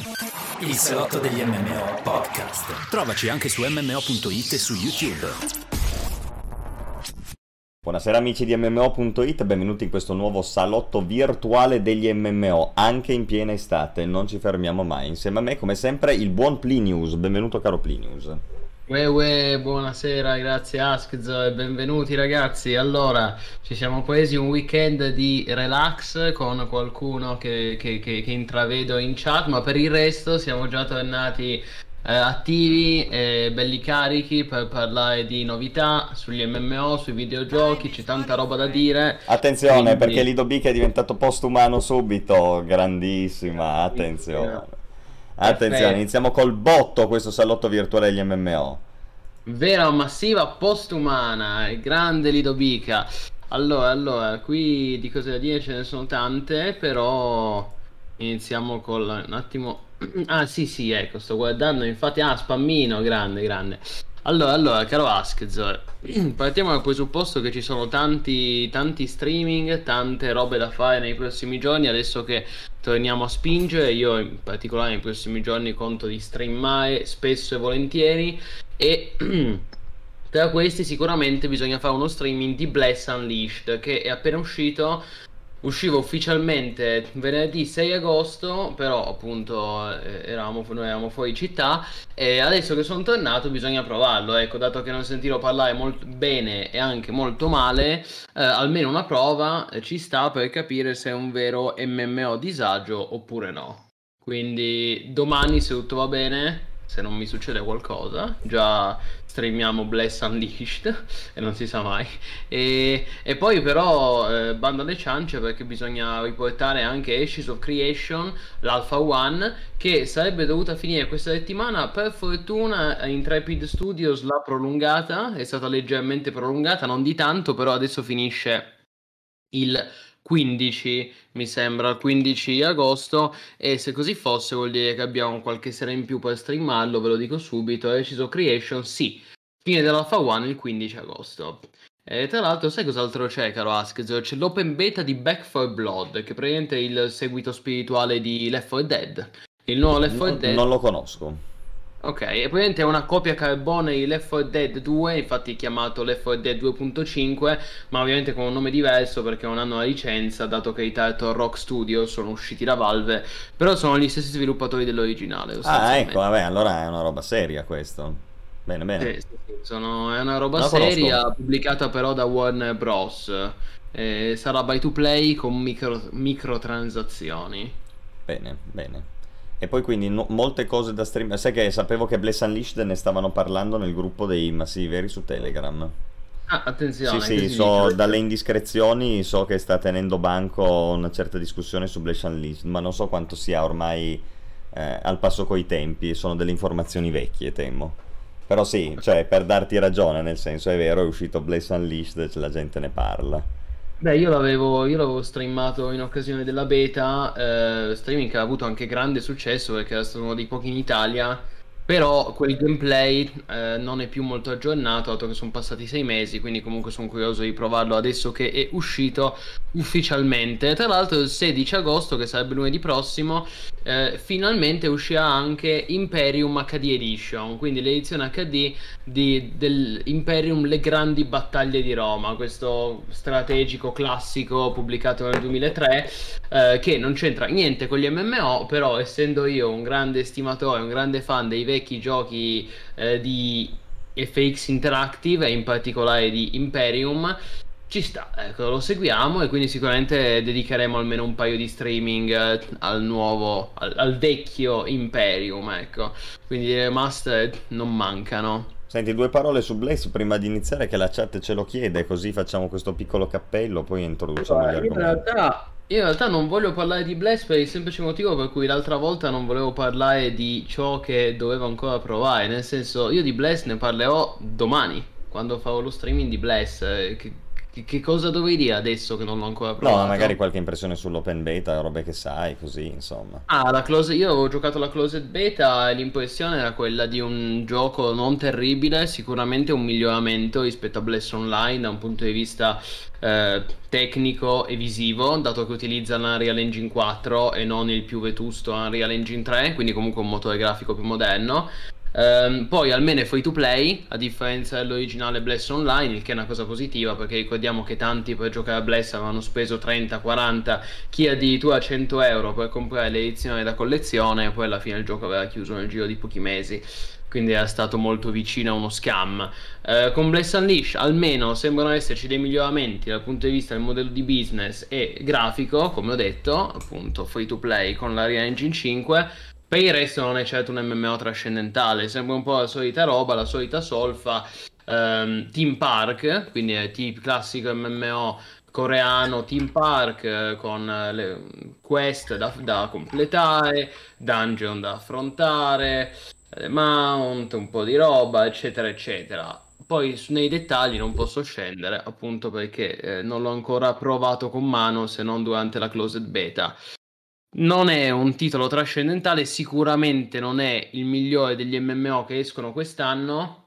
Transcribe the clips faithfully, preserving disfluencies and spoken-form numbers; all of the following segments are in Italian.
Il salotto degli M M O podcast. Trovaci anche su M M O punto it e su YouTube. Buonasera amici di M M O punto it, benvenuti in questo nuovo salotto virtuale degli M M O, anche in piena estate, non ci fermiamo mai. Insieme a me, come sempre, il buon Plinius. Benvenuto caro Plinius. Uè, uè, buonasera, grazie Askzo e benvenuti ragazzi. Allora, ci siamo presi un weekend di relax con qualcuno che, che, che, che intravedo in chat, ma per il resto siamo già tornati eh, attivi e belli carichi per parlare di novità sugli M M O, sui videogiochi, c'è tanta roba da dire. Attenzione, Quindi... perché Lido B che è diventato postumano subito, grandissima, attenzione. Attenzione, Perfetto. iniziamo col botto questo salotto virtuale degli M M O. Vera massiva postumana, grande Lidobica. Allora, allora, qui di cose da dire ce ne sono tante, però iniziamo con un attimo. Ah, sì, sì, ecco, sto guardando, infatti, ah, spammino, grande, grande. Allora, allora, caro Askzor, partiamo dal presupposto che ci sono tanti, tanti streaming, tante robe da fare nei prossimi giorni, adesso che torniamo a spingere, io in particolare nei prossimi giorni conto di streamare spesso e volentieri, e tra questi sicuramente bisogna fare uno streaming di Bless Unleashed, che è appena uscito. Usciva ufficialmente venerdì sei agosto, però appunto eh, eravamo, noi eravamo fuori città e adesso che sono tornato bisogna provarlo, ecco, dato che non sentirò parlare molto bene e anche molto male, eh, almeno una prova eh, ci sta per capire se è un vero M M O disagio oppure no. Quindi domani, se tutto va bene, se non mi succede qualcosa, già streamiamo Bless Unleashed e non si sa mai. E, e poi però eh, bando alle ciance, perché bisogna riportare anche Ashes of Creation, l'Alpha One, che sarebbe dovuta finire questa settimana. Per fortuna Intrepid Studios l'ha prolungata, è stata leggermente prolungata, non di tanto, però adesso finisce il quindici, mi sembra, il quindici agosto, e se così fosse vuol dire che abbiamo qualche sera in più per streamarlo, ve lo dico subito. Ashes of Creation, sì, fine dell'Alpha One il quindici agosto. E tra l'altro sai cos'altro c'è, caro Askzo? C'è l'open beta di Back four Blood, che praticamente è il seguito spirituale di Left four Dead. Il nuovo Left four Non, Dead... non lo conosco. Ok, e praticamente è una copia carbone di Left four Dead due, infatti è chiamato Left four Dead due punto cinque, ma ovviamente con un nome diverso perché non hanno la licenza, dato che i Turtle Rock Studio sono usciti da Valve, però sono gli stessi sviluppatori dell'originale. Ah, ecco, vabbè, allora è una roba seria questo. Bene, bene. Sì, sì, sì, sono, è una roba Non la seria, conosco. pubblicata però da Warner Bros. Eh, sarà buy to play con micro, microtransazioni. Bene, bene. E poi quindi no- molte cose da stream. Sai che sapevo che Bless Unleashed ne stavano parlando nel gruppo dei massivi veri su Telegram. Ah, Sì, attenzione, sì, che si so dice? dalle indiscrezioni, so che sta tenendo banco una certa discussione su Bless Unleashed, ma non so quanto sia ormai eh, al passo coi tempi, sono delle informazioni vecchie, temo. Però sì, cioè, per darti ragione, nel senso, è vero, è uscito Bless Unleashed, la gente ne parla. Beh, io l'avevo io l'avevo streamato in occasione della beta, eh, streaming che ha avuto anche grande successo perché era stato uno dei pochi in Italia, però quel gameplay eh, non è più molto aggiornato, dato che sono passati sei mesi, quindi comunque sono curioso di provarlo adesso che è uscito ufficialmente. Tra l'altro il sedici agosto, che sarebbe lunedì prossimo, eh, finalmente uscirà anche Imperium acca di Edition, quindi l'edizione acca di di, dell'Imperium Le Grandi Battaglie di Roma, questo strategico classico pubblicato nel duemilatré, eh, che non c'entra niente con gli M M O, però essendo io un grande estimatore, un grande fan dei vecchi giochi eh, di F X Interactive e in particolare di Imperium, ci sta, ecco, lo seguiamo e quindi sicuramente dedicheremo almeno un paio di streaming eh, al nuovo, al, al vecchio Imperium, ecco. Quindi le remastered non mancano. Senti, due parole su Blaze prima di iniziare, che la chat ce lo chiede, così facciamo questo piccolo cappello, poi introduciamo gli Allora, io in argomenti. realtà, io in realtà non voglio parlare di Blast per il semplice motivo per cui l'altra volta non volevo parlare di ciò che dovevo ancora provare, nel senso io di Blast ne parlerò domani, quando farò lo streaming di Blast, eh, che, che, che cosa dovrei dire adesso che non l'ho ancora No, provato? magari qualche impressione sull'open beta, robe che sai, così, insomma. Ah, la close... io avevo giocato la closed beta e l'impressione era quella di un gioco non terribile, sicuramente un miglioramento rispetto a Bless Online da un punto di vista eh, tecnico e visivo, dato che utilizza l'Unreal Engine quattro e non il più vetusto Unreal Engine tre, quindi comunque un motore grafico più moderno. Ehm, poi almeno è free to play, a differenza dell'originale Bless Online, il che è una cosa positiva, perché ricordiamo che tanti per giocare a Bless avevano speso trenta, quaranta, chi addirittura cento euro per comprare l'edizione da collezione, e poi alla fine il gioco aveva chiuso nel giro di pochi mesi, quindi era stato molto vicino a uno scam. Eh, con Bless Unleashed almeno sembrano esserci dei miglioramenti dal punto di vista del modello di business e grafico, come ho detto, appunto free to play con la Unreal Engine cinque. Per il resto non è certo un M M O trascendentale, sembra un po' la solita roba, la solita solfa. Ehm, Team Park, quindi è il classico M M O coreano, Team Park, eh, con eh, le quest da, da completare, dungeon da affrontare, eh, mount, un po' di roba, eccetera, eccetera. Poi su- nei dettagli non posso scendere, appunto perché eh, non l'ho ancora provato con mano se non durante la closed beta. Non è un titolo trascendentale, sicuramente non è il migliore degli M M O che escono quest'anno,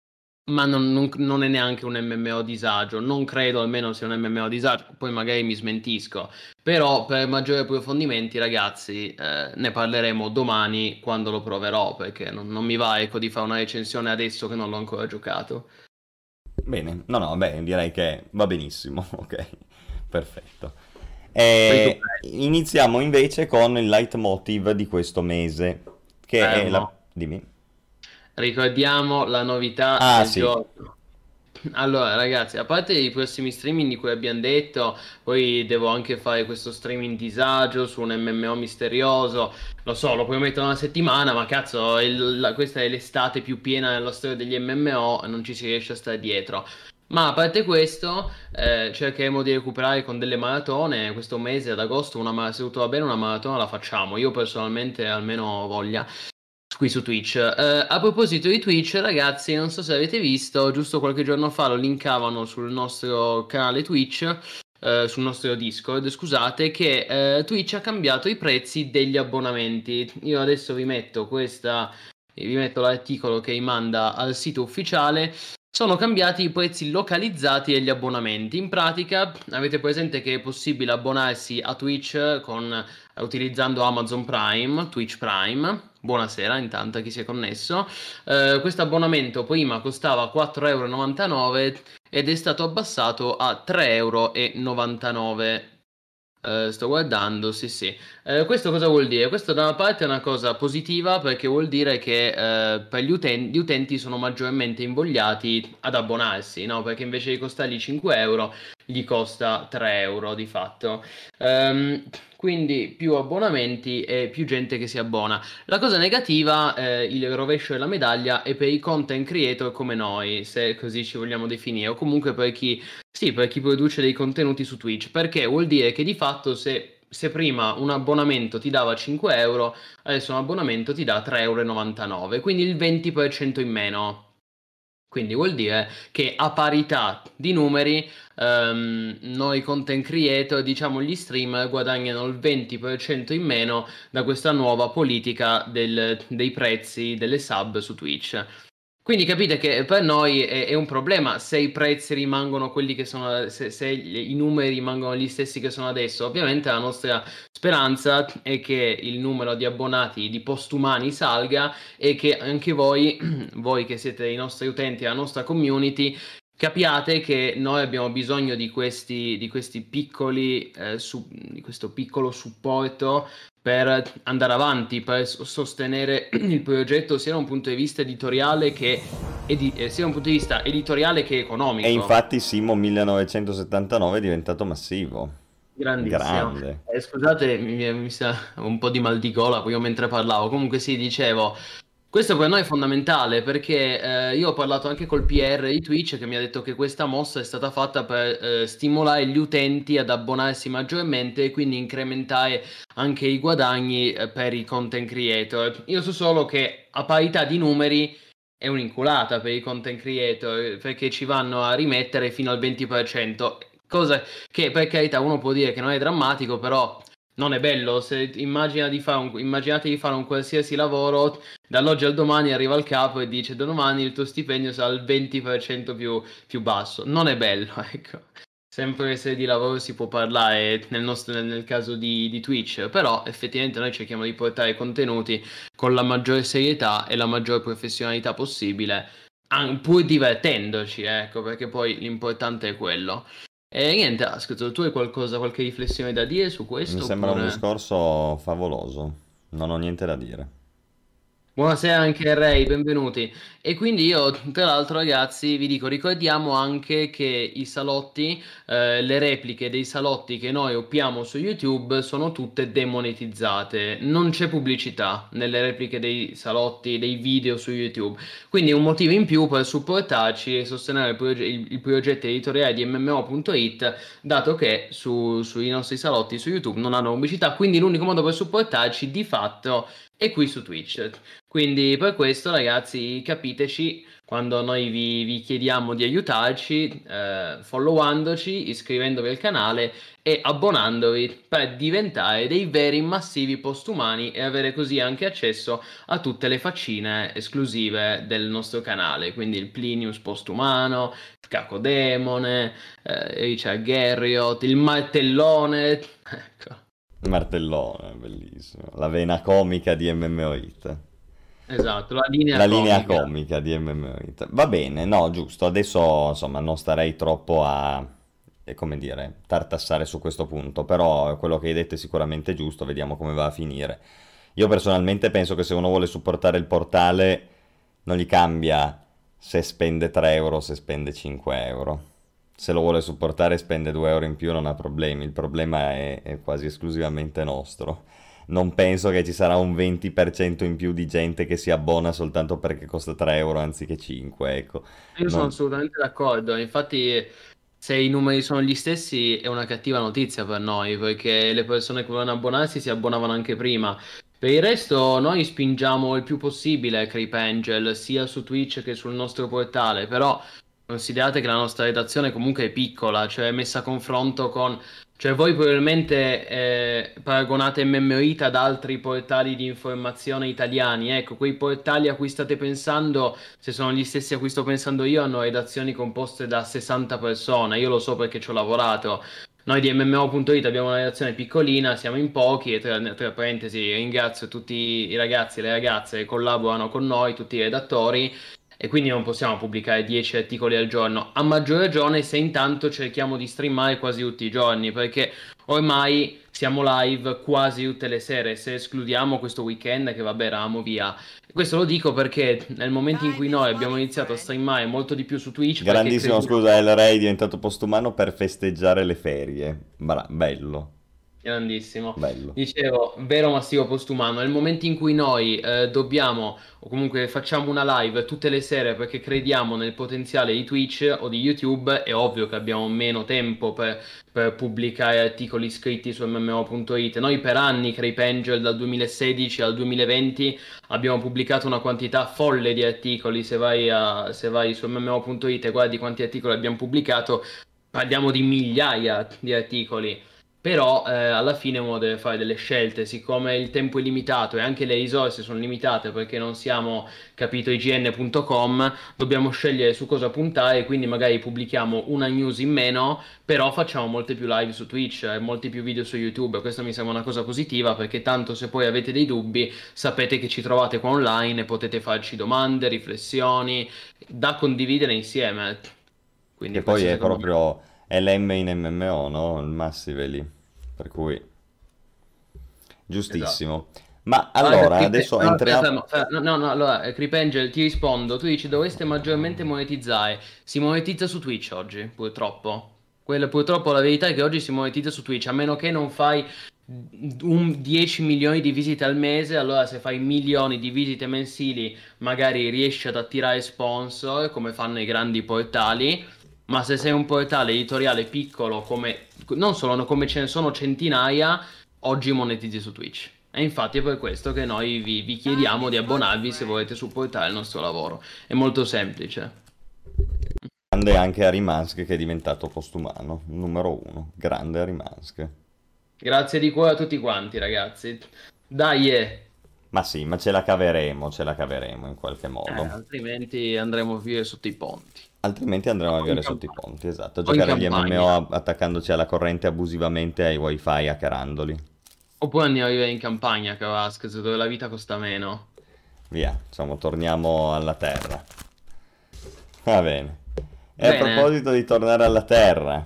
ma non, non- non è neanche un M M O disagio. Non credo almeno sia un M M O disagio, poi magari mi smentisco. Però per maggiori approfondimenti, ragazzi, eh, ne parleremo domani quando lo proverò, perché non, non mi va, ecco, di fare una recensione adesso che non l'ho ancora giocato. Bene, no, no, beh, direi che va benissimo, ok, perfetto. Free to E play, iniziamo invece con il leitmotiv di questo mese, che è la... fermo. Dimmi. Ricordiamo la novità Ah, del sì, giorno. Allora, ragazzi, a parte i prossimi streaming di cui abbiamo detto, poi devo anche fare questo streaming disagio su un M M O misterioso. Lo so, lo puoi mettere una settimana, ma cazzo, il- la- questa è l'estate più piena nella storia degli M M O e non ci si riesce a stare dietro. Ma a parte questo, eh, cercheremo di recuperare con delle maratone. Questo mese ad agosto, una, ma- se tutto va bene, una maratona la facciamo. Io personalmente almeno ho voglia qui su Twitch. Eh, a proposito di Twitch, ragazzi, non so se avete visto, giusto qualche giorno fa lo linkavano sul nostro canale Twitch, eh, sul nostro Discord, scusate, che eh, Twitch ha cambiato i prezzi degli abbonamenti. Io adesso vi metto questa, vi metto l'articolo che rimanda al sito ufficiale. Sono cambiati i prezzi localizzati degli abbonamenti. In pratica, avete presente che è possibile abbonarsi a Twitch con utilizzando Amazon Prime, Twitch Prime. Buonasera, intanto a chi si è connesso. Eh, questo abbonamento prima costava quattro e novantanove euro ed è stato abbassato a tre e novantanove euro. Eh, sto guardando, sì, sì. Eh, questo cosa vuol dire? Questo da una parte è una cosa positiva perché vuol dire che eh, per gli utenti, gli utenti sono maggiormente invogliati ad abbonarsi, no? Perché invece di costargli cinque euro, gli costa tre euro di fatto. Ehm, quindi più abbonamenti e più gente che si abbona. La cosa negativa, eh, il rovescio della medaglia, è per i content creator come noi, se così ci vogliamo definire, o comunque per chi sì, per chi produce dei contenuti su Twitch, perché vuol dire che di fatto se, se prima un abbonamento ti dava cinque euro, adesso un abbonamento ti dà tre e novantanove euro, quindi il venti per cento in meno. Quindi vuol dire che a parità di numeri, ehm, noi content creator, diciamo gli streamer, guadagnano il venti per cento in meno da questa nuova politica del- dei prezzi delle sub su Twitch. Quindi capite che per noi è, è un problema se i prezzi rimangono quelli che sono, se, se i numeri rimangono gli stessi che sono adesso. Ovviamente la nostra speranza è che il numero di abbonati di postumani salga e che anche voi, voi che siete i nostri utenti, la nostra community, capiate che noi abbiamo bisogno di questi, di questi piccoli, eh, su- di questo piccolo supporto per andare avanti, per s- sostenere il progetto sia da un punto di vista editoriale che, edi- eh, sia da un punto di vista editoriale che e economico. infatti Simo millenovecentosettantanove è diventato massivo. Grandissimo. Grande. Eh, scusate, mi, mi sa un po' di mal di gola io mentre parlavo. Comunque sì, dicevo, questo per noi è fondamentale perché eh, io ho parlato anche col P R di Twitch che mi ha detto che questa mossa è stata fatta per eh, stimolare gli utenti ad abbonarsi maggiormente e quindi incrementare anche i guadagni eh, per i content creator. Io so solo che a parità di numeri è un'inculata per i content creator, perché ci vanno a rimettere fino al venti per cento, cosa che per carità uno può dire che non è drammatico, però non è bello. Se immagina di fare un, immaginate di fare un qualsiasi lavoro, dall'oggi al domani arriva il capo e dice da domani il tuo stipendio sarà il venti per cento più, più basso. Non è bello, ecco. Sempre se di lavoro si può parlare nel, nostro, nel caso di, di Twitch, però effettivamente noi cerchiamo di portare contenuti con la maggiore serietà e la maggiore professionalità possibile, an- pur divertendoci, ecco, perché poi l'importante è quello. E niente, ascolta, tu hai qualcosa, qualche riflessione da dire su Mi questo? sembra un Oppure... discorso favoloso, non ho niente da dire. Buonasera anche Ray, benvenuti. E quindi io, tra l'altro, ragazzi, vi dico, ricordiamo anche che i salotti, eh, le repliche dei salotti che noi uppiamo su YouTube sono tutte demonetizzate. Non c'è pubblicità nelle repliche dei salotti, dei video su YouTube. Quindi è un motivo in più per supportarci e sostenere il, proge- il- il progetto editoriale di M M O punto it, dato che su- sui nostri salotti su YouTube non hanno pubblicità. Quindi l'unico modo per supportarci di fatto è qui su Twitch. Quindi per questo, ragazzi, capiteci quando noi vi, vi chiediamo di aiutarci, eh, followandoci, iscrivendovi al canale e abbonandovi per diventare dei veri massivi postumani e avere così anche accesso a tutte le faccine esclusive del nostro canale. Quindi il Plinius postumano, il Cacodemone, eh, Richard Garriott, il martellone. Ecco. Il martellone, bellissimo. La vena comica di M M O It. Esatto, la linea La linea comica. comica di M M O It. Va bene, no, giusto. Adesso, insomma, non starei troppo a, eh, come dire, tartassare su questo punto, però quello che hai detto è sicuramente giusto, vediamo come va a finire. Io personalmente penso che se uno vuole supportare il portale, non gli cambia se spende tre euro o se spende cinque euro. Se lo vuole supportare e spende due euro in più non ha problemi, il problema è, è quasi esclusivamente nostro. Non penso che ci sarà un venti per cento in più di gente che si abbona soltanto perché costa tre euro anziché cinque, ecco. Io sono Non- assolutamente d'accordo, infatti se i numeri sono gli stessi è una cattiva notizia per noi, perché le persone che volevano abbonarsi si abbonavano anche prima. Per il resto noi spingiamo il più possibile Creep Angel, sia su Twitch che sul nostro portale, però considerate che la nostra redazione comunque è piccola, cioè è messa a confronto con... Cioè voi probabilmente eh, paragonate M M O It ad altri portali di informazione italiani, ecco, quei portali a cui state pensando, se sono gli stessi a cui sto pensando io, hanno redazioni composte da sessanta persone, io lo so perché ci ho lavorato. Noi di M M O punto it abbiamo una redazione piccolina, siamo in pochi e tra, tra parentesi ringrazio tutti i ragazzi e le ragazze che collaborano con noi, tutti i redattori, e quindi non possiamo pubblicare dieci articoli al giorno. A maggior ragione se intanto cerchiamo di streamare quasi tutti i giorni, perché ormai siamo live quasi tutte le sere, se escludiamo questo weekend che vabbè eravamo via. Questo lo dico perché nel momento in cui noi abbiamo iniziato a streamare molto di più su Twitch, perché Grandissimo, crediamo... scusa, El Rey è diventato postumano per festeggiare le ferie. Bra- bello, Grandissimo. bello. Dicevo, vero massivo postumano. Nel momento in cui noi eh, dobbiamo, o comunque facciamo una live tutte le sere perché crediamo nel potenziale di Twitch o di YouTube, è ovvio che abbiamo meno tempo per, per pubblicare articoli scritti su M M O punto it. Noi per anni, Creep Angel, dal duemilasedici al duemilaventi, abbiamo pubblicato una quantità folle di articoli. Se vai, a- se vai su M M O punto it e guardi quanti articoli abbiamo pubblicato, parliamo di migliaia di articoli. Però eh, alla fine uno deve fare delle scelte, siccome il tempo è limitato e anche le risorse sono limitate perché non siamo capito i g n punto com, dobbiamo scegliere su cosa puntare, quindi magari pubblichiamo una news in meno, però facciamo molte più live su Twitch e molti più video su YouTube. Questa mi sembra una cosa positiva perché tanto se poi avete dei dubbi sapete che ci trovate qua online e potete farci domande, riflessioni da condividere insieme. Quindi Che poi questo è secondo me... proprio L M in M M O, no? Il Massive lì. Per cui, Esatto. giustissimo. Ma Guarda, allora, Creep- adesso no, aspetta, entriamo... fermo, fermo. No, no, no, allora, eh, Creep Angel, ti rispondo. Tu dici dovreste maggiormente monetizzare. Si monetizza su Twitch oggi, purtroppo. Quella, purtroppo la verità è che oggi si monetizza su Twitch, a meno che non fai un dieci milioni di visite al mese. Allora se fai milioni di visite mensili magari riesci ad attirare sponsor, come fanno i grandi portali. Ma se sei un portale editoriale piccolo, come non solo come ce ne sono centinaia, oggi monetizzi su Twitch. E infatti è per questo che noi vi, vi chiediamo di abbonarvi se volete supportare il nostro lavoro. È molto semplice. Grande anche Harry Musk che è diventato postumano, numero uno. Grande Harry Musk. Grazie di cuore a tutti quanti, ragazzi. Dai, eh, Ma sì, ma ce la caveremo, ce la caveremo in qualche eh, modo. altrimenti andremo a vivere sotto i ponti. Altrimenti andremo a O in vivere sotto i campagna. ponti, esatto. A O in giocare agli M M O campagna. a- attaccandoci alla corrente abusivamente ai wifi hackerandoli. Oppure andiamo a vivere in campagna, Cavasquez, dove la vita costa meno. Via, insomma, torniamo alla Terra. Va bene. E a Bene, proposito di tornare alla Terra,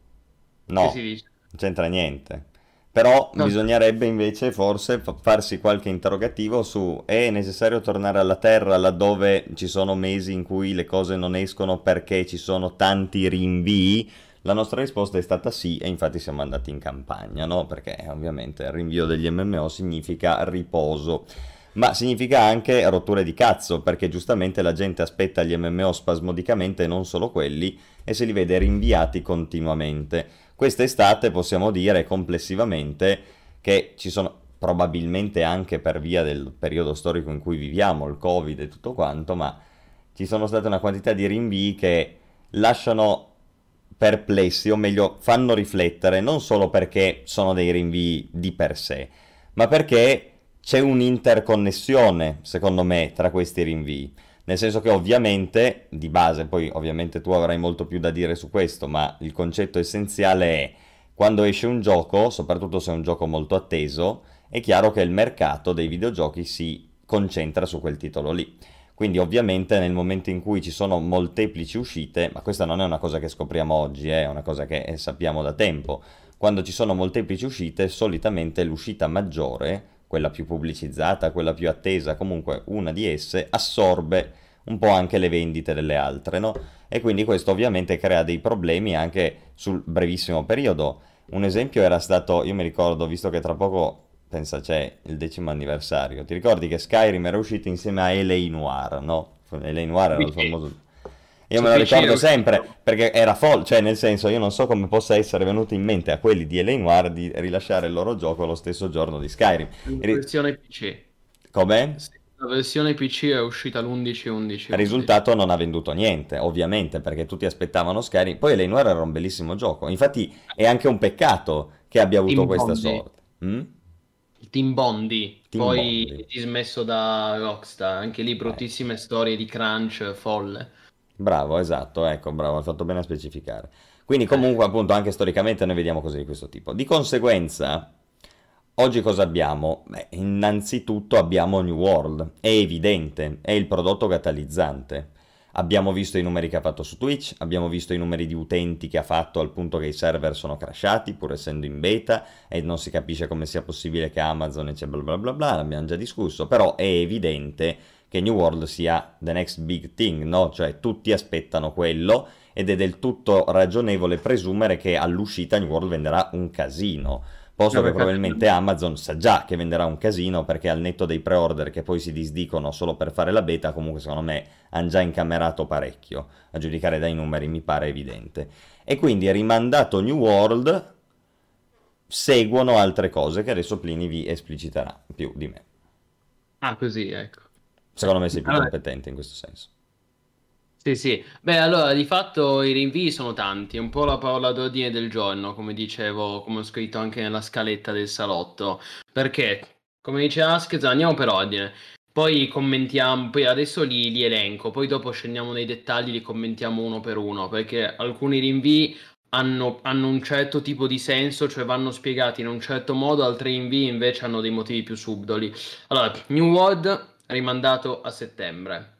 che no, si dice? non c'entra niente. Però Cosa? bisognerebbe invece forse fa- farsi qualche interrogativo su è necessario tornare alla Terra laddove ci sono mesi in cui le cose non escono perché ci sono tanti rinvii? La nostra risposta è stata sì e infatti siamo andati in campagna, no? Perché ovviamente il rinvio degli M M O significa riposo. Ma significa anche rotture di cazzo, perché giustamente la gente aspetta gli M M O spasmodicamente e non solo quelli, e se li vede rinviati continuamente. Quest'estate possiamo dire complessivamente che ci sono, probabilmente anche per via del periodo storico in cui viviamo, il Covid e tutto quanto, ma ci sono state una quantità di rinvii che lasciano perplessi, o meglio, fanno riflettere, non solo perché sono dei rinvii di per sé, ma perché c'è un'interconnessione, secondo me, tra questi rinvii. Nel senso che ovviamente, di base, poi ovviamente tu avrai molto più da dire su questo, ma il concetto essenziale è quando esce un gioco, soprattutto se è un gioco molto atteso, è chiaro che il mercato dei videogiochi si concentra su quel titolo lì. Quindi ovviamente nel momento in cui ci sono molteplici uscite, ma questa non è una cosa che scopriamo oggi, eh, è una cosa che eh, sappiamo da tempo, quando ci sono molteplici uscite, solitamente l'uscita maggiore, quella più pubblicizzata, quella più attesa, comunque una di esse, assorbe un po' anche le vendite delle altre, no? E quindi questo ovviamente crea dei problemi anche sul brevissimo periodo. Un esempio era stato, io mi ricordo, visto che tra poco, pensa c'è il decimo anniversario, ti ricordi che Skyrim era uscito insieme a L A Noire, no? L A Noire era il P C. famoso... Io Su me lo P C è ricordo sempre uscito. perché era folle, cioè nel senso io non so come possa essere venuto in mente a quelli di L A Noire di rilasciare il loro gioco lo stesso giorno di Skyrim. La Ri- versione P C. Com'è? Sì, la versione P C è uscita l'undici undici Il undici. risultato non ha venduto niente, ovviamente, perché tutti aspettavano Skyrim. Poi L A Noire era un bellissimo gioco. Infatti è anche un peccato che abbia avuto Team questa Bondi. sorte. Mm? Il Team Bondi, Team poi Bondi. dismesso da Rockstar. Anche lì Eh, bruttissime storie di crunch folle. bravo, esatto, ecco, bravo, hai fatto bene a specificare. Quindi Eh, comunque appunto anche storicamente noi vediamo cose di questo tipo. Di conseguenza, oggi cosa abbiamo? Beh, innanzitutto abbiamo New World, è evidente, è il prodotto catalizzante. Abbiamo visto i numeri che ha fatto su Twitch, abbiamo visto i numeri di utenti che ha fatto al punto che i server sono crashati, pur essendo in beta, e non si capisce come sia possibile che Amazon e c'è bla bla bla bla, l'abbiamo già discusso, però è evidente che New World sia the next big thing, no? Cioè tutti aspettano quello ed è del tutto ragionevole presumere che all'uscita New World venderà un casino. Posto no, che perché- probabilmente Amazon sa già che venderà un casino perché al netto dei pre-order che poi si disdicono solo per fare la beta, comunque secondo me hanno già incamerato parecchio, a giudicare dai numeri mi pare evidente. E quindi rimandato New World seguono altre cose che adesso Plini vi espliciterà più di me. Ah, così, ecco. Secondo me sei più Allora, competente in questo senso. sì, sì. Beh, allora, di fatto i rinvii sono tanti, è un po' la parola d'ordine del giorno, come dicevo, come ho scritto anche nella scaletta del salotto. Perché, come dice Askez, andiamo per ordine. Poi commentiamo, poi adesso li, li elenco, poi dopo scendiamo nei dettagli, li commentiamo uno per uno, perché alcuni rinvii hanno, hanno un certo tipo di senso, cioè vanno spiegati in un certo modo, altri rinvii invece hanno dei motivi più subdoli. Allora, New World rimandato a settembre.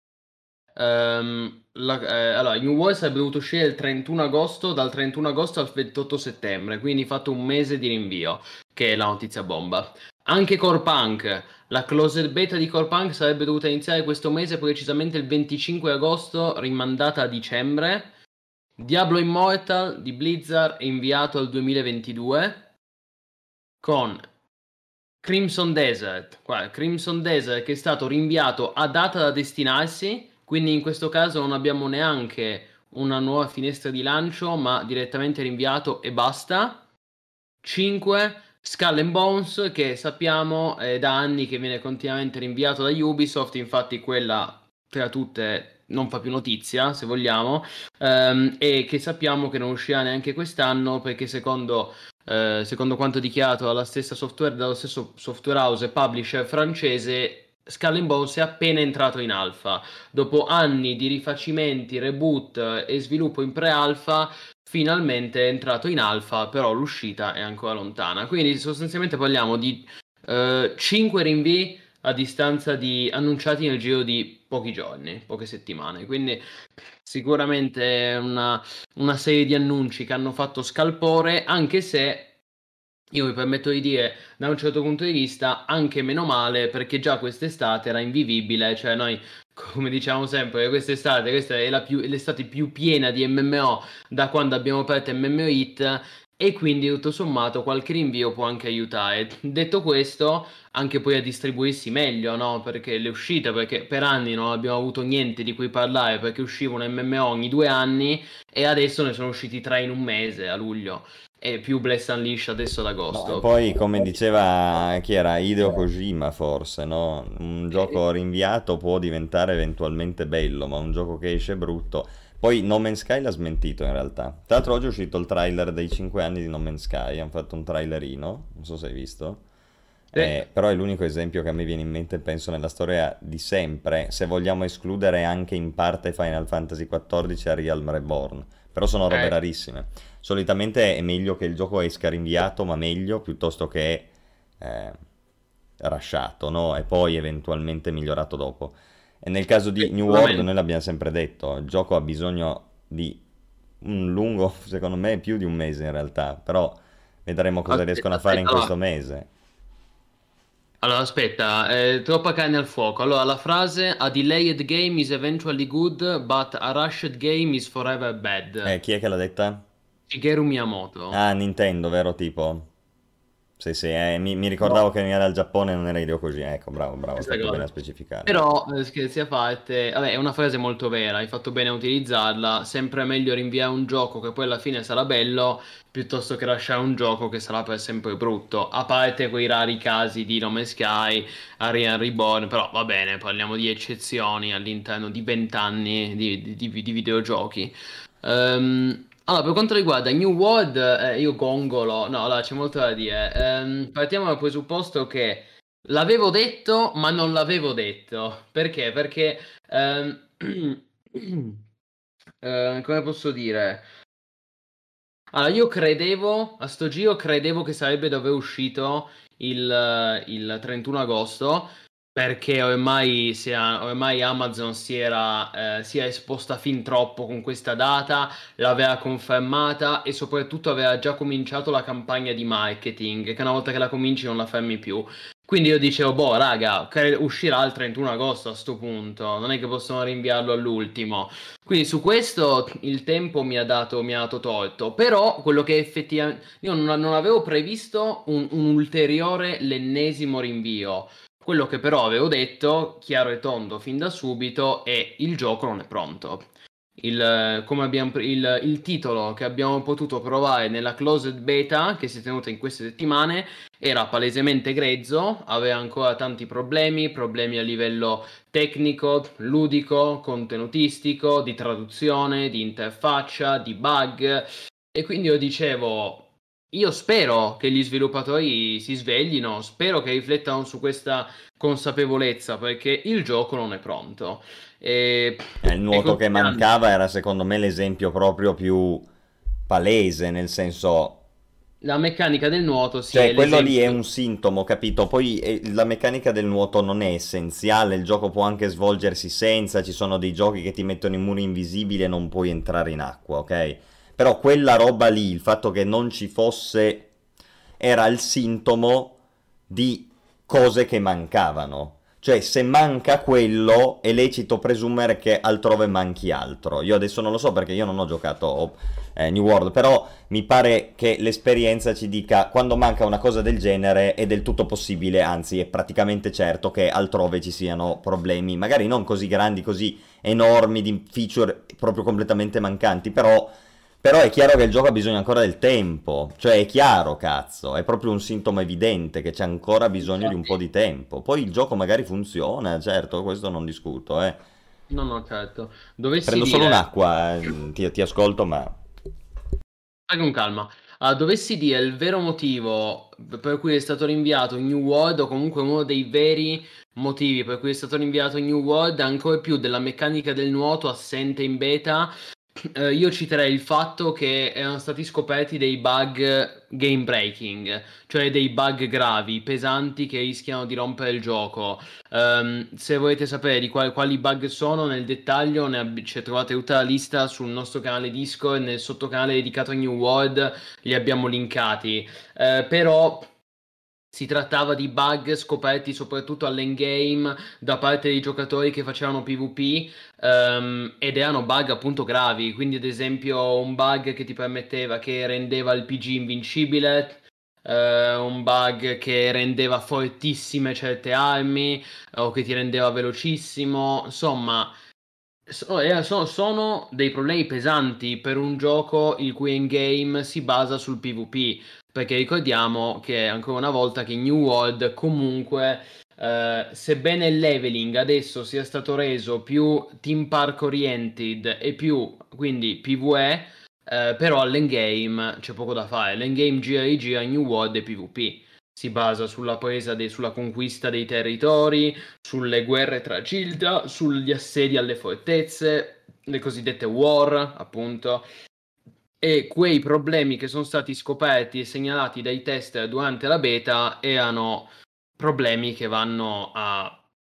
Ehm, la- eh, allora, New World sarebbe dovuto uscire il trentuno agosto, dal trentuno agosto al ventotto settembre, quindi fatto un mese di rinvio, che è la notizia bomba. Anche Core Punk, la closed beta di Core Punk sarebbe dovuta iniziare questo mese, precisamente il venticinque agosto, rimandata a dicembre. Diablo Immortal di Blizzard è inviato al duemilaventidue, con Crimson Desert, qua, Crimson Desert che è stato rinviato a data da destinarsi, quindi in questo caso non abbiamo neanche una nuova finestra di lancio, ma direttamente rinviato e basta. cinque. Skull and Bones, che sappiamo è da anni che viene continuamente rinviato da Ubisoft, infatti quella tra tutte non fa più notizia, se vogliamo, ehm, e che sappiamo che non uscirà neanche quest'anno perché secondo, eh, secondo quanto dichiarato dalla stessa software, dallo stesso software house e publisher francese, Skull and Bones è appena entrato in alfa. Dopo anni di rifacimenti, reboot e sviluppo in pre-alfa, finalmente è entrato in alfa, però l'uscita è ancora lontana. Quindi sostanzialmente parliamo di eh, cinque rinvii a distanza di annunciati nel giro di pochi giorni, poche settimane. Quindi sicuramente è una, una serie di annunci che hanno fatto scalpore, anche se io mi permetto di dire, da un certo punto di vista, anche meno male, perché già quest'estate era invivibile, cioè noi, come diciamo sempre, quest'estate, questa è la più, l'estate più piena di M M O da quando abbiamo aperto M M O Hit, e quindi tutto sommato qualche rinvio può anche aiutare. Detto questo, anche poi a distribuirsi meglio, no? Perché le uscite, perché per anni non abbiamo avuto niente di cui parlare, perché usciva un M M O ogni due anni, e adesso ne sono usciti tre in un mese, a luglio. E più Bless Unleashed adesso ad No, agosto. e poi come diceva chi era Hideo Kojima forse, no? Un gioco rinviato può diventare eventualmente bello, ma un gioco che esce brutto. Poi No Man's Sky l'ha smentito in realtà. Tra l'altro oggi è uscito il trailer dei cinque anni di No Man's Sky, hanno fatto un trailerino, non so se hai visto. Sì. Eh, però è l'unico esempio che a me viene in mente, penso, nella storia di sempre, se vogliamo escludere anche in parte Final Fantasy quattordici e Realm Reborn. Però sono robe Eh, rarissime. Solitamente è meglio che il gioco esca rinviato, ma meglio, piuttosto che eh, rasciato, no? E poi eventualmente migliorato dopo. E nel caso di New World, sicuramente. noi l'abbiamo sempre detto, il gioco ha bisogno di un lungo, secondo me più di un mese in realtà, però vedremo cosa riescono Aspetta, a fare in aspetta, questo allora, mese. allora, aspetta, eh, troppa carne al fuoco. Allora, la frase a delayed game is eventually good, but a rushed game is forever Eh, bad. chi è che l'ha detta? Shigeru Miyamoto. Ah, Nintendo, vero tipo? Sì, sì, eh, mi, mi No, ricordavo che era il Giappone, non era Hideo così. Ecco, bravo, bravo, hai questa fatto bene cosa. a specificare. Però, eh, scherzi a parte, vabbè, è una frase molto vera, hai fatto bene a utilizzarla. Sempre meglio rinviare un gioco che poi alla fine sarà bello, piuttosto che lasciare un gioco che sarà per sempre brutto. A parte quei rari casi di No Man's Sky, Arian Reborn, però va bene, parliamo di eccezioni all'interno di vent'anni di, di, di- di videogiochi. Ehm, allora, per quanto riguarda New World, eh, io gongolo, no, allora c'è molto da dire. Ehm, partiamo dal presupposto che l'avevo detto, ma non l'avevo detto. Perché? Perché, ehm, eh, come posso dire? Allora, io credevo, a sto giro credevo che sarebbe dove è uscito il, il trentuno agosto, perché ormai, si è- ormai Amazon si era, eh, si è esposta fin troppo con questa data, l'aveva confermata e soprattutto aveva già cominciato la campagna di marketing, che una volta che la cominci non la fermi più. Quindi io dicevo, boh, raga, cre- uscirà il trentuno agosto a sto punto, non è che possono rinviarlo all'ultimo. Quindi su questo il tempo mi ha dato, mi ha dato torto, però quello che effettivamente io non, non avevo previsto un, un ulteriore, l'ennesimo rinvio. Quello che però avevo detto, chiaro e tondo fin da subito, è il gioco non è pronto. Il, eh, come abbiamo, pre- il, il titolo che abbiamo potuto provare nella closed beta che si è tenuta in queste settimane era palesemente grezzo, aveva ancora tanti problemi, problemi a livello tecnico, ludico, contenutistico, di traduzione, di interfaccia, di bug. E quindi io dicevo, io spero che gli sviluppatori si sveglino, spero che riflettano su questa consapevolezza, perché il gioco non è pronto. E, Eh, il e nuoto così che anche. mancava era secondo me l'esempio proprio più palese, nel senso, La meccanica del nuoto, sì, cioè è quello lì è l'esempio. un sintomo, capito? Poi eh, la meccanica del nuoto non è essenziale, il gioco può anche svolgersi senza, ci sono dei giochi che ti mettono i muri invisibili e non puoi entrare in acqua, ok? Però quella roba lì, il fatto che non ci fosse, era il sintomo di cose che mancavano. Cioè, se manca quello, è lecito presumere che altrove manchi altro. Io adesso non lo so perché io non ho giocato eh, New World, però mi pare che l'esperienza ci dica quando manca una cosa del genere è del tutto possibile, anzi è praticamente certo che altrove ci siano problemi, magari non così grandi, così enormi di feature proprio completamente mancanti, però Però è chiaro che il gioco ha bisogno ancora del tempo, cioè è chiaro, cazzo, è proprio un sintomo evidente che c'è ancora bisogno di un po' Infatti, di tempo. Poi il gioco magari funziona, certo, questo non discuto, eh. no, no, certo. Dovessi Prendo solo dire, un'acqua, eh, ti, ti ascolto, ma... vai con calma. Ah, dovessi dire il vero motivo per cui è stato rinviato New World, o comunque uno dei veri motivi per cui è stato rinviato New World, è ancora più della meccanica del nuoto assente in beta. Eh, io citerei il fatto che erano stati scoperti dei bug game breaking, cioè dei bug gravi, pesanti che rischiano di rompere il gioco. Ehm, se volete sapere di quali, quali bug sono nel dettaglio, ne ab- cioè, trovate tutta la lista sul nostro canale Discord, nel sottocanale dedicato a New World, li abbiamo linkati. Eh, però si trattava di bug scoperti soprattutto all'endgame da parte dei giocatori che facevano PvP, ehm, ed erano bug appunto gravi. Quindi, ad esempio, un bug che ti permetteva, che rendeva il P G invincibile, eh, un bug che rendeva fortissime certe armi, o che ti rendeva velocissimo. Insomma, so- eh, so- sono dei problemi pesanti per un gioco il cui endgame si basa sul PvP. Perché ricordiamo che ancora una volta che New World comunque, eh, sebbene il leveling adesso sia stato reso più team park oriented e più quindi PvE, eh, però all'endgame c'è poco da fare. L'endgame gira e rigira, New World è PvP. Si basa sulla presa dei, sulla conquista dei territori, sulle guerre tra gilda, sugli assedi alle fortezze, le cosiddette war, appunto. E quei problemi che sono stati scoperti e segnalati dai tester durante la beta erano problemi che vanno a,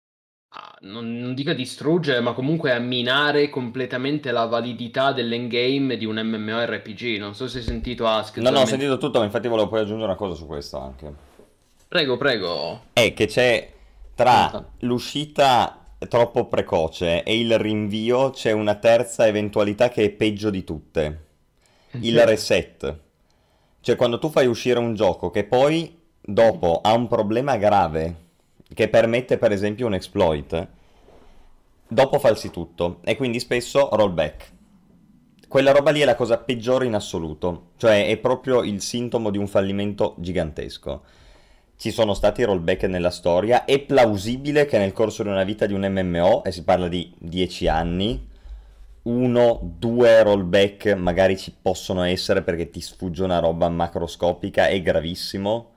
a- non, non dico a distruggere, ma comunque a minare completamente la validità dell'endgame di un MMORPG. Non so se hai sentito Ask, No, no, ho totalmente. sentito tutto, ma infatti volevo poi aggiungere una cosa su questo anche. Prego, prego. È che c'è tra Nota. l'uscita troppo precoce e il rinvio c'è una terza eventualità che è peggio di tutte. Il reset. Cioè quando tu fai uscire un gioco che poi dopo ha un problema grave che permette per esempio un exploit, dopo falsi tutto e quindi spesso rollback. Quella roba lì è la cosa peggiore in assoluto, cioè è proprio il sintomo di un fallimento gigantesco. Ci sono stati rollback nella storia, è plausibile che nel corso di una vita di un M M O, e si parla di dieci anni, uno, due rollback magari ci possono essere perché ti sfugge una roba macroscopica, è gravissimo,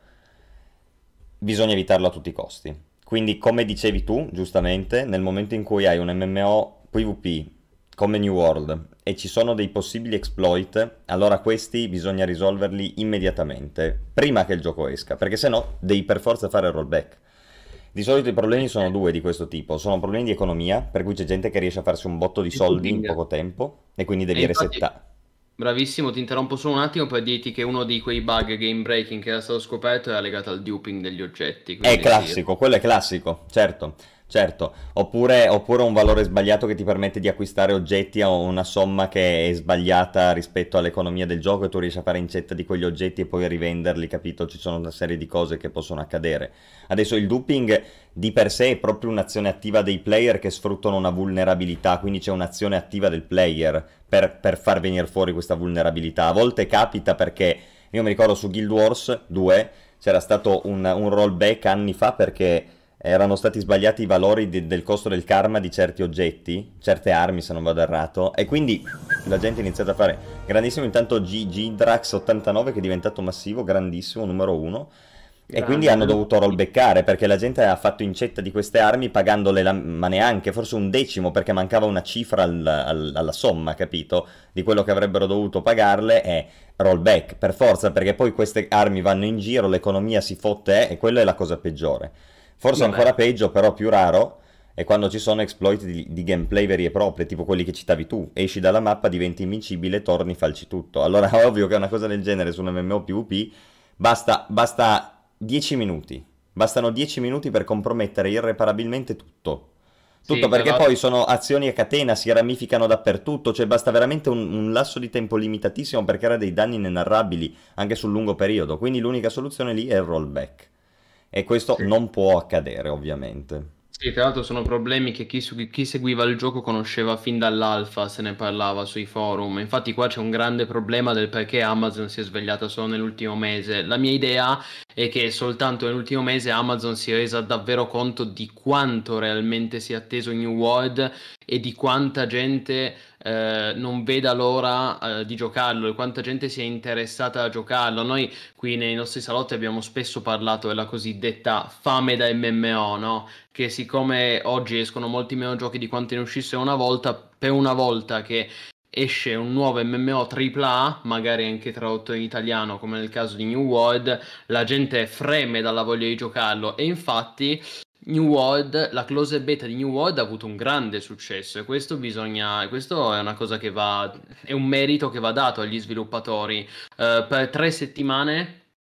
bisogna evitarlo a tutti i costi. Quindi, come dicevi tu, giustamente, nel momento in cui hai un M M O PvP come New World e ci sono dei possibili exploit, allora questi bisogna risolverli immediatamente, prima che il gioco esca, perché se no devi per forza fare il rollback. Di solito i problemi sono due di questo tipo, sono problemi di economia, per cui c'è gente che riesce a farsi un botto di Il soldi in tubing. poco tempo e quindi E devi infatti, resettare. bravissimo, ti interrompo solo un attimo per dirti che uno di quei bug game breaking che era stato scoperto era legato al duping degli oggetti, È quindi sì. classico, quello è classico, certo, certo. Oppure, oppure un valore sbagliato che ti permette di acquistare oggetti a una somma che è sbagliata rispetto all'economia del gioco e tu riesci a fare incetta di quegli oggetti e poi rivenderli, capito? Ci sono una serie di cose che possono accadere. Adesso il duping di per sé è proprio un'azione attiva dei player che sfruttano una vulnerabilità, quindi c'è un'azione attiva del player per, per far venire fuori questa vulnerabilità. A volte capita perché, io mi ricordo su Guild Wars due c'era stato un, un rollback anni fa perché erano stati sbagliati i valori de- del costo del karma di certi oggetti, certe armi se non vado errato, e quindi la gente ha iniziato a fare grandissimo, intanto G- G-Drax ottantanove che è diventato massivo, grandissimo, numero uno, e quindi Grande, hanno meno dovuto male. rollbackare perché la gente ha fatto incetta di queste armi pagandole la- ma neanche, forse un decimo perché mancava una cifra al- al- alla somma, capito? Di quello che avrebbero dovuto pagarle e rollback per forza perché poi queste armi vanno in giro, l'economia si fotte e quella è la cosa peggiore. Forse ancora Vabbè, peggio, però più raro, è quando ci sono exploit di, di gameplay veri e propri, tipo quelli che citavi tu. Esci dalla mappa, diventi invincibile, torni, falci tutto. Allora è ovvio che una cosa del genere su un M M O PvP basta, basta dieci minuti. Bastano dieci minuti per compromettere irreparabilmente tutto. Tutto sì, tra perché l'altro. poi sono azioni a catena, si ramificano dappertutto, cioè basta veramente un, un lasso di tempo limitatissimo per creare dei danni inenarrabili anche sul lungo periodo. Quindi l'unica soluzione lì è il rollback. E questo Sì. non può accadere, ovviamente. Sì, tra l'altro sono problemi che chi, su- chi seguiva il gioco conosceva fin dall'alfa, se ne parlava sui forum. Infatti qua c'è un grande problema del perché Amazon si è svegliata solo nell'ultimo mese. La mia idea è che soltanto nell'ultimo mese Amazon si è resa davvero conto di quanto realmente sia atteso New World e di quanta gente eh, non veda l'ora eh, di giocarlo e quanta gente sia interessata a giocarlo. Noi qui nei nostri salotti abbiamo spesso parlato della cosiddetta fame da M M O, no? Che siccome oggi escono molti meno giochi di quanti ne uscissero una volta, per una volta che esce un nuovo M M O tripla A, magari anche tradotto in italiano come nel caso di New World, la gente freme dalla voglia di giocarlo e infatti New World, la close beta di New World ha avuto un grande successo e questo bisogna, questo è una cosa che va, è un merito che va dato agli sviluppatori. Eh, per tre settimane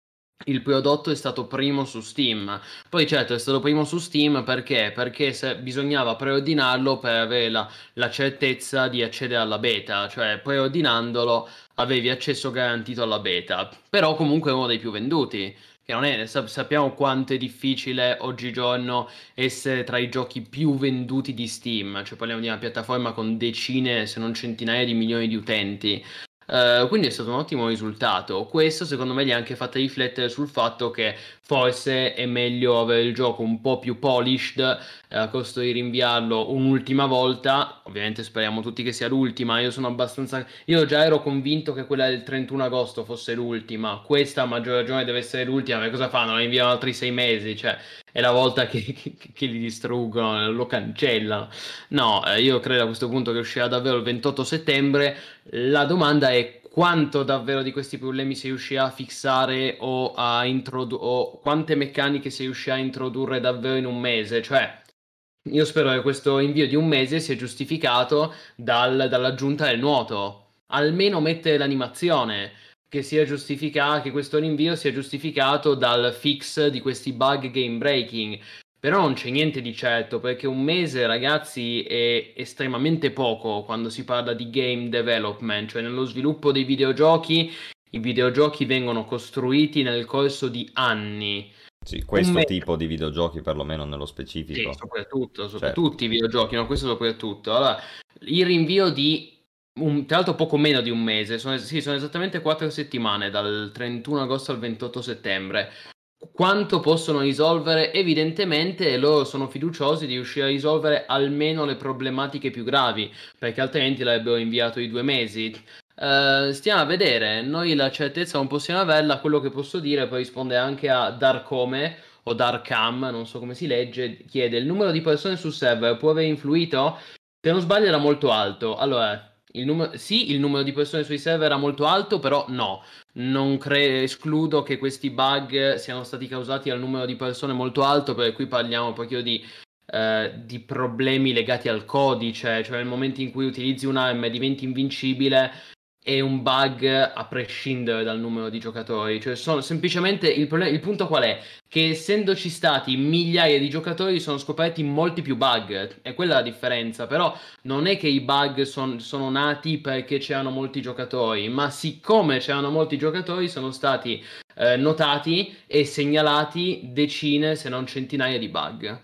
il prodotto è stato primo su Steam. Poi certo è stato primo su Steam perché? Perché se bisognava preordinarlo per avere la, la certezza di accedere alla beta, cioè preordinandolo avevi accesso garantito alla beta, però comunque è uno dei più venduti. Che non è, sap- sappiamo quanto è difficile oggigiorno essere tra i giochi più venduti di Steam, cioè parliamo di una piattaforma con decine, se non centinaia di milioni di utenti. Eh, quindi è stato un ottimo risultato. Questo secondo me li ha anche fatto riflettere sul fatto che forse è meglio avere il gioco un po' più polished, eh, a costo di rinviarlo un'ultima volta. Ovviamente speriamo tutti che sia l'ultima. Io sono abbastanza. Io già ero convinto che quella del trentuno agosto fosse l'ultima. Questa a maggior ragione deve essere l'ultima. Ma cosa fanno? La inviano altri sei mesi. Cioè, è la volta che, che- che li distruggono, lo cancellano. No, eh, io credo a questo punto che uscirà davvero il ventotto settembre. La domanda è quanto davvero di questi problemi si riuscirà a fissare o a introdurre, o quante meccaniche si riuscirà a introdurre davvero in un mese. Cioè, io spero che questo invio di un mese sia giustificato dal- dall'aggiunta del nuoto. Almeno mettere l'animazione, che sia giustificato, che questo rinvio sia giustificato dal fix di questi bug game breaking. Però non c'è niente di certo, perché un mese, ragazzi, è estremamente poco quando si parla di game development, cioè nello sviluppo dei videogiochi. I videogiochi vengono costruiti nel corso di anni. Sì, Un questo mese. tipo di videogiochi perlomeno nello Sì, specifico. soprattutto, sopra Certo. tutti i videogiochi, no? Questo soprattutto. Allora, il rinvio di, un, tra l'altro poco meno di un mese, sono, sì, sono esattamente quattro settimane, dal trentuno agosto al ventotto settembre. Quanto possono risolvere? Evidentemente loro sono fiduciosi di riuscire a risolvere almeno le problematiche più gravi, perché altrimenti l'avrebbero inviato i due mesi. Eh, stiamo a vedere, noi la certezza non possiamo averla, quello che posso dire poi risponde anche a Darkome o Darkam, non so come si legge, chiede il numero di persone sul server può aver influito? Se non sbaglio era molto alto. Allora, il numero, sì, il numero di persone sui server era molto alto, però no, non cre- escludo che questi bug siano stati causati dal numero di persone molto alto, perché qui parliamo proprio di, eh, di problemi legati al codice, cioè nel momento in cui utilizzi un'arma e diventi invincibile è un bug a prescindere dal numero di giocatori, cioè sono semplicemente il, problem- il punto qual è? Che essendoci stati migliaia di giocatori sono scoperti molti più bug, è quella la differenza, però non è che i bug son- sono nati perché c'erano molti giocatori, ma siccome c'erano molti giocatori sono stati eh, notati e segnalati decine se non centinaia di bug.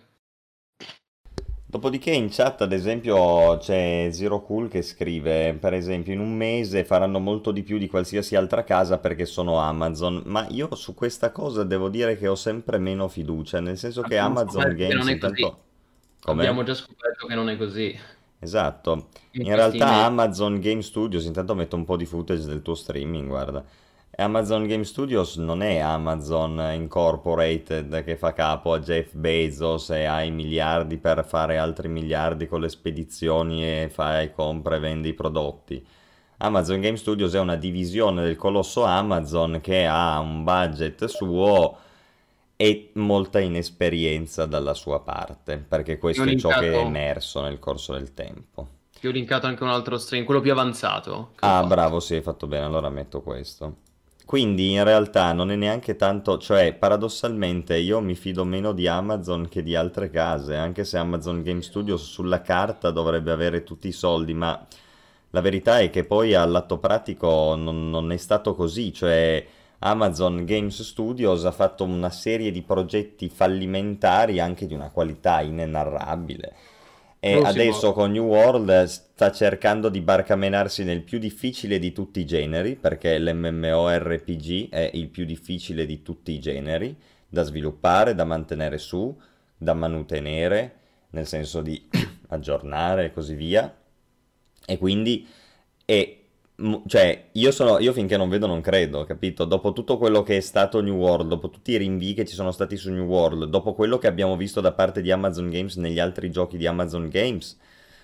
Dopodiché in chat, ad esempio, c'è Zero Cool che scrive, per esempio, in un mese faranno molto di più di qualsiasi altra casa perché sono Amazon, ma io su questa cosa devo dire che ho sempre meno fiducia, nel senso che Abbiamo Amazon scoperto che Games non è così. intanto... Abbiamo Come? già scoperto che non è così Esatto. in In questi realtà mesi. Amazon Game Studios, intanto metto un po' di footage del tuo streaming, guarda. Amazon Game Studios non è Amazon Incorporated che fa capo a Jeff Bezos e ha i miliardi per fare altri miliardi con le spedizioni e fai, compra e vendi i prodotti. Amazon Game Studios è una divisione del colosso Amazon che ha un budget suo e molta inesperienza dalla sua parte, perché Ti ho questo è ciò che è linkato, emerso nel corso del tempo. ti ho linkato anche un altro stream, quello più avanzato che ho Ah, fatto. bravo, sì, hai fatto bene, allora metto questo. Quindi in realtà non è neanche tanto, cioè paradossalmente io mi fido meno di Amazon che di altre case, anche se Amazon Game Studios sulla carta dovrebbe avere tutti i soldi, ma la verità è che poi all'atto pratico non, non è stato così, cioè Amazon Games Studios ha fatto una serie di progetti fallimentari anche di una qualità inenarrabile. E adesso Prossimo. con New World sta cercando di barcamenarsi nel più difficile di tutti i generi, perché l'MMORPG è il più difficile di tutti i generi, da sviluppare, da mantenere su, da manutenere, nel senso di aggiornare e così via. E quindi, e, m- cioè, io sono, io finché non vedo non credo, capito? Dopo tutto quello che è stato New World, dopo tutti i rinvii che ci sono stati su New World, dopo quello che abbiamo visto da parte di Amazon Games negli altri giochi di Amazon Games,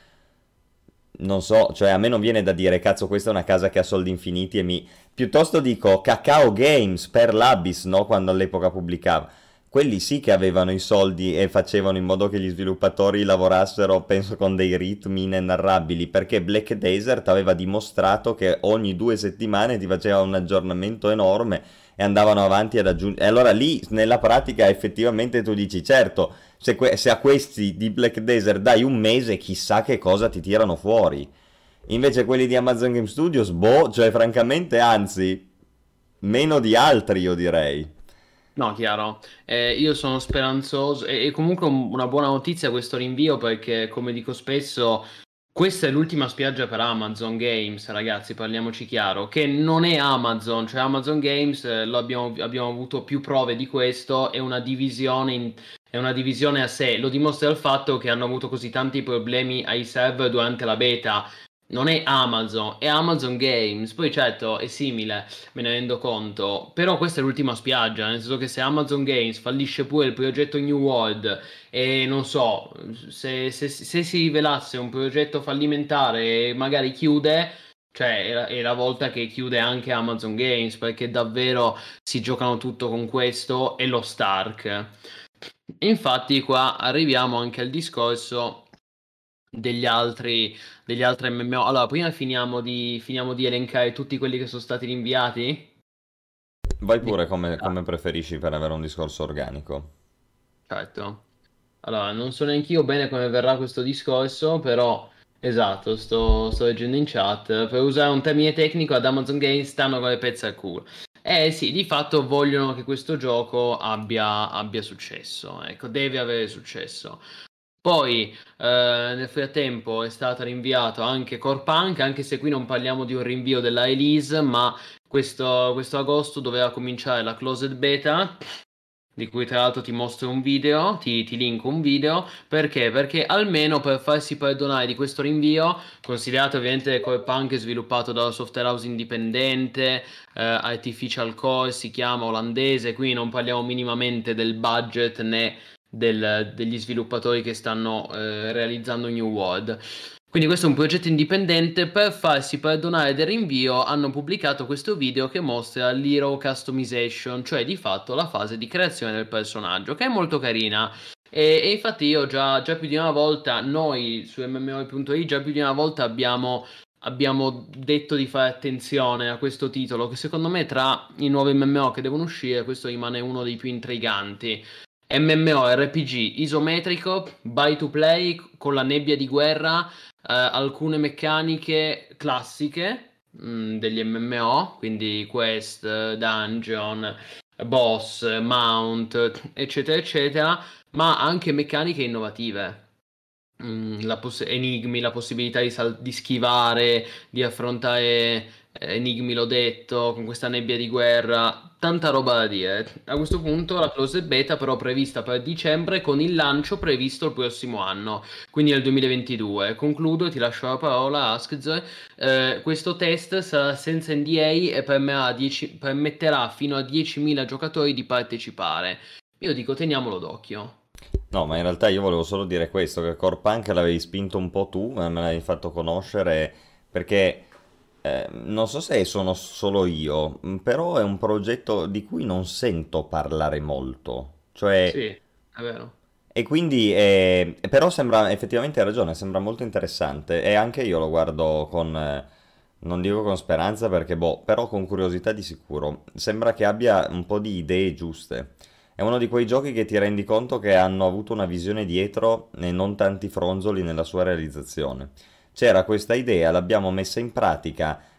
non so, cioè a me non viene da dire, cazzo, questa è una casa che ha soldi infiniti e mi... Piuttosto dico, Cacao Games per l'Abyss, no? Quando all'epoca pubblicava. Quelli sì che avevano i soldi e facevano in modo che gli sviluppatori lavorassero, penso, con dei ritmi inenarrabili, perché Black Desert aveva dimostrato che ogni due settimane ti faceva un aggiornamento enorme e andavano avanti ad aggiungere. E allora lì, nella pratica, effettivamente tu dici, certo, se, que- se a questi di Black Desert dai un mese, chissà che cosa ti tirano fuori. Invece quelli di Amazon Game Studios, boh, cioè francamente, anzi, meno di altri io direi. No, chiaro. Eh, io sono speranzoso e, e comunque un- una buona notizia questo rinvio perché, come dico spesso, questa è l'ultima spiaggia per Amazon Games, ragazzi, parliamoci chiaro, che non è Amazon, cioè Amazon Games, eh, lo abbiamo, abbiamo avuto più prove di questo, è una divisione, in- è una divisione a sé, lo dimostra il fatto che hanno avuto così tanti problemi ai server durante la beta. Non è Amazon, è Amazon Games, poi certo è simile, me ne rendo conto, però questa è l'ultima spiaggia, nel senso che se Amazon Games fallisce pure il progetto New World e non so, se, se- se si rivelasse un progetto fallimentare e magari chiude, cioè è la, è la volta che chiude anche Amazon Games, perché davvero si giocano tutto con questo e lo Stark. Infatti qua arriviamo anche al discorso degli altri, degli altri M M O. Allora, prima finiamo di, finiamo di elencare tutti quelli che sono stati rinviati. Vai Di- pure come, ah, come preferisci per avere un discorso organico. certo. Allora, non so neanch'io bene come verrà questo discorso, però esatto, sto, sto leggendo in chat. Per usare un termine tecnico, ad Amazon Games stanno con le pezze al culo. Eh sì, di fatto vogliono che questo gioco abbia, abbia successo. Ecco, deve avere successo. Poi, eh, nel frattempo è stato rinviato anche Core Punk, anche se qui non parliamo di un rinvio della release, ma questo, questo agosto doveva cominciare la closed beta, di cui tra l'altro ti mostro un video, ti, ti linko un video, perché? Perché almeno per farsi perdonare di questo rinvio, considerato ovviamente che Core Punk è sviluppato da una software house indipendente, eh, Artificial Core si chiama, olandese, quindi non parliamo minimamente del budget né del- degli sviluppatori che stanno eh, realizzando New World. Quindi questo è un progetto indipendente. Per farsi perdonare del rinvio hanno pubblicato questo video che mostra l'Hero Customization, cioè di fatto la fase di creazione del personaggio, che è molto carina. E, e infatti io già, già più di una volta, noi su M M O punto I già più di una volta abbiamo, abbiamo detto di fare attenzione a questo titolo, che secondo me tra i nuovi M M O che devono uscire questo rimane uno dei più intriganti. MMORPG isometrico, buy to play, con la nebbia di guerra, eh, alcune meccaniche classiche mh, degli M M O, quindi quest, eh, dungeon, boss, mount, eccetera, eccetera, ma anche meccaniche innovative. Mm, la poss- enigmi, la possibilità di, sal- di schivare, di affrontare eh, enigmi, l'ho detto, con questa nebbia di guerra, tanta roba da dire. A questo punto la close beta però prevista per dicembre con il lancio previsto il prossimo anno, quindi nel duemilaventidue. Concludo, ti lascio la parola, Askz. Eh, questo test sarà senza N D A e permetterà, dieci- permetterà fino a diecimila giocatori di partecipare. Io dico teniamolo d'occhio. No, ma in realtà io volevo solo dire questo, che Core Punk l'avevi spinto un po' tu, eh, me l'hai fatto conoscere, perché eh, non so se sono solo io, mh, però è un progetto di cui non sento parlare molto. Cioè, Sì, è vero. e quindi, eh, però sembra, effettivamente hai ragione, sembra molto interessante e anche io lo guardo con, eh, non dico con speranza perché, boh, però con curiosità di sicuro. Sembra che abbia un po' di idee giuste. È uno di quei giochi che ti rendi conto che hanno avuto una visione dietro e non tanti fronzoli nella sua realizzazione. C'era questa idea, l'abbiamo messa in pratica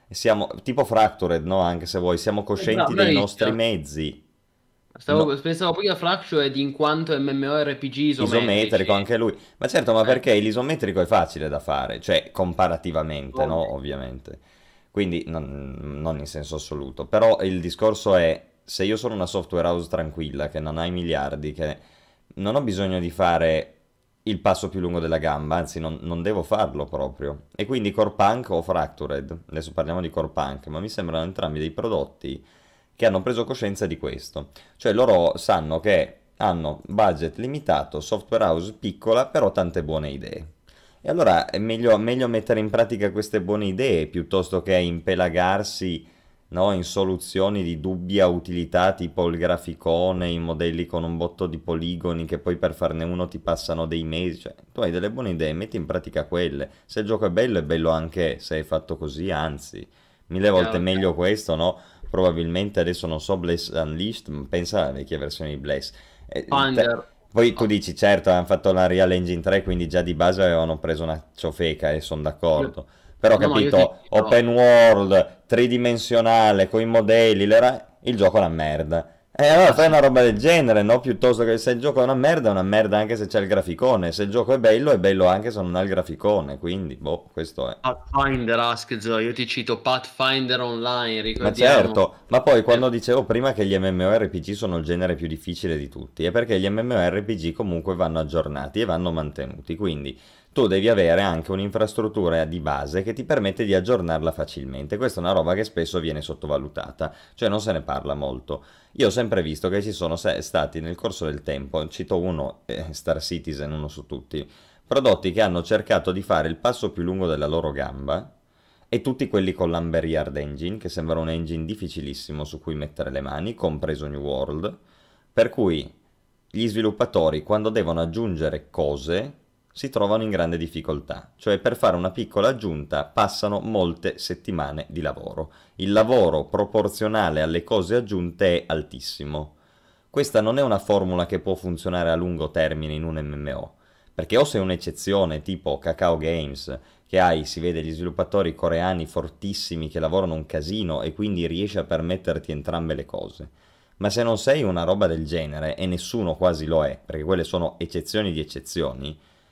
siamo tipo Fractured, no? Anche se vuoi, siamo Eh, bravo, coscienti dei nostri bravissimo. mezzi. Stavo, No, pensavo poi a Fractured in quanto MMORPG isometrico isometrici. anche lui. Ma certo, ma Eh, perché l'isometrico è facile da fare, cioè comparativamente, no? ovvio. Ovviamente. Quindi non, non in senso assoluto. Però il discorso è, se io sono una software house tranquilla, che non ha i miliardi, che non ho bisogno di fare il passo più lungo della gamba, anzi non, non devo farlo proprio. E quindi Core Punk o Fractured, adesso parliamo di Core Punk, ma mi sembrano entrambi dei prodotti che hanno preso coscienza di questo. Cioè loro sanno che hanno budget limitato, software house piccola, però tante buone idee. E allora è meglio, meglio mettere in pratica queste buone idee piuttosto che impelagarsi, no, in soluzioni di dubbia utilità tipo il graficone, i modelli con un botto di poligoni che poi per farne uno ti passano dei mesi. Cioè, tu hai delle buone idee, metti in pratica quelle. Se il gioco è bello, è bello anche se è fatto così, anzi, mille volte Chiaro, meglio chiaro. questo, no? Probabilmente adesso non so Bless Unleashed, ma pensa alla vecchia versione di Bless. Eh, te- Finder. Poi tu Oh, dici, certo, hanno fatto la Real Engine tre, quindi già di base avevano preso una ciofeca e sono io- d'accordo. Però, no, ma io ti capito, dirò. open world, tridimensionale, con i modelli, le ra- il gioco è una merda. E allora fai una Assolutamente. roba del genere, no? Piuttosto che se il gioco è una merda, è una merda anche se c'è il graficone. Se il gioco è bello, è bello anche se non ha il graficone. Quindi, boh, questo è. Pathfinder, Askzo, io ti cito Pathfinder Online, Ma ricordiamo. certo, ma poi Eh, quando dicevo prima che gli MMORPG sono il genere più difficile di tutti, è perché gli MMORPG comunque vanno aggiornati e vanno mantenuti, quindi tu devi avere anche un'infrastruttura di base che ti permette di aggiornarla facilmente. Questa è una roba che spesso viene sottovalutata, cioè non se ne parla molto. Io ho sempre visto che ci sono se- stati nel corso del tempo, cito uno, eh, Star Citizen, uno su tutti, prodotti che hanno cercato di fare il passo più lungo della loro gamba e tutti quelli con l'Amber Yard Engine, che sembra un engine difficilissimo su cui mettere le mani, compreso New World, per cui gli sviluppatori quando devono aggiungere cose si trovano in grande difficoltà, cioè per fare una piccola aggiunta passano molte settimane di lavoro. Il lavoro proporzionale alle cose aggiunte è altissimo. Questa non è una formula che può funzionare a lungo termine in un M M O, perché o sei un'eccezione tipo Kakao Games, che hai, si vede, gli sviluppatori coreani fortissimi che lavorano un casino e quindi riesci a permetterti entrambe le cose. Ma se non sei una roba del genere, e nessuno quasi lo è, perché quelle sono eccezioni di eccezioni,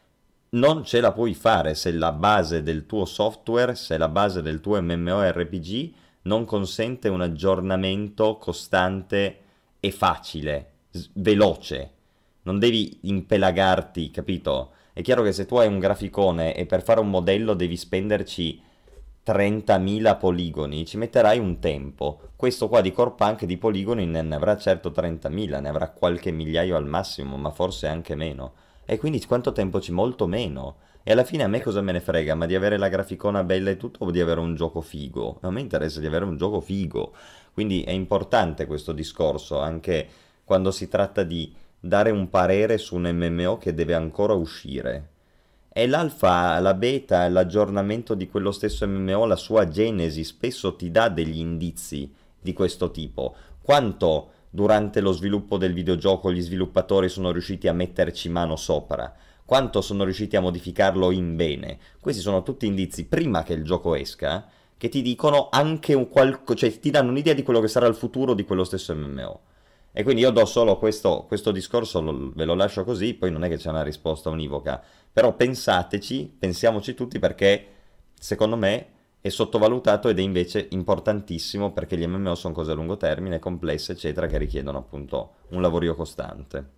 non ce la puoi fare se la base del tuo software, se la base del tuo MMORPG non consente un aggiornamento costante e facile, s- veloce. Non devi impelagarti, capito? È chiaro che se tu hai un graficone e per fare un modello devi spenderci trentamila poligoni, ci metterai un tempo. Questo qua di Core Punk di poligoni ne ne avrà certo trentamila, ne avrà qualche migliaio al massimo, ma forse anche meno. E quindi quanto tempo ci? Molto meno. E alla fine a me cosa me ne frega? Ma di avere la graficona bella e tutto o di avere un gioco figo? A me interessa di avere un gioco figo. Quindi è importante questo discorso anche quando si tratta di dare un parere su un M M O che deve ancora uscire. E l'alfa, la beta, l'aggiornamento di quello stesso M M O, la sua genesi, spesso ti dà degli indizi di questo tipo. Quanto durante lo sviluppo del videogioco gli sviluppatori sono riusciti a metterci mano sopra? Quanto sono riusciti a modificarlo in bene? Questi sono tutti indizi prima che il gioco esca che ti dicono anche un qualcosa, cioè ti danno un'idea di quello che sarà il futuro di quello stesso M M O. E quindi io do solo questo, questo discorso, lo- ve lo lascio così, poi non è che c'è una risposta univoca, però pensateci, pensiamoci tutti perché secondo me è sottovalutato ed è invece importantissimo perché gli M M O sono cose a lungo termine, complesse, eccetera, che richiedono appunto un lavorio costante.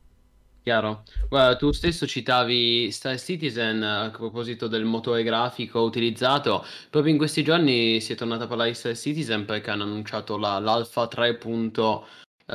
Chiaro. Guarda, tu stesso citavi Star Citizen eh, a proposito del motore grafico utilizzato. Proprio in questi giorni si è tornato a parlare di Star Citizen perché hanno annunciato la- l'Alpha tre punto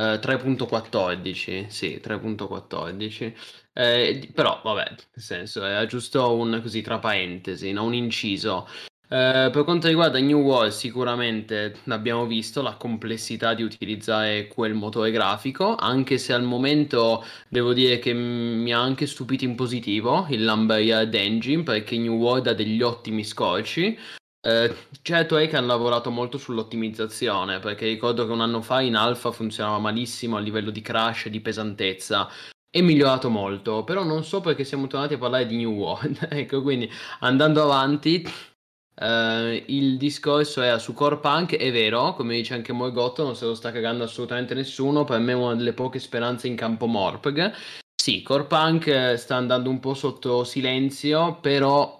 quattordici. Sì, tre punto quattordici. Eh, di- però, vabbè, nel senso, è giusto un così tra parentesi, no? Un inciso. Eh, per quanto riguarda New World, sicuramente abbiamo visto la complessità di utilizzare quel motore grafico, anche se al momento devo dire che mm, mi ha anche stupito in positivo il Lumberyard Engine perché New World ha degli ottimi scorci. Eh, certo è che hanno lavorato molto sull'ottimizzazione perché ricordo che un anno fa in alfa funzionava malissimo a livello di crash e di pesantezza. È migliorato molto, però non so perché siamo tornati a parlare di New World. Ecco, quindi andando avanti. Eh, il discorso è su Core Punk, è vero, come dice anche Morgotto, non se lo sta cagando assolutamente nessuno, per me è una delle poche speranze in campo Morpg. Sì, Core Punk eh, sta andando un po' sotto silenzio, però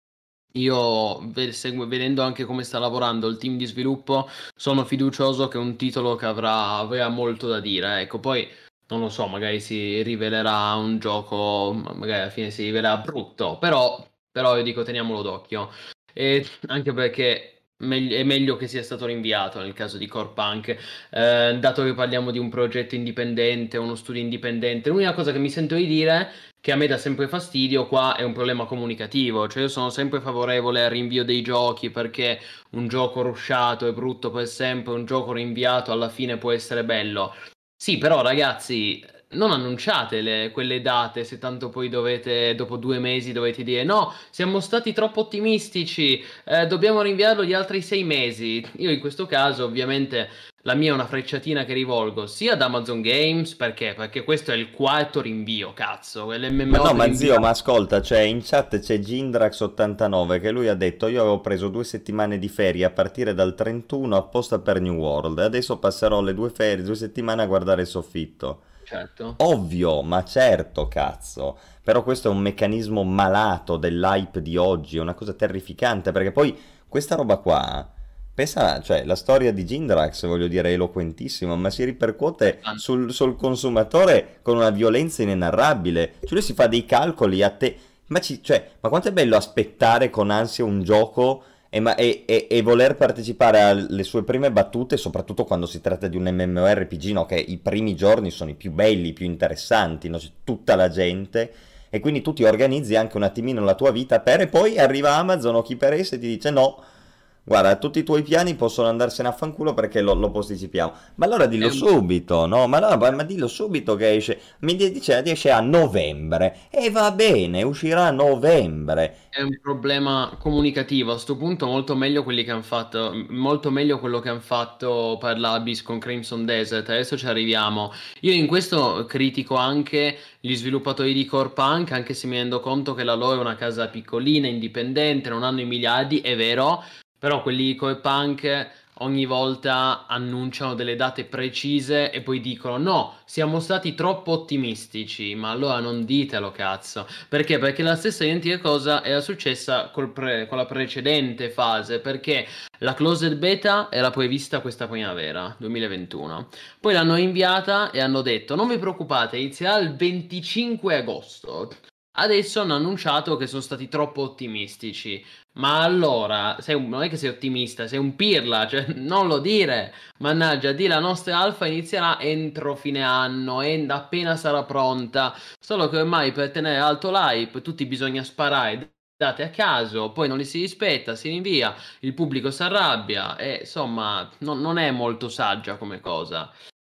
io ve- segu- vedendo anche come sta lavorando il team di sviluppo, sono fiducioso che è un titolo che avrà, avrà molto da dire. Ecco, poi non lo so, magari si rivelerà un gioco, ma- magari alla fine si rivelerà brutto, però, però io dico teniamolo d'occhio. E anche perché megli- è meglio che sia stato rinviato nel caso di Core Punk, eh, dato che parliamo di un progetto indipendente, uno studio indipendente. L'unica cosa che mi sento di dire che a me dà sempre fastidio qua è un problema comunicativo, cioè io sono sempre favorevole al rinvio dei giochi perché un gioco rushato è brutto per sempre, un gioco rinviato alla fine può essere bello. Sì, però ragazzi, non annunciate le- quelle date se tanto poi dovete, dopo due mesi dovete dire no, siamo stati troppo ottimistici, eh, dobbiamo rinviarlo di altri sei mesi. Io in questo caso ovviamente la mia è una frecciatina che rivolgo sia ad Amazon Games, perché? Perché questo è il quarto rinvio, cazzo, è Ma l'M M O no, più ma zio, ma rinviato. ascolta, cioè in chat c'è Gindrax ottantanove che lui ha detto io avevo preso due settimane di ferie a partire dal trentuno apposta per New World e adesso passerò le due ferie, due settimane a guardare il soffitto. Certo. Ovvio, ma certo, cazzo. Però questo è un meccanismo malato dell'hype di oggi, è una cosa terrificante, perché poi questa roba qua, pensa, cioè, la storia di Gindrax, voglio dire, è eloquentissima, ma si ripercuote sul, sul consumatore con una violenza inenarrabile. Cioè lui si fa dei calcoli a te, ma, ci, cioè, ma quanto è bello aspettare con ansia un gioco e, ma- e- e- e voler partecipare alle sue prime battute, soprattutto quando si tratta di un MMORPG, no? Che i primi giorni sono i più belli, i più interessanti, no? C'è tutta la gente e quindi tu ti organizzi anche un attimino la tua vita per e poi arriva Amazon o chi per esso e ti dice no, guarda, tutti i tuoi piani possono andarsene a fanculo perché lo, lo posticipiamo. Ma allora dillo È un subito, no? Ma, allora, ma ma dillo subito che esce. Mi dice esce a novembre. E va bene, uscirà a novembre. È un problema comunicativo. A sto punto molto meglio quelli che hanno fatto, molto meglio quello che hanno fatto per l'Abyss con Crimson Desert. Adesso ci arriviamo. Io in questo critico anche gli sviluppatori di Core Punk, anche se mi rendo conto che la loro è una casa piccolina, indipendente, non hanno i miliardi, è vero, però quelli di Core Punk ogni volta annunciano delle date precise e poi dicono no, siamo stati troppo ottimistici, ma allora non ditelo, cazzo. Perché? Perché la stessa identica cosa era successa col pre- con la precedente fase, perché la closed beta era prevista questa primavera, duemilaventuno. Poi l'hanno inviata e hanno detto non vi preoccupate, inizierà il venticinque agosto. Adesso hanno annunciato che sono stati troppo ottimistici. Ma allora, sei un- non è che sei ottimista, sei un pirla, cioè non lo dire. Mannaggia, di la nostra alfa inizierà entro fine anno, e appena sarà pronta. Solo che ormai per tenere alto l'hype tutti bisogna sparare date a caso, poi non li si rispetta, si rinvia, il pubblico si arrabbia e insomma non, non è molto saggia come cosa.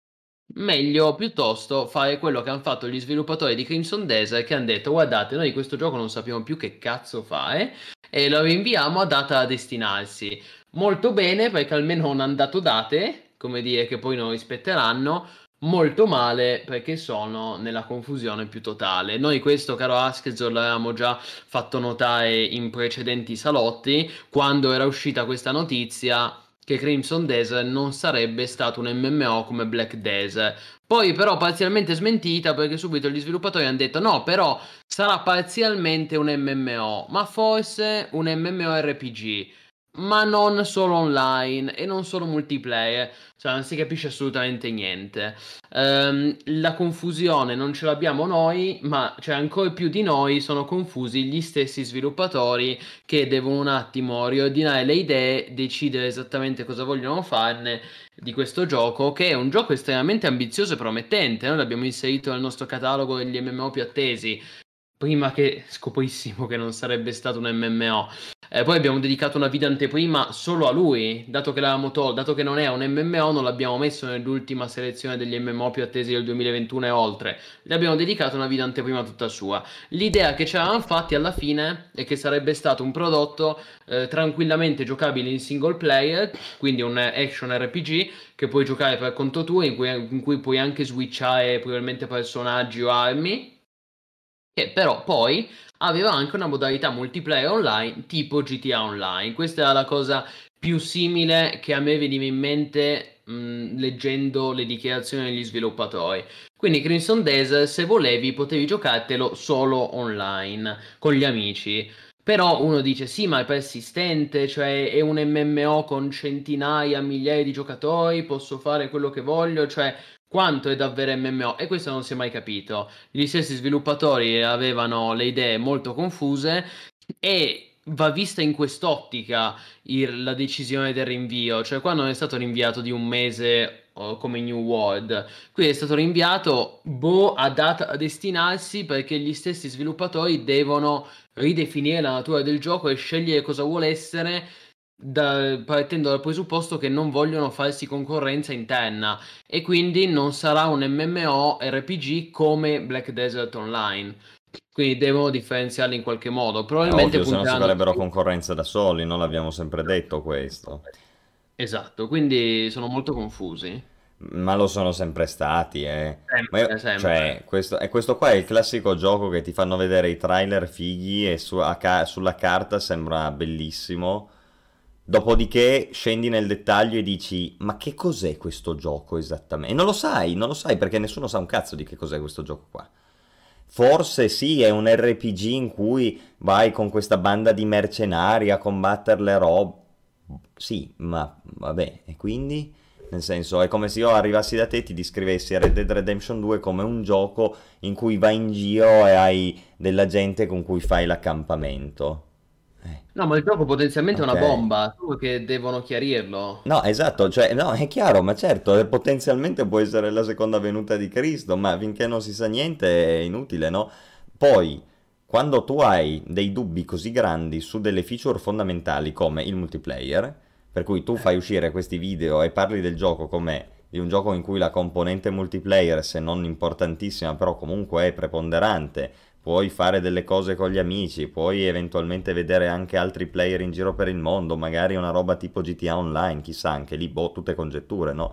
Meglio piuttosto fare quello che hanno fatto gli sviluppatori di Crimson Desert che hanno detto guardate noi questo gioco non sappiamo più che cazzo fare e lo rinviamo a data da destinarsi. Molto bene perché almeno non hanno dato date, come dire che poi non rispetteranno, molto male perché sono nella confusione più totale. Noi questo, caro Askzor, l'avevamo già fatto notare in precedenti salotti, quando era uscita questa notizia che Crimson Desert non sarebbe stato un M M O come Black Desert. Poi però parzialmente smentita perché subito gli sviluppatori hanno detto no, però sarà parzialmente un M M O, ma forse un MMORPG, ma non solo online e non solo multiplayer, cioè non si capisce assolutamente niente. Ehm, la confusione non ce l'abbiamo noi, ma cioè ancora più di noi sono confusi gli stessi sviluppatori che devono un attimo riordinare le idee, decidere esattamente cosa vogliono farne di questo gioco, che è un gioco estremamente ambizioso e promettente. Noi l'abbiamo inserito nel nostro catalogo degli M M O più attesi. Prima che scoprissimo che non sarebbe stato un M M O. Eh, poi abbiamo dedicato una video anteprima solo a lui, dato che l'avevamo tolto, dato che non è un M M O, non l'abbiamo messo nell'ultima selezione degli M M O più attesi del duemilaventuno e oltre. Le abbiamo dedicato una video anteprima tutta sua. L'idea che ci avevamo fatti alla fine è che sarebbe stato un prodotto eh, tranquillamente giocabile in single player, quindi un action R P G che puoi giocare per conto tuo, in cui, in cui puoi anche switchare probabilmente personaggi o armi che però poi aveva anche una modalità multiplayer online tipo G T A Online. Questa è la cosa più simile che a me veniva in mente mh, leggendo le dichiarazioni degli sviluppatori. Quindi Crimson Desert, se volevi, potevi giocartelo solo online con gli amici. Però uno dice sì, ma è persistente, cioè è un M M O con centinaia, migliaia di giocatori, posso fare quello che voglio, cioè quanto è davvero M M O? E questo non si è mai capito. Gli stessi sviluppatori avevano le idee molto confuse e va vista in quest'ottica il- la decisione del rinvio, cioè qua non è stato rinviato di un mese oh, come New World, qui è stato rinviato boh, a data a destinarsi perché gli stessi sviluppatori devono ridefinire la natura del gioco e scegliere cosa vuole essere da- partendo dal presupposto che non vogliono farsi concorrenza interna e quindi non sarà un MMORPG come Black Desert Online. Quindi devono differenziarli in qualche modo. È Probabilmente ovvio, se no si punteranno farebbero su... concorrenza da soli, non l'abbiamo sempre detto questo. Esatto, quindi sono molto confusi. Ma lo sono sempre stati, eh. Ma io- Sempre, cioè, sempre. questo, e questo qua è il classico gioco che ti fanno vedere i trailer fighi e su- a ca- sulla carta sembra bellissimo. Dopodiché scendi nel dettaglio e dici, ma che cos'è questo gioco esattamente? E non lo sai, non lo sai perché nessuno sa un cazzo di che cos'è questo gioco qua. Forse sì, è un R P G in cui vai con questa banda di mercenari a combattere le robe. Sì, ma vabbè, e quindi? Nel senso, è come se io arrivassi da te e ti descrivessi Red Dead Redemption due come un gioco in cui vai in giro e hai della gente con cui fai l'accampamento. Eh, No, ma il gioco potenzialmente è una ok. bomba, solo che devono chiarirlo. No, esatto, cioè, no, è chiaro, ma certo, eh, potenzialmente può essere la seconda venuta di Cristo, ma finché non si sa niente è inutile, no? Poi, quando tu hai dei dubbi così grandi su delle feature fondamentali come il multiplayer, per cui tu fai uscire questi video e parli del gioco come di un gioco in cui la componente multiplayer, se non importantissima, però comunque è preponderante, puoi fare delle cose con gli amici, puoi eventualmente vedere anche altri player in giro per il mondo, magari una roba tipo G T A Online, chissà, anche lì, boh, tutte congetture, no?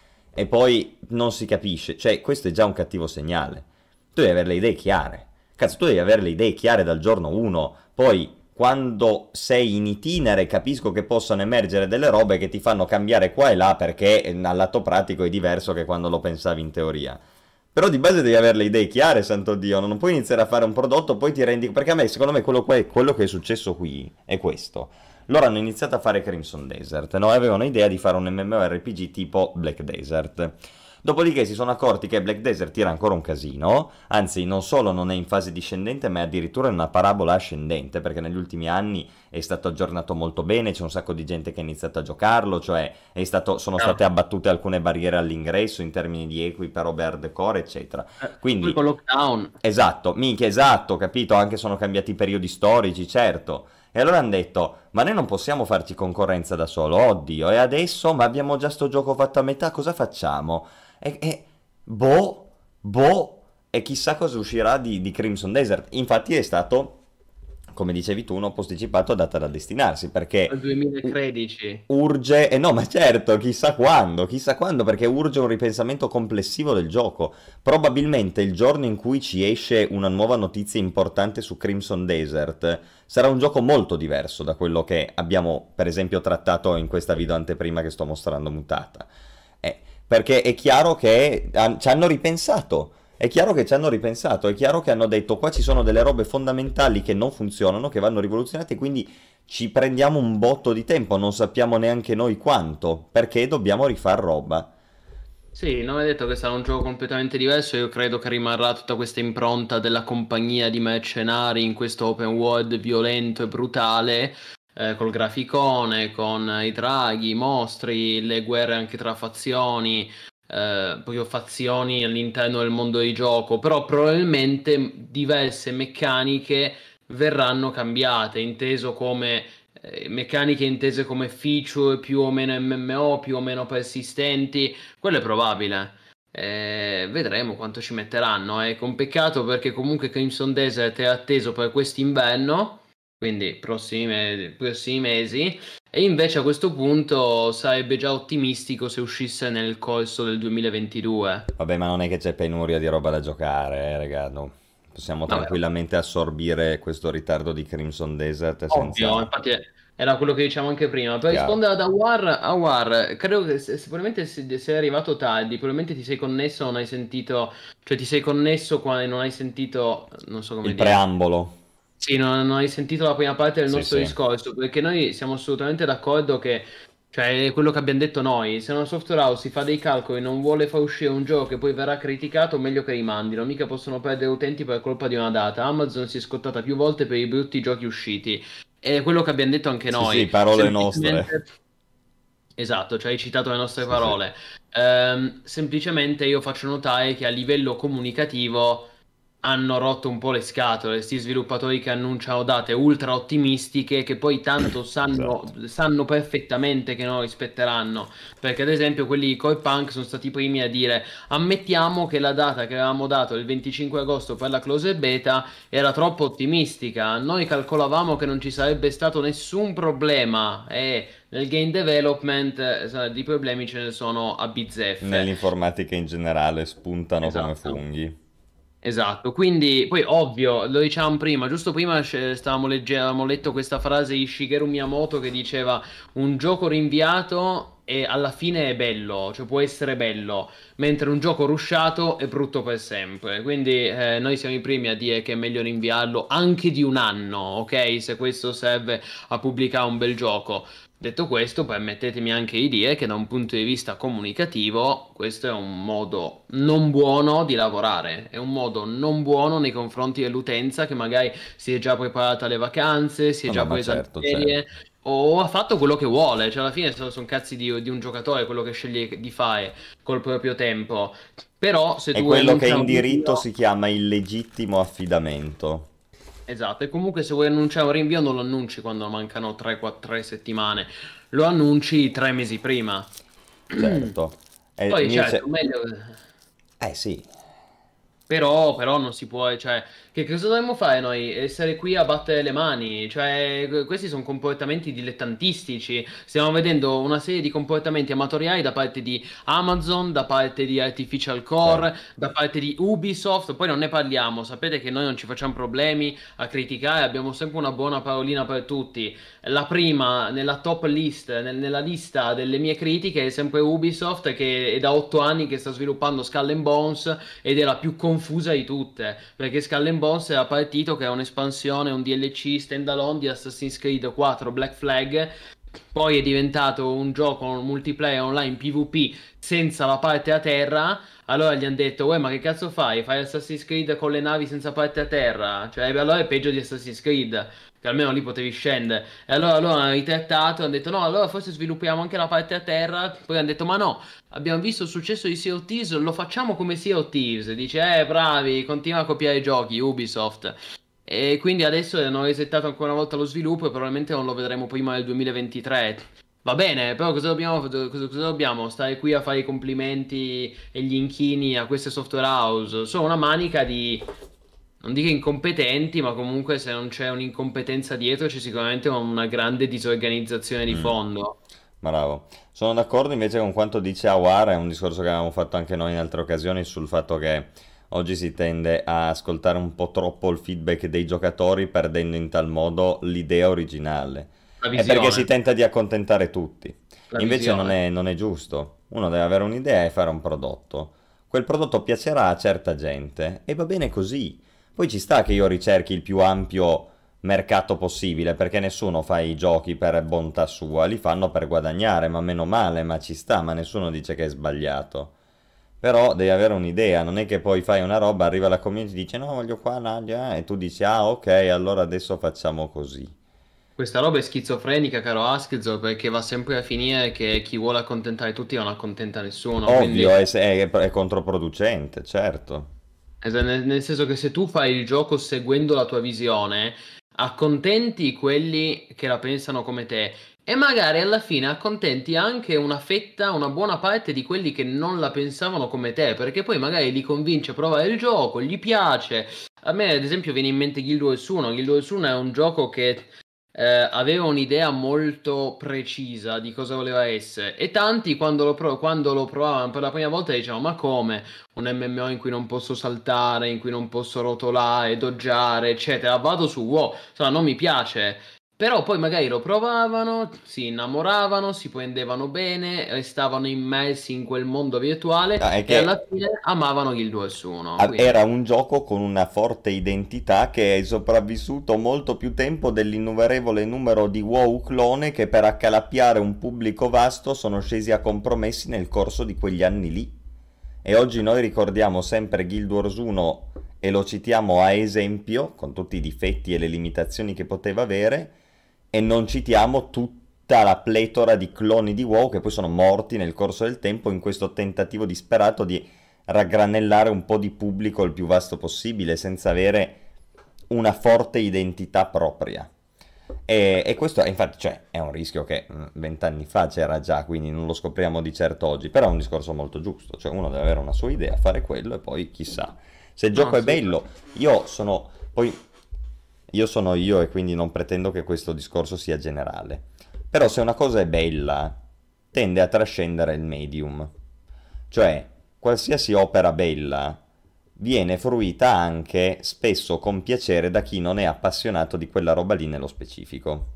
E poi non si capisce, cioè questo è già un cattivo segnale. Tu devi avere le idee chiare. Cazzo, tu devi avere le idee chiare dal giorno uno, poi quando sei in itinere capisco che possano emergere delle robe che ti fanno cambiare qua e là perché al lato pratico è diverso che quando lo pensavi in teoria. Però di base devi avere le idee chiare, santo Dio, non puoi iniziare a fare un prodotto, poi ti rendi... Perché a me, secondo me, quello, qua è- quello che è successo qui è questo. Loro hanno iniziato a fare Crimson Desert, no? Avevano idea di fare un MMORPG tipo Black Desert. Dopodiché si sono accorti che Black Desert era ancora un casino, anzi non solo non è in fase discendente ma è addirittura in una parabola ascendente perché negli ultimi anni è stato aggiornato molto bene, c'è un sacco di gente che ha iniziato a giocarlo, cioè è stato, sono Ah, state abbattute alcune barriere all'ingresso in termini di equi per robe hardcore eccetera. eh, poi Quindi, con lockdown. esatto, minchia, esatto, capito, anche sono cambiati i periodi storici, certo. E allora hanno detto, ma noi non possiamo farci concorrenza da solo, oddio, e adesso, ma abbiamo già sto gioco fatto a metà, cosa facciamo? E, e boh, boh, e chissà cosa uscirà di, di Crimson Desert. Infatti è stato, come dicevi tu, uno posticipato a data da destinarsi, Nel perché u- duemilatredici. urge, e no, ma certo, chissà quando, chissà quando, perché urge un ripensamento complessivo del gioco. Probabilmente il giorno in cui ci esce una nuova notizia importante su Crimson Desert sarà un gioco molto diverso da quello che abbiamo, per esempio, trattato in questa video anteprima che sto mostrando mutata. Eh, perché è chiaro che han- ci hanno ripensato. È chiaro che ci hanno ripensato, è chiaro che hanno detto qua ci sono delle robe fondamentali che non funzionano, che vanno rivoluzionate, quindi ci prendiamo un botto di tempo, non sappiamo neanche noi quanto, perché dobbiamo rifare roba. Sì, non è detto che sarà un gioco completamente diverso, io credo che rimarrà tutta questa impronta della compagnia di mercenari in questo open world violento e brutale, eh, col graficone, con i draghi, i mostri, le guerre anche tra fazioni, eh, proprio fazioni all'interno del mondo di gioco, però probabilmente diverse meccaniche verranno cambiate, inteso come eh, meccaniche intese come feature più o meno M M O, più o meno persistenti. Quello è probabile. Eh, vedremo quanto ci metteranno. È un peccato perché comunque Crimson Desert è atteso per quest'inverno, quindi prossimi, me- prossimi mesi. E invece a questo punto sarebbe già ottimistico se uscisse nel corso del duemilaventidue. Vabbè, ma non è che c'è penuria di roba da giocare, eh, raga, no. Possiamo Vabbè, tranquillamente assorbire questo ritardo di Crimson Desert ovvio, senza... infatti è- era quello che diciamo anche prima. Per Chiaro. rispondere ad Awar, Awar, credo che se, se probabilmente se- sei arrivato tardi, probabilmente ti sei connesso, non hai sentito, cioè ti sei connesso quando non hai sentito, non so come Il dire. preambolo. Sì, non, non hai sentito la prima parte del Sì, nostro sì. discorso, perché noi siamo assolutamente d'accordo che, cioè, è quello che abbiamo detto noi, se una software house si fa dei calcoli e non vuole far uscire un gioco che poi verrà criticato, meglio che rimandino, mica possono perdere utenti per colpa di una data. Amazon si è scottata più volte per i brutti giochi usciti, è quello che abbiamo detto anche Sì, sì, noi, parole nostre. semplicemente... Esatto, cioè hai citato le nostre Sì, sì. parole. Ehm, semplicemente io faccio notare che a livello comunicativo hanno rotto un po' le scatole, questi sviluppatori che annunciano date ultra ottimistiche che poi tanto sanno, Esatto. sanno perfettamente che non rispetteranno. Perché ad esempio quelli di Core Punk sono stati i primi a dire ammettiamo che la data che avevamo dato il venticinque agosto per la close beta era troppo ottimistica. Noi calcolavamo che non ci sarebbe stato nessun problema e nel game development eh, di problemi ce ne sono a bizzeffe. Nell'informatica in generale spuntano come Esatto. funghi. Esatto, quindi poi ovvio, lo dicevamo prima, giusto prima sc- stavamo legge- avevamo letto questa frase di Shigeru Miyamoto che diceva un gioco rinviato e alla fine è bello, cioè può essere bello, mentre un gioco rushato è brutto per sempre. Quindi eh, noi siamo i primi a dire che è meglio rinviarlo anche di un anno, ok? Se questo serve a pubblicare un bel gioco. Detto questo, permettetemi anche di dire che da un punto di vista comunicativo, questo è un modo non buono di lavorare, è un modo non buono nei confronti dell'utenza che magari si è già preparata alle vacanze, si è No, no, già ma presa le certo, ferie certo. o ha fatto quello che vuole, cioè alla fine sono, sono cazzi di, di un giocatore quello che sceglie di fare col proprio tempo. Però se È tu vuoi quello che annunciare in un diritto rinvio, si chiama illegittimo affidamento. esatto, e comunque se vuoi annunciare un rinvio non lo annunci quando mancano tre quattro settimane, lo annunci tre mesi prima. Certo. E Poi certo, invece... meglio. Eh sì. Però, però non si può, cioè, che cosa dovremmo fare noi? Essere qui a battere le mani? Cioè, que- questi sono comportamenti dilettantistici. Stiamo vedendo una serie di comportamenti amatoriali da parte di Amazon, da parte di Artificial Core, Certo. da parte di Ubisoft. Poi non ne parliamo. Sapete che noi non ci facciamo problemi a criticare, abbiamo sempre una buona parolina per tutti. La prima nella top list, nel- nella lista delle mie critiche è sempre Ubisoft, che è da otto anni che sta sviluppando Skull and Bones ed è la più confusa di tutte, perché Skull and Bones era partito che è un'espansione, un D L C standalone di Assassin's Creed quattro Black Flag, poi è diventato un gioco multiplayer online PvP senza la parte a terra. Allora gli hanno detto, uè, ma che cazzo fai? Fai Assassin's Creed con le navi senza parte a terra? Cioè, allora è peggio di Assassin's Creed, che almeno lì potevi scendere. E allora, allora hanno ritrattato, hanno detto, no, allora forse sviluppiamo anche la parte a terra. Poi hanno detto, ma no, abbiamo visto il successo di Sea of Thieves, lo facciamo come Sea of Thieves. Dice, eh, bravi, continua a copiare i giochi, Ubisoft. E quindi adesso hanno resettato ancora una volta lo sviluppo e probabilmente non lo vedremo prima del duemilaventitré. Va bene, però cosa dobbiamo, cosa, cosa dobbiamo? Stare qui a fare i complimenti e gli inchini a queste software house? Sono una manica di, non dico incompetenti, ma comunque se non c'è un'incompetenza dietro c'è sicuramente una grande disorganizzazione di Mm. fondo. Bravo. Sono d'accordo invece con quanto dice Awar, è un discorso che avevamo fatto anche noi in altre occasioni sul fatto che oggi si tende a ascoltare un po' troppo il feedback dei giocatori, perdendo in tal modo l'idea originale. La È perché si visione, tenta di accontentare tutti. la Invece non visione. è, non è giusto. Uno deve avere un'idea e fare un prodotto. Quel prodotto piacerà a certa gente e va bene così. Poi ci sta che io ricerchi il più ampio mercato possibile, perché nessuno fa i giochi per bontà sua, li fanno per guadagnare, ma meno male, ma ci sta, ma nessuno dice che è sbagliato. Però devi avere un'idea, non è che poi fai una roba, arriva la community e dice no, voglio qua, Nadia, e tu dici ah ok, allora adesso facciamo così. Questa roba è schizofrenica, caro Askilzo, perché va sempre a finire che chi vuole accontentare tutti non accontenta nessuno. Quindi, Ovvio, è, è- è controproducente, certo. es- nel, nel senso che se tu fai il gioco seguendo la tua visione, accontenti quelli che la pensano come te e magari alla fine accontenti anche una fetta, una buona parte di quelli che non la pensavano come te, perché poi magari li convince a provare il gioco, gli piace. A me, ad esempio, viene in mente Guild Wars uno. Guild Wars uno è un gioco che eh, aveva un'idea molto precisa di cosa voleva essere e tanti quando lo, pro- quando lo provavano per la prima volta dicevano ma come un M M O in cui non posso saltare, in cui non posso rotolare, doggiare, eccetera, vado su WoW, insomma non mi piace. Però poi magari lo provavano, si innamoravano, si prendevano bene, restavano immersi in quel mondo virtuale Ah, è e alla che fine amavano Guild Wars uno. a- Quindi, era un gioco con una forte identità che è sopravvissuto molto più tempo dell'innumerevole numero di WoW clone che per accalappiare un pubblico vasto sono scesi a compromessi nel corso di quegli anni lì. E oggi noi ricordiamo sempre Guild Wars uno e lo citiamo a esempio, con tutti i difetti e le limitazioni che poteva avere, e non citiamo tutta la pletora di cloni di WoW che poi sono morti nel corso del tempo in questo tentativo disperato di raggranellare un po' di pubblico il più vasto possibile senza avere una forte identità propria. E, e questo è, infatti, cioè, è un rischio che vent'anni fa c'era già, quindi non lo scopriamo di certo oggi, però è un discorso molto giusto, cioè uno deve avere una sua idea, fare quello e poi chissà. Se il no, gioco è assolutamente. bello, io sono, poi, io sono io e quindi non pretendo che questo discorso sia generale, però se una cosa è bella, tende a trascendere il medium, cioè qualsiasi opera bella viene fruita anche spesso con piacere da chi non è appassionato di quella roba lì nello specifico.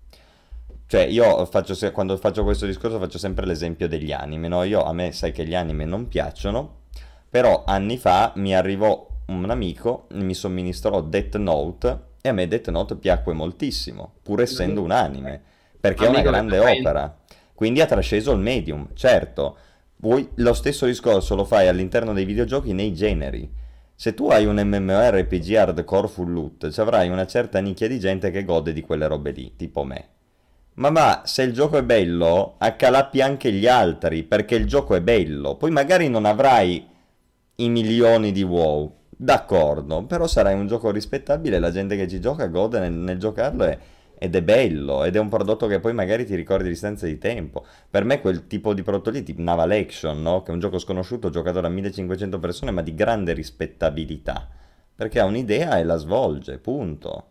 Cioè, io faccio se- quando faccio questo discorso faccio sempre l'esempio degli anime, no? Io, a me sai che gli anime non piacciono, però anni fa mi arrivò un amico, mi somministrò Death Note e a me Death Note piacque moltissimo, pur essendo un anime, perché è una Amico che grande frequento. opera. Quindi ha trasceso il medium, certo. Vuoi lo stesso discorso lo fai all'interno dei videogiochi nei generi. Se tu hai un MMORPG hardcore full loot, ci avrai una certa nicchia di gente che gode di quelle robe lì, tipo me. Ma va, se il gioco è bello, accalappi anche gli altri, perché il gioco è bello. Poi magari non avrai i milioni di WoW, d'accordo, però sarai un gioco rispettabile, la gente che ci gioca gode nel, nel giocarlo e- ed è bello, ed è un prodotto che poi magari ti ricordi a distanza di tempo. Per me quel tipo di prodotto lì, tipo Naval Action, no? Che è un gioco sconosciuto, giocato da millecinquecento persone, ma di grande rispettabilità, perché ha un'idea e la svolge, punto.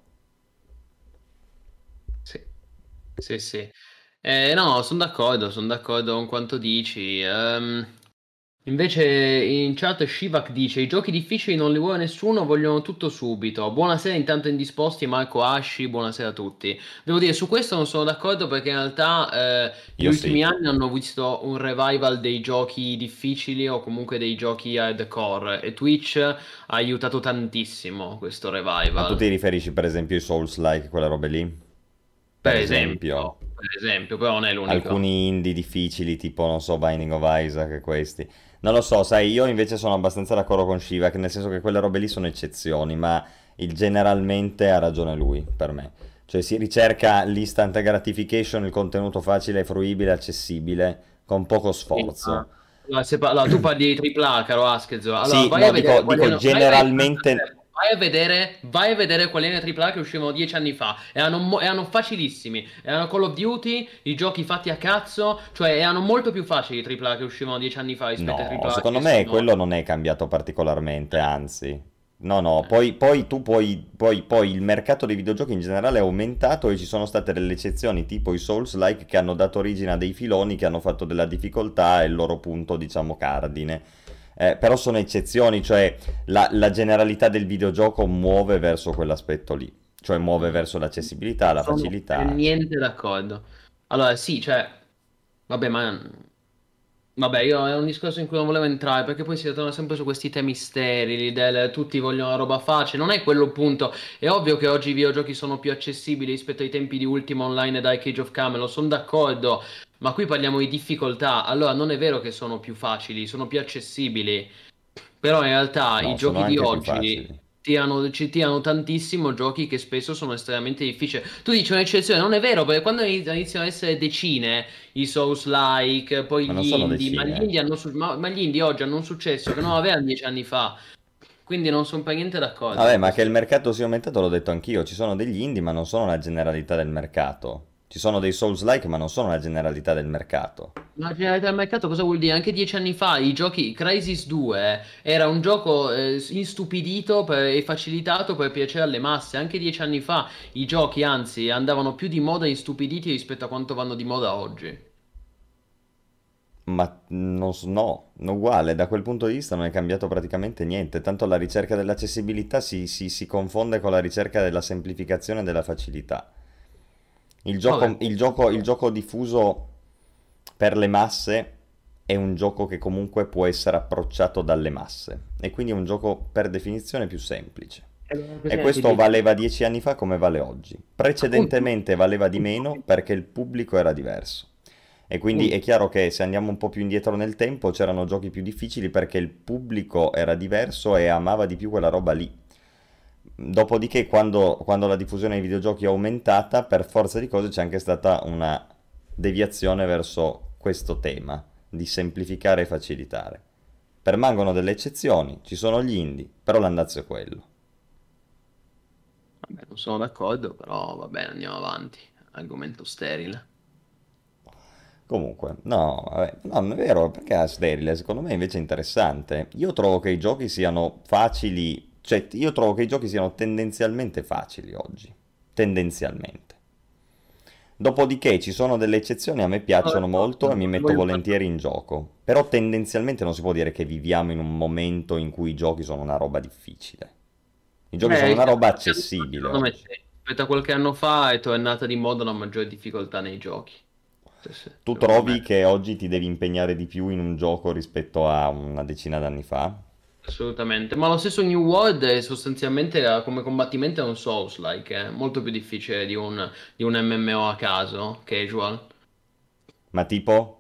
Sì, sì, sì. Eh, no, sono d'accordo, sono d'accordo con quanto dici. Ehm, invece in chat Shivak dice: I giochi difficili non li vuole nessuno, vogliono tutto subito. Buonasera, intanto indisposti, Marco Asci, buonasera a tutti. Devo dire, su questo non sono d'accordo perché in realtà eh, gli Io ultimi sì. anni hanno visto un revival dei giochi difficili o comunque dei giochi hardcore e Twitch ha aiutato tantissimo questo Ma tu ti revival. riferisci per esempio ai Souls-like, quelle robe lì? Per Per esempio? esempio, per esempio, però non è l'unico. Alcuni indie difficili, tipo, non so, Binding of Isaac e questi. Non lo so, sai, io invece sono abbastanza d'accordo con Shivak, nel senso che quelle robe lì sono eccezioni, ma il generalmente ha ragione lui, per me. Cioè si ricerca l'instant gratification, il contenuto facile, fruibile, accessibile, con poco Sì, ma- sforzo. allora, se pa- allora, tu parli di tripla A, caro Askezo. Allora, Sì, vai a no, dico, vedere quali dico erano. Vai, vai, aspetta, generalmente... aspetta. Vai a vedere, vai a vedere quali erano i tripla A che uscivano dieci anni fa. Erano, mo- erano facilissimi. Erano Call of Duty, i giochi fatti a cazzo. Cioè, erano molto più facili i tripla A che uscivano dieci anni fa rispetto ai No, tripla A secondo che me sono. quello non è cambiato particolarmente, Eh, anzi. No, no, eh. poi, poi tu puoi, poi, poi il mercato dei videogiochi in generale è aumentato e ci sono state delle eccezioni tipo i Souls-like che hanno dato origine a dei filoni che hanno fatto della difficoltà il loro punto, diciamo, cardine. Eh, però sono eccezioni, cioè la, la generalità del videogioco muove verso quell'aspetto lì, cioè muove Mm. verso l'accessibilità, la Sono per facilità. niente d'accordo. Allora, sì, cioè, vabbè, ma vabbè, io è un discorso in cui non volevo entrare perché poi si ritorna sempre su questi temi sterili del tutti vogliono la roba facile, non è quello il punto. È ovvio che oggi i videogiochi sono più accessibili rispetto ai tempi di Ultima Online e Dark Age of Camelot, sono d'accordo, ma qui parliamo di difficoltà. Allora, non è vero che sono più facili, sono più accessibili. Però in realtà i No, sono giochi di anche più oggi facili. tirano, ci tirano tantissimo giochi che spesso sono estremamente difficili. Tu dici un'eccezione, non è vero, perché quando iniziano iniziano ad essere decine i Souls-like, poi Ma non gli sono indie, ma gli decine. indie, hanno su- ma, ma gli indie oggi hanno un successo che non avevano dieci anni fa. Quindi non sono per niente d'accordo Vabbè, con ma che il questo. mercato sia aumentato l'ho detto anch'io, ci sono degli indie, ma non sono la generalità del mercato. Ci sono dei Souls-like, ma non sono la generalità del mercato. Ma generalità del mercato cosa vuol dire? Anche dieci anni fa i giochi Crysis due era un gioco eh, instupidito per- e facilitato per piacere alle masse. Anche dieci anni fa i giochi, anzi, andavano più di moda instupiditi rispetto a quanto vanno di moda oggi. Ma non so- no, uguale, da quel punto di vista non è cambiato praticamente niente, tanto la ricerca dell'accessibilità si, si- si confonde con la ricerca della semplificazione e della facilità. Il Vabbè, gioco, il gioco, il gioco diffuso per le masse è un gioco che comunque può essere approcciato dalle masse e quindi è un gioco per definizione più semplice. E Presidente, questo dieci- valeva dieci anni fa come vale oggi. appunto, Precedentemente valeva di meno perché il pubblico era diverso. E quindi è appunto. chiaro che se andiamo un po' più indietro nel tempo c'erano giochi più difficili perché il pubblico era diverso e amava di più quella roba lì. Dopodiché, quando, quando la diffusione dei videogiochi è aumentata, per forza di cose c'è anche stata una deviazione verso questo tema di semplificare e facilitare. Permangono delle eccezioni, ci sono gli indie, però l'andazzo è quello. Vabbè, non sono d'accordo, però va bene, andiamo avanti. Argomento sterile. Comunque, no, vabbè, no, non è vero, perché è sterile? Secondo me invece è interessante. Io trovo che i giochi siano facili, cioè io trovo che i giochi siano tendenzialmente facili oggi. Tendenzialmente. Dopodiché ci sono delle eccezioni, a me Sono piacciono molto e d'accordo, mi ne metto voglio fare- volentieri in gioco. Però tendenzialmente non si può dire che viviamo in un momento in cui i giochi sono una roba difficile. I giochi sono Eh, una roba qualche anno fa, accessibile secondo me oggi. sì. Rispetto a qualche anno fa è tornata di moda una maggiore difficoltà nei giochi. Sì, sì, Tu secondo me. trovi che oggi ti devi impegnare di più in un gioco rispetto a una decina d'anni fa? Assolutamente, ma lo stesso New World è sostanzialmente eh, come combattimento è un Souls-like, è molto più difficile di un, di un M M O a caso, casual. Ma tipo?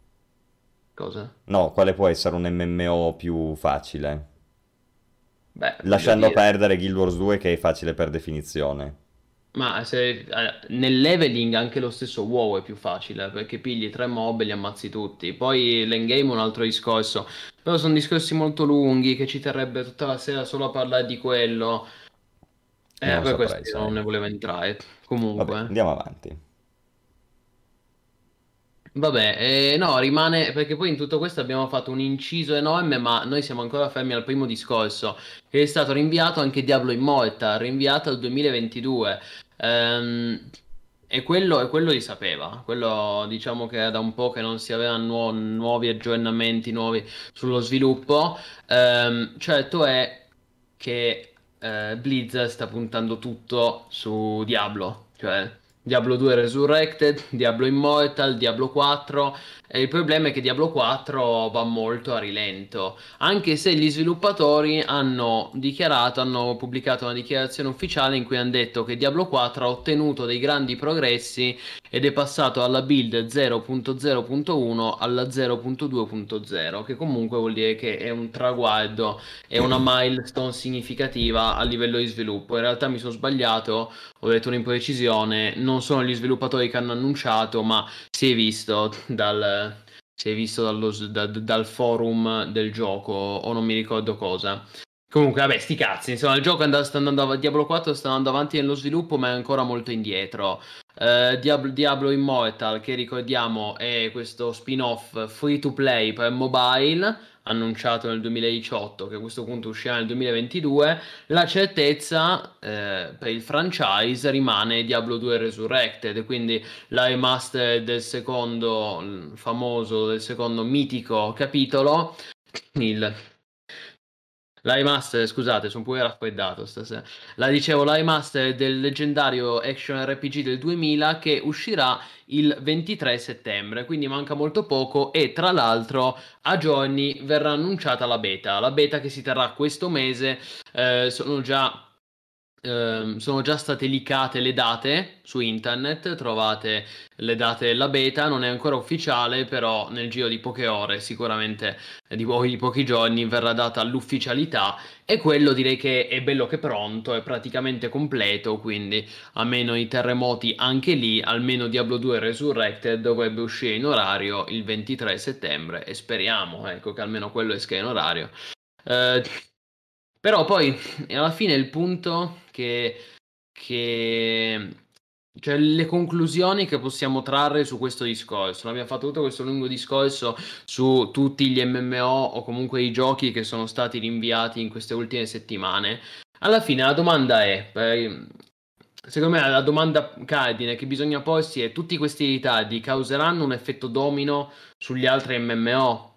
Cosa? No, quale può essere un M M O più facile? Beh, voglio Lasciando dire, perdere Guild Wars due che è facile per definizione. ma se, eh, nel leveling anche lo stesso WoW è più facile, perché pigli tre mob e li ammazzi tutti. Poi l'endgame è un altro discorso, però sono discorsi molto lunghi che ci terrebbe tutta la sera solo a parlare di quello. Eh, Non per questo saprei, io non sai. ne volevo entrare. Vabbè, Comunque. andiamo avanti. Vabbè, eh, no, rimane perché poi in tutto questo abbiamo fatto un inciso enorme, ma noi siamo ancora fermi al primo discorso, che è stato rinviato anche Diablo Immortal, rinviato al duemilaventidue. Ehm, e quello, e quello li sapeva, quello diciamo che è da un po' che non si aveva nuo- nuovi aggiornamenti nuovi sullo sviluppo. Ehm, certo è che eh, Blizzard sta puntando tutto su Diablo, cioè Diablo due Resurrected, Diablo Immortal, Diablo quattro. E il problema è che Diablo quattro va molto a rilento, anche se gli sviluppatori hanno dichiarato, hanno pubblicato una dichiarazione ufficiale in cui hanno detto che Diablo quattro ha ottenuto dei grandi progressi ed è passato alla build zero punto zero punto uno alla zero punto due punto zero, che comunque vuol dire che è un traguardo, è una milestone significativa a livello di sviluppo. In realtà mi sono sbagliato, ho detto un'imprecisione, non sono gli sviluppatori che hanno annunciato, ma si è visto dal, si è visto dallo s- da- dal forum del gioco o non mi ricordo cosa. Comunque, vabbè, sti cazzi, insomma, il gioco and- sta andando av- Diablo quattro sta andando avanti nello sviluppo, ma è ancora molto indietro. Eh, Diablo, Diablo Immortal, che ricordiamo è questo spin-off free to play per mobile, annunciato nel duemiladiciotto, che a questo punto uscirà nel duemilaventidue. La certezza eh, per il franchise rimane Diablo due Resurrected, quindi la remaster del secondo il famoso, del secondo mitico capitolo, il la remaster, scusate, sono pure raffreddato stasera. La dicevo, la remaster del leggendario action R P G del duemila che uscirà il ventitré settembre, quindi manca molto poco e tra l'altro a giorni verrà annunciata la beta. La beta che si terrà questo mese, eh, sono già Ehm, sono già state leakate le date su internet, trovate le date della beta, non è ancora ufficiale, però nel giro di poche ore, sicuramente eh, di, po- di pochi giorni, verrà data l'ufficialità e quello direi che è bello che pronto, è praticamente completo, quindi a meno i terremoti anche lì, almeno Diablo due Resurrected dovrebbe uscire in orario il ventitré settembre e speriamo, ecco, che almeno quello esca in orario. Eh, Però poi alla fine il punto che, che cioè, le conclusioni che possiamo trarre su questo discorso. Abbiamo fatto tutto questo lungo discorso su tutti gli M M O o comunque i giochi che sono stati rinviati in queste ultime settimane. Alla fine la domanda è, eh, secondo me la domanda cardine che bisogna porsi è: tutti questi ritardi causeranno un effetto domino sugli altri M M O?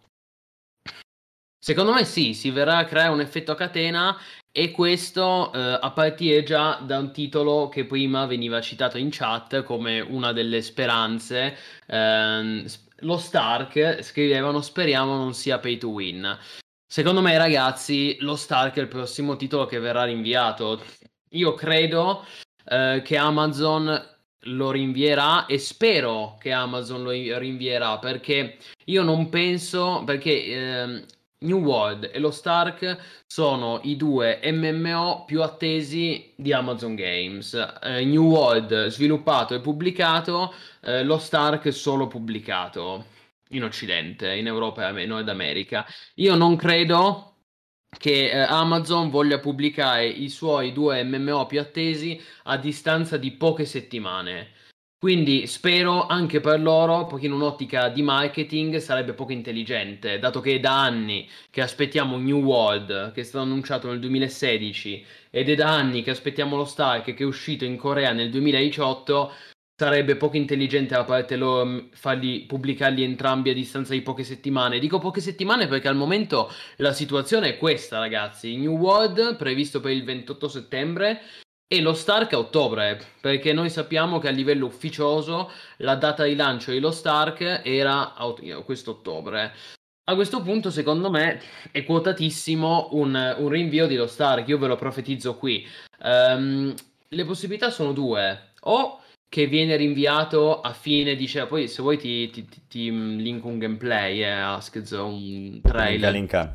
Secondo me sì, si verrà a creare un effetto a catena, e questo eh, a partire già da un titolo che prima veniva citato in chat come una delle speranze. Ehm, s- lo Stark scrivevano: speriamo non sia pay to win. Secondo me, ragazzi, lo Stark è il prossimo titolo che verrà rinviato. Io credo eh, che Amazon lo rinvierà, e spero che Amazon lo rinvierà, perché io non penso, perché ehm, New World e lo Stark sono i due M M O più attesi di Amazon Games. Eh, New World sviluppato e pubblicato, eh, lo Stark solo pubblicato in Occidente, in Europa e Nord America. Io non credo che eh, Amazon voglia pubblicare i suoi due M M O più attesi a distanza di poche settimane. Quindi spero anche per loro, perché in un'ottica di marketing sarebbe poco intelligente, dato che è da anni che aspettiamo New World, che è stato annunciato nel duemilasedici, ed è da anni che aspettiamo lo Stark, che è uscito in Corea nel duemiladiciotto. Sarebbe poco intelligente da parte loro mh, farli pubblicarli entrambi a distanza di poche settimane. Dico poche settimane perché al momento la situazione è questa, ragazzi. New World previsto per il ventotto settembre e lo Stark a ottobre, perché noi sappiamo che a livello ufficioso la data di lancio di lo Stark era a ot- questo ottobre. A questo punto, secondo me, è quotatissimo un, un rinvio di lo Stark. Io ve lo profetizzo qui. Ehm, le possibilità sono due: o che viene rinviato a fine dicembre. Poi se vuoi ti, ti, ti, ti, mm, linko un gameplay, eh, Askez, un Linka, trailer. linka.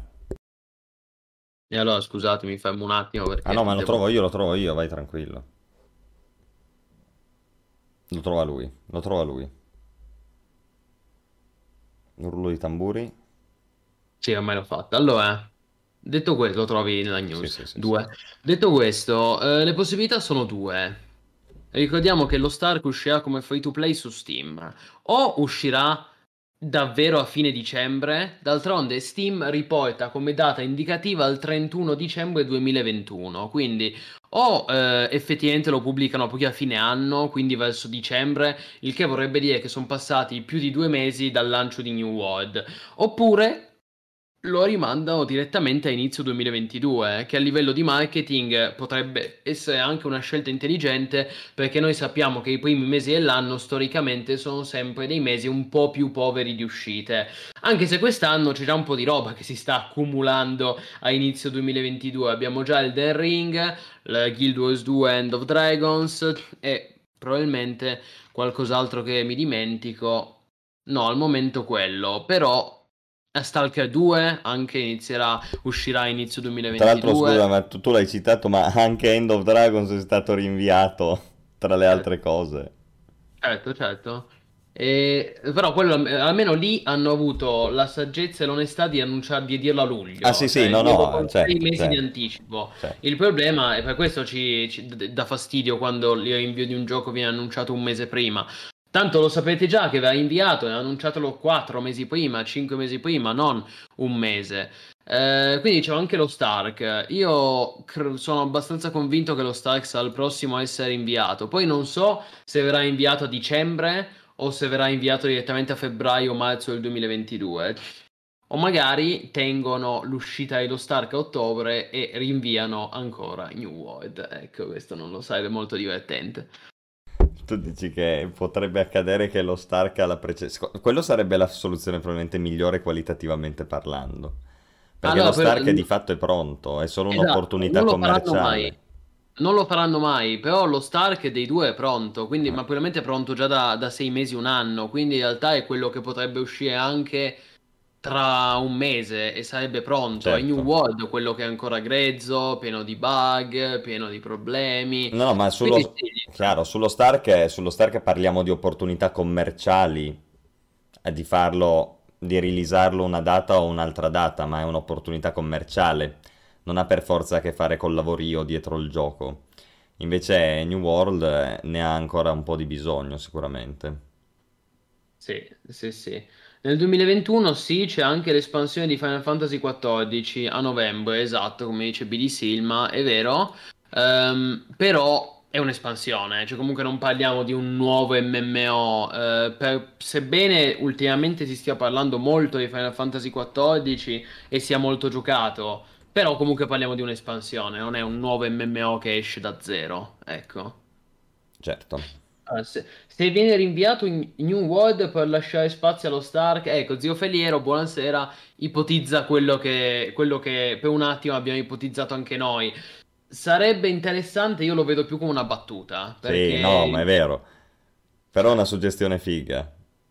E allora scusatemi, fermo un attimo Ah perché no, ma lo devo... trovo io, lo trovo io, vai tranquillo. Lo trova lui, lo trova lui. Un rullo di tamburi. Sì, ormai l'ho fatta. Allora, detto questo, lo trovi nella Sì, news. sì, sì, sì. Due. Detto questo, eh, le possibilità sono due. Ricordiamo che lo Stark uscirà come free to play su Steam. O uscirà davvero a fine dicembre. D'altronde Steam riporta come data indicativa il trentuno dicembre duemilaventuno. Quindi o eh, effettivamente lo pubblicano poi a fine anno, quindi verso dicembre, il che vorrebbe dire che sono passati più di due mesi dal lancio di New World. Oppure lo rimandano direttamente a inizio duemilaventidue, che a livello di marketing potrebbe essere anche una scelta intelligente, perché noi sappiamo che i primi mesi dell'anno storicamente sono sempre dei mesi un po' più poveri di uscite. Anche se quest'anno c'è già un po' di roba che si sta accumulando a inizio duemilaventidue. Abbiamo già Elden Ring, la Guild Wars due End of Dragons e probabilmente qualcos'altro che mi dimentico. No, al momento quello, però Stalker due anche inizierà, uscirà a inizio Tra l'altro, duemilaventidue. scusa, ma tu, tu l'hai citato, ma anche End of Dragons è stato rinviato, tra le Certo, altre cose. certo, certo. E, però quello, eh, almeno lì hanno avuto la saggezza e l'onestà di annunciare, di dirlo a Ah sì, luglio, sì, cioè no, dirlo no, con sei certo, mesi di certo, anticipo. certo. Il problema, e per questo ci, ci d- dà fastidio quando il rinvio di un gioco viene annunciato un mese prima. Tanto lo sapete già che va inviato e annunciatelo quattro mesi prima, cinque mesi prima, non un mese. Eh, quindi c'è anche lo Stark. Io cr- sono abbastanza convinto che lo Stark sarà il prossimo a essere inviato. Poi non so se verrà inviato a dicembre o se verrà inviato direttamente a febbraio o marzo del duemilaventidue. O magari tengono l'uscita dello Stark a ottobre e rinviano ancora New World. Ecco, questo non lo sarebbe molto divertente. Tu dici che potrebbe accadere che lo Stark alla precedenza... Quello sarebbe la soluzione probabilmente migliore qualitativamente parlando. Perché lo Allora, per- Stark di fatto è pronto, è solo esatto, un'opportunità non lo faranno mai. commerciale. Non lo faranno mai, però lo Stark dei due è pronto, quindi, Eh, ma probabilmente è pronto già da, da sei mesi, un anno, quindi in realtà è quello che potrebbe uscire anche tra un mese e sarebbe pronto. È New certo. World quello che è ancora grezzo, pieno di bug, pieno di problemi. No, no, ma Quindi sullo... sì, Chiaro, sullo Stark, sullo Stark parliamo di opportunità commerciali, eh, di farlo, di rilisarlo una data o un'altra data, ma è un'opportunità commerciale. Non ha per forza a che fare col lavorio dietro il gioco. Invece New World eh, ne ha ancora un po' di bisogno sicuramente. Sì, sì, sì. Nel duemilaventuno sì, c'è anche l'espansione di Final Fantasy quattordici a novembre, esatto, come dice B D Silma, è vero. Ehm, però è un'espansione, cioè comunque non parliamo di un nuovo M M O, eh, per- sebbene ultimamente si stia parlando molto di Final Fantasy quattordici e sia molto giocato, però comunque parliamo di un'espansione, non è un nuovo M M O che esce da zero, ecco. Certo. Ah, se, se viene rinviato in New World per lasciare spazio allo Stark, ecco, zio Feliero, buonasera, ipotizza quello che, quello che per un attimo abbiamo ipotizzato anche noi. Sarebbe interessante, io lo vedo più come una battuta, Sì, no, ma perché è vero. Però è una suggestione figa.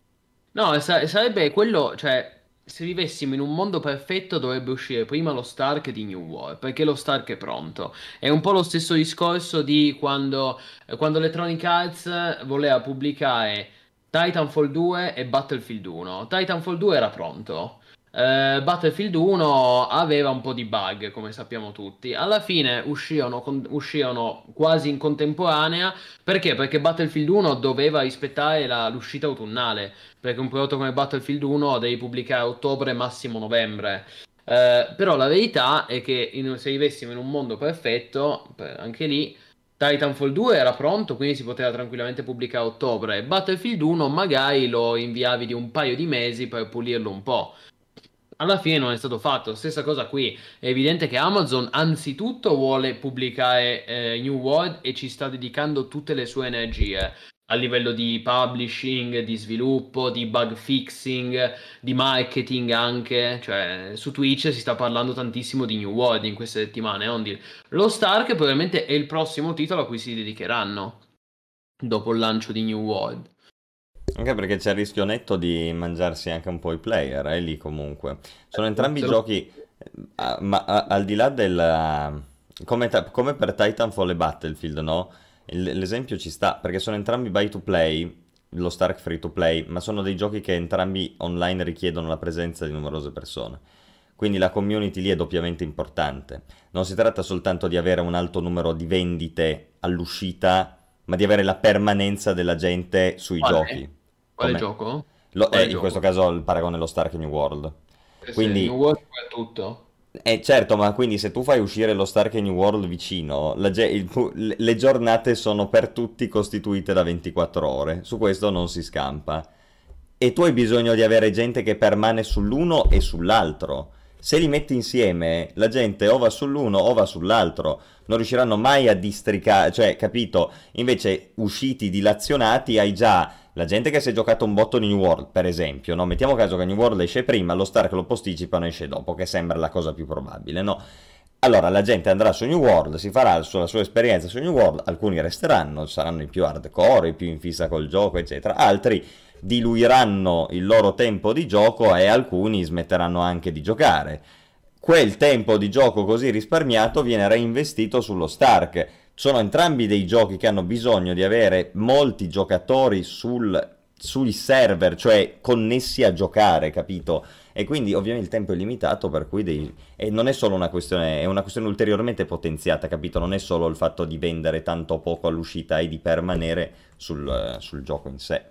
no, sa- sarebbe quello, cioè, se vivessimo in un mondo perfetto dovrebbe uscire prima lo Stark di New War, perché lo Stark è pronto. È un po' lo stesso discorso di quando, eh, quando Electronic Arts voleva pubblicare Titanfall due e Battlefield uno. Titanfall due era pronto. Eh, Battlefield uno aveva un po' di bug, come sappiamo tutti. Alla fine uscirono, con- uscirono quasi in contemporanea. Perché? Perché Battlefield uno doveva rispettare la- l'uscita autunnale perché un prodotto come Battlefield uno devi pubblicare a ottobre, massimo novembre. Eh, però la verità è che in- se vivessimo in un mondo perfetto, per- anche lì, Titanfall due era pronto, quindi si poteva tranquillamente pubblicare a ottobre. Battlefield uno magari lo inviavi di un paio di mesi per pulirlo un po'. Alla fine non è stato fatto, stessa cosa qui. È evidente che Amazon anzitutto vuole pubblicare eh, New World e ci sta dedicando tutte le sue energie a livello di publishing, di sviluppo, di bug fixing, di marketing anche. Cioè, su Twitch si sta parlando tantissimo di New World in queste settimane. Only. Lo Stark probabilmente è il prossimo titolo a cui si dedicheranno dopo il lancio di New World. Anche perché c'è il rischio netto di mangiarsi anche un po' i player, eh, lì comunque. Sono entrambi Se lo- giochi, eh, ah, ma ah, al di là del... Come, ta- come per Titanfall e Battlefield, no? Il- l'esempio ci sta, perché sono entrambi buy to play, lo Stark free to play, ma sono dei giochi che entrambi online richiedono la presenza di numerose persone. Quindi la community lì è doppiamente importante. Non si tratta soltanto di avere un alto numero di vendite all'uscita, ma di avere la permanenza della gente sui Qual è? giochi. Quale Come? gioco? Lo- eh, Quale in questo gioco? caso il paragone è lo Stark New World. Eh sì, New Quindi, World è tutto. eh, certo, ma quindi se tu fai uscire lo Stark New World vicino, la ge- il pu- le le giornate sono per tutti costituite da ventiquattro ore. Su questo non si scampa. E tu hai bisogno di avere gente che permane sull'uno e sull'altro. Se li metti insieme, la gente o va sull'uno o va sull'altro. Non riusciranno mai a districare, cioè, capito? Invece, usciti dilazionati, hai già la gente che si è giocato un botto di New World, per esempio, no? Mettiamo caso che New World esce prima, lo Stark lo posticipano e esce dopo, che sembra la cosa più probabile, no? Allora la gente andrà su New World, si farà la sua, la sua esperienza su New World, alcuni resteranno, saranno i più hardcore, i più in fissa col gioco, eccetera, altri diluiranno il loro tempo di gioco e alcuni smetteranno anche di giocare. Quel tempo di gioco così risparmiato viene reinvestito sullo Stark. Sono entrambi dei giochi che hanno bisogno di avere molti giocatori sul, sui server, cioè connessi a giocare, capito? E quindi ovviamente il tempo è limitato, per cui dei... e non è solo una questione, è una questione ulteriormente potenziata, capito? Non è solo il fatto di vendere tanto o poco all'uscita e di permanere sul, sul gioco in sé.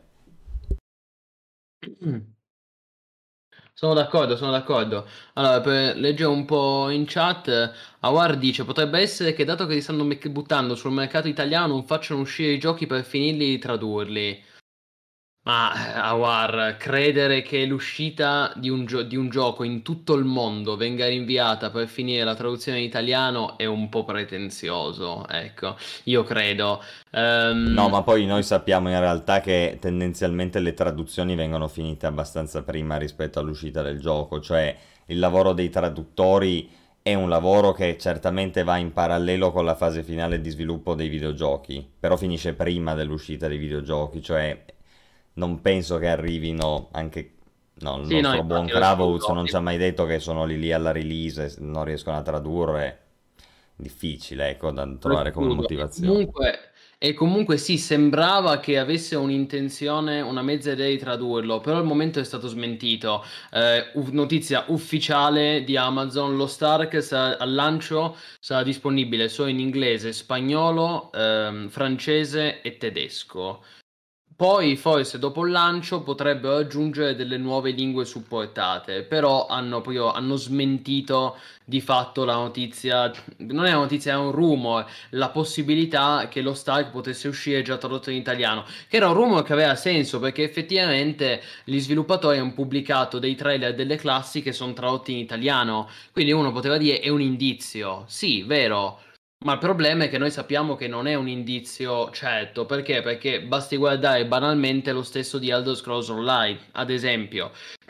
Sono d'accordo, sono d'accordo. Allora, per leggere un po' in chat, Awar dice: potrebbe essere che dato che li stanno mec- buttando sul mercato italiano, non facciano uscire i giochi per finirli di tradurli. Ma, eh, Awar, credere che l'uscita di un, gio- di un gioco in tutto il mondo venga rinviata per finire la traduzione in italiano è un po' pretenzioso, ecco, io credo. No, Ehm, ma poi noi sappiamo in realtà che tendenzialmente le traduzioni vengono finite abbastanza prima rispetto all'uscita del gioco, cioè il lavoro dei traduttori è un lavoro che certamente va in parallelo con la fase finale di sviluppo dei videogiochi, però finisce prima dell'uscita dei videogiochi, cioè non penso che arrivino anche... No, il sì, no, nostro buon infatti lo Kravuz non escludo. ci ha mai detto che sono lì lì alla release e non riescono a tradurre. Difficile, ecco, da Lo trovare come escludo. E motivazione. comunque E comunque sì, sembrava che avesse un'intenzione, una mezza idea di tradurlo, però al momento è stato smentito. Eh, u- notizia ufficiale di Amazon, lo Stark sa- al lancio sarà disponibile solo in inglese, spagnolo, ehm, francese e tedesco. Poi, forse dopo il lancio potrebbero aggiungere delle nuove lingue supportate, però hanno proprio hanno smentito di fatto la notizia. Non è una notizia, è un rumor, la possibilità che lo Stark potesse uscire già tradotto in italiano, che era un rumor che aveva senso perché effettivamente gli sviluppatori hanno pubblicato dei trailer delle classi che sono tradotti in italiano, quindi uno poteva dire è un indizio, sì, vero. Ma il problema è che noi sappiamo che non è un indizio certo, perché? Perché basti guardare banalmente lo stesso di Elder Scrolls Online, ad esempio.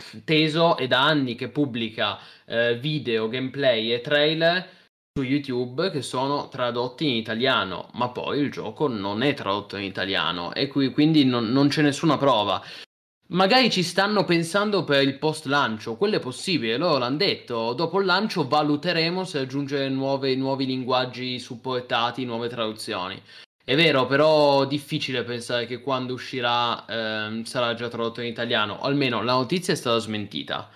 Teso è da anni che pubblica eh, video, gameplay e trailer su YouTube che sono tradotti in italiano, ma poi il gioco non è tradotto in italiano e qui quindi non, non c'è nessuna prova. Magari ci stanno pensando per il post lancio, quello è possibile, loro l'hanno detto, dopo il lancio valuteremo se aggiungere nuove- nuovi linguaggi supportati, nuove traduzioni. È vero, però difficile pensare che quando uscirà ehm, sarà già tradotto in italiano, o almeno la notizia è stata smentita.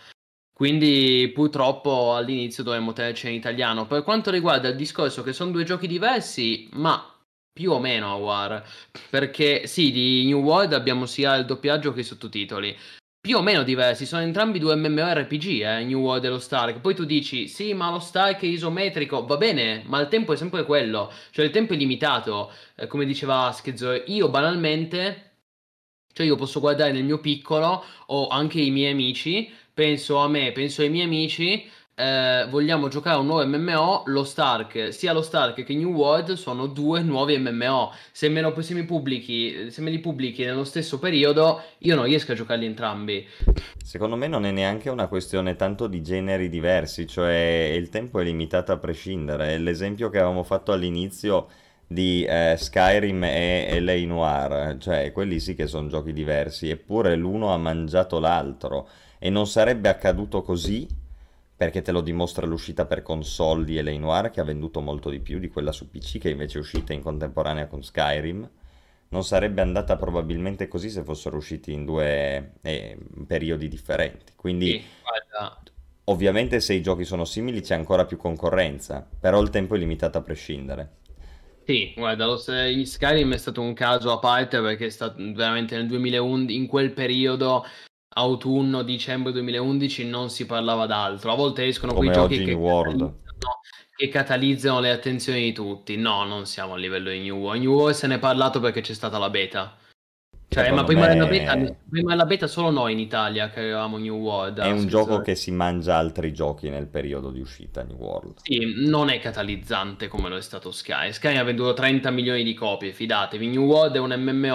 Quindi purtroppo all'inizio dovremmo tenerci in italiano. Per quanto riguarda il discorso che sono due giochi diversi, ma più o meno a War, perché sì, di New World abbiamo sia il doppiaggio che i sottotitoli. Più o meno diversi, sono entrambi due MMORPG, eh, New World e lo Stark. Poi tu dici, sì, ma lo Stark è isometrico, va bene, ma il tempo è sempre quello, cioè il tempo è limitato. Eh, come diceva Askez, io banalmente, cioè io posso guardare nel mio piccolo o anche i miei amici, penso a me, penso ai miei amici, eh, vogliamo giocare a un nuovo M M O, lo Stark, sia lo Stark che New World sono due nuovi M M O. Se me, lo, se mi pubblichi, se me li pubblichi nello stesso periodo, io non riesco a giocarli entrambi. Secondo me non è neanche una questione tanto di generi diversi, cioè il tempo è limitato a prescindere. L'esempio che avevamo fatto all'inizio di eh, Skyrim e L A. Noire, cioè quelli sì che sono giochi diversi, eppure l'uno ha mangiato l'altro e non sarebbe accaduto così perché te lo dimostra l'uscita per console di L A. Noire che ha venduto molto di più di quella su P C che invece è uscita in contemporanea con Skyrim. Non sarebbe andata probabilmente così se fossero usciti in due eh, periodi differenti. Quindi, Sì, guarda. ovviamente, se i giochi sono simili c'è ancora più concorrenza, però il tempo è limitato a prescindere. Sì, guarda, lo se- Skyrim è stato un caso a parte perché è stato veramente nel duemilaundici, in quel periodo, autunno, dicembre duemilaundici, non si parlava d'altro. A volte escono quei Come giochi oggi New che World. catalizzano, che catalizzano le attenzioni di tutti. No, non siamo a livello di New World. New World se ne è parlato perché c'è stata la beta. Cioè, ma Secondo prima della beta, me prima della beta solo noi in Italia che avevamo New World. è Ah, un scherzo. gioco che si mangia altri giochi nel periodo di uscita New World. Sì, non è catalizzante come lo è stato Sky. Sky ha venduto trenta milioni di copie, fidatevi. New World è un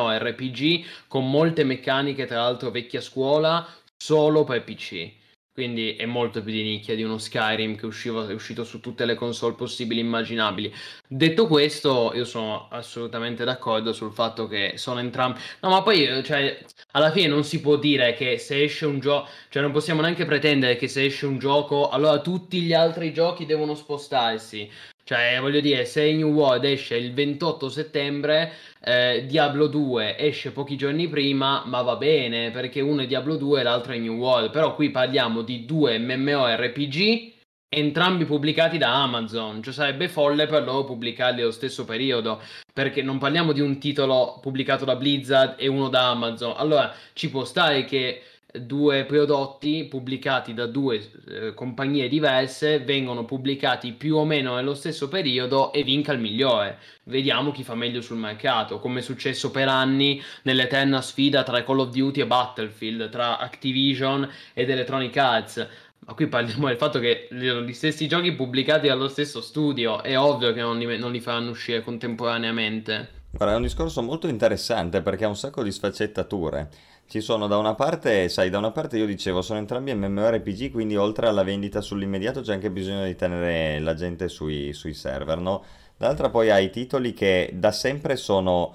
MMORPG con molte meccaniche, tra l'altro vecchia scuola, solo per P C. Quindi è molto più di nicchia di uno Skyrim che usciva- è uscito su tutte le console possibili e immaginabili. Detto questo, io sono assolutamente d'accordo sul fatto che sono entrambi... No, ma poi, eh, cioè, alla fine non si può dire che se esce un gioco... Cioè non possiamo neanche pretendere che se esce un gioco, allora tutti gli altri giochi devono spostarsi. Cioè, voglio dire, se New World esce il ventotto settembre, eh, Diablo due esce pochi giorni prima, ma va bene, perché uno è Diablo due e l'altro è New World. Però qui parliamo di due MMORPG, entrambi pubblicati da Amazon. Cioè sarebbe folle per loro pubblicarli allo stesso periodo, perché non parliamo di un titolo pubblicato da Blizzard e uno da Amazon. Allora, ci può stare che due prodotti pubblicati da due eh, compagnie diverse vengono pubblicati più o meno nello stesso periodo e vinca il migliore. Vediamo chi fa meglio sul mercato, come è successo per anni nell'eterna sfida tra Call of Duty e Battlefield, tra Activision ed Electronic Arts. Ma qui parliamo del fatto che gli stessi giochi pubblicati dallo stesso studio, è ovvio che non li, non li faranno uscire contemporaneamente. Guarda, è un discorso molto interessante perché ha un sacco di sfaccettature. Ci sono da una parte, sai, da una parte io dicevo sono entrambi MMORPG, quindi oltre alla vendita sull'immediato c'è anche bisogno di tenere la gente sui, sui server, no? Dall'altra poi hai titoli che da sempre sono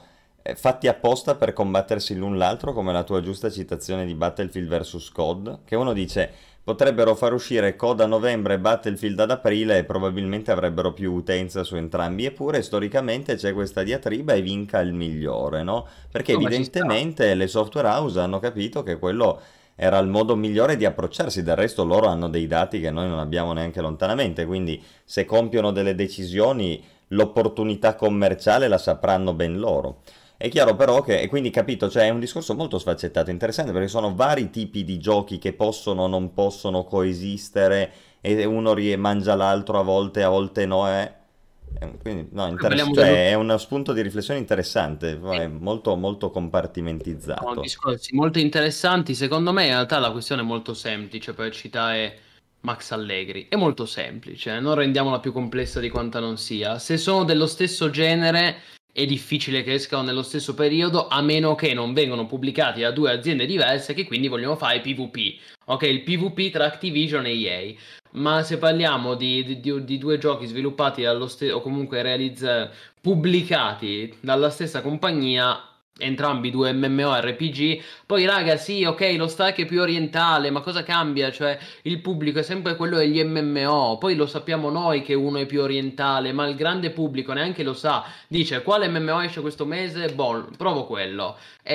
eh, fatti apposta per combattersi l'un l'altro, come la tua giusta citazione di Battlefield versus C O D, che uno dice potrebbero far uscire C O D a novembre e Battlefield ad aprile e probabilmente avrebbero più utenza su entrambi, eppure storicamente c'è questa diatriba e vinca il migliore, no? Perché No, ma ci sta. evidentemente le software house hanno capito che quello era il modo migliore di approcciarsi, del resto loro hanno dei dati che noi non abbiamo neanche lontanamente, quindi se compiono delle decisioni l'opportunità commerciale la sapranno ben loro. È chiaro però che, e quindi capito, cioè è un discorso molto sfaccettato, interessante perché sono vari tipi di giochi che possono o non possono coesistere e uno rie- mangia l'altro a volte, a volte no, è, è- quindi, no, Poi interess- parliamo dello... cioè, è uno spunto di riflessione interessante, Sì. è molto molto Sono compartimentizzato. discorsi molto interessanti. Secondo me, in realtà, la questione è molto semplice. Per citare Max Allegri, è molto semplice. Non rendiamola più complessa di quanta non sia. Se sono dello stesso genere, è difficile che escano nello stesso periodo, a meno che non vengano pubblicati da due aziende diverse che quindi vogliono fare PvP. Ok, il PvP tra Activision e E A. Ma se parliamo di, di- di- di due giochi sviluppati dallo stesso, o comunque realizz- pubblicati dalla stessa compagnia, entrambi due MMORPG, poi raga sì, ok, lo stack è più orientale, ma cosa cambia? Cioè, il pubblico è sempre quello degli M M O, poi lo sappiamo noi che uno è più orientale, ma il grande pubblico neanche lo sa, dice quale M M O esce questo mese? Boh, provo quello.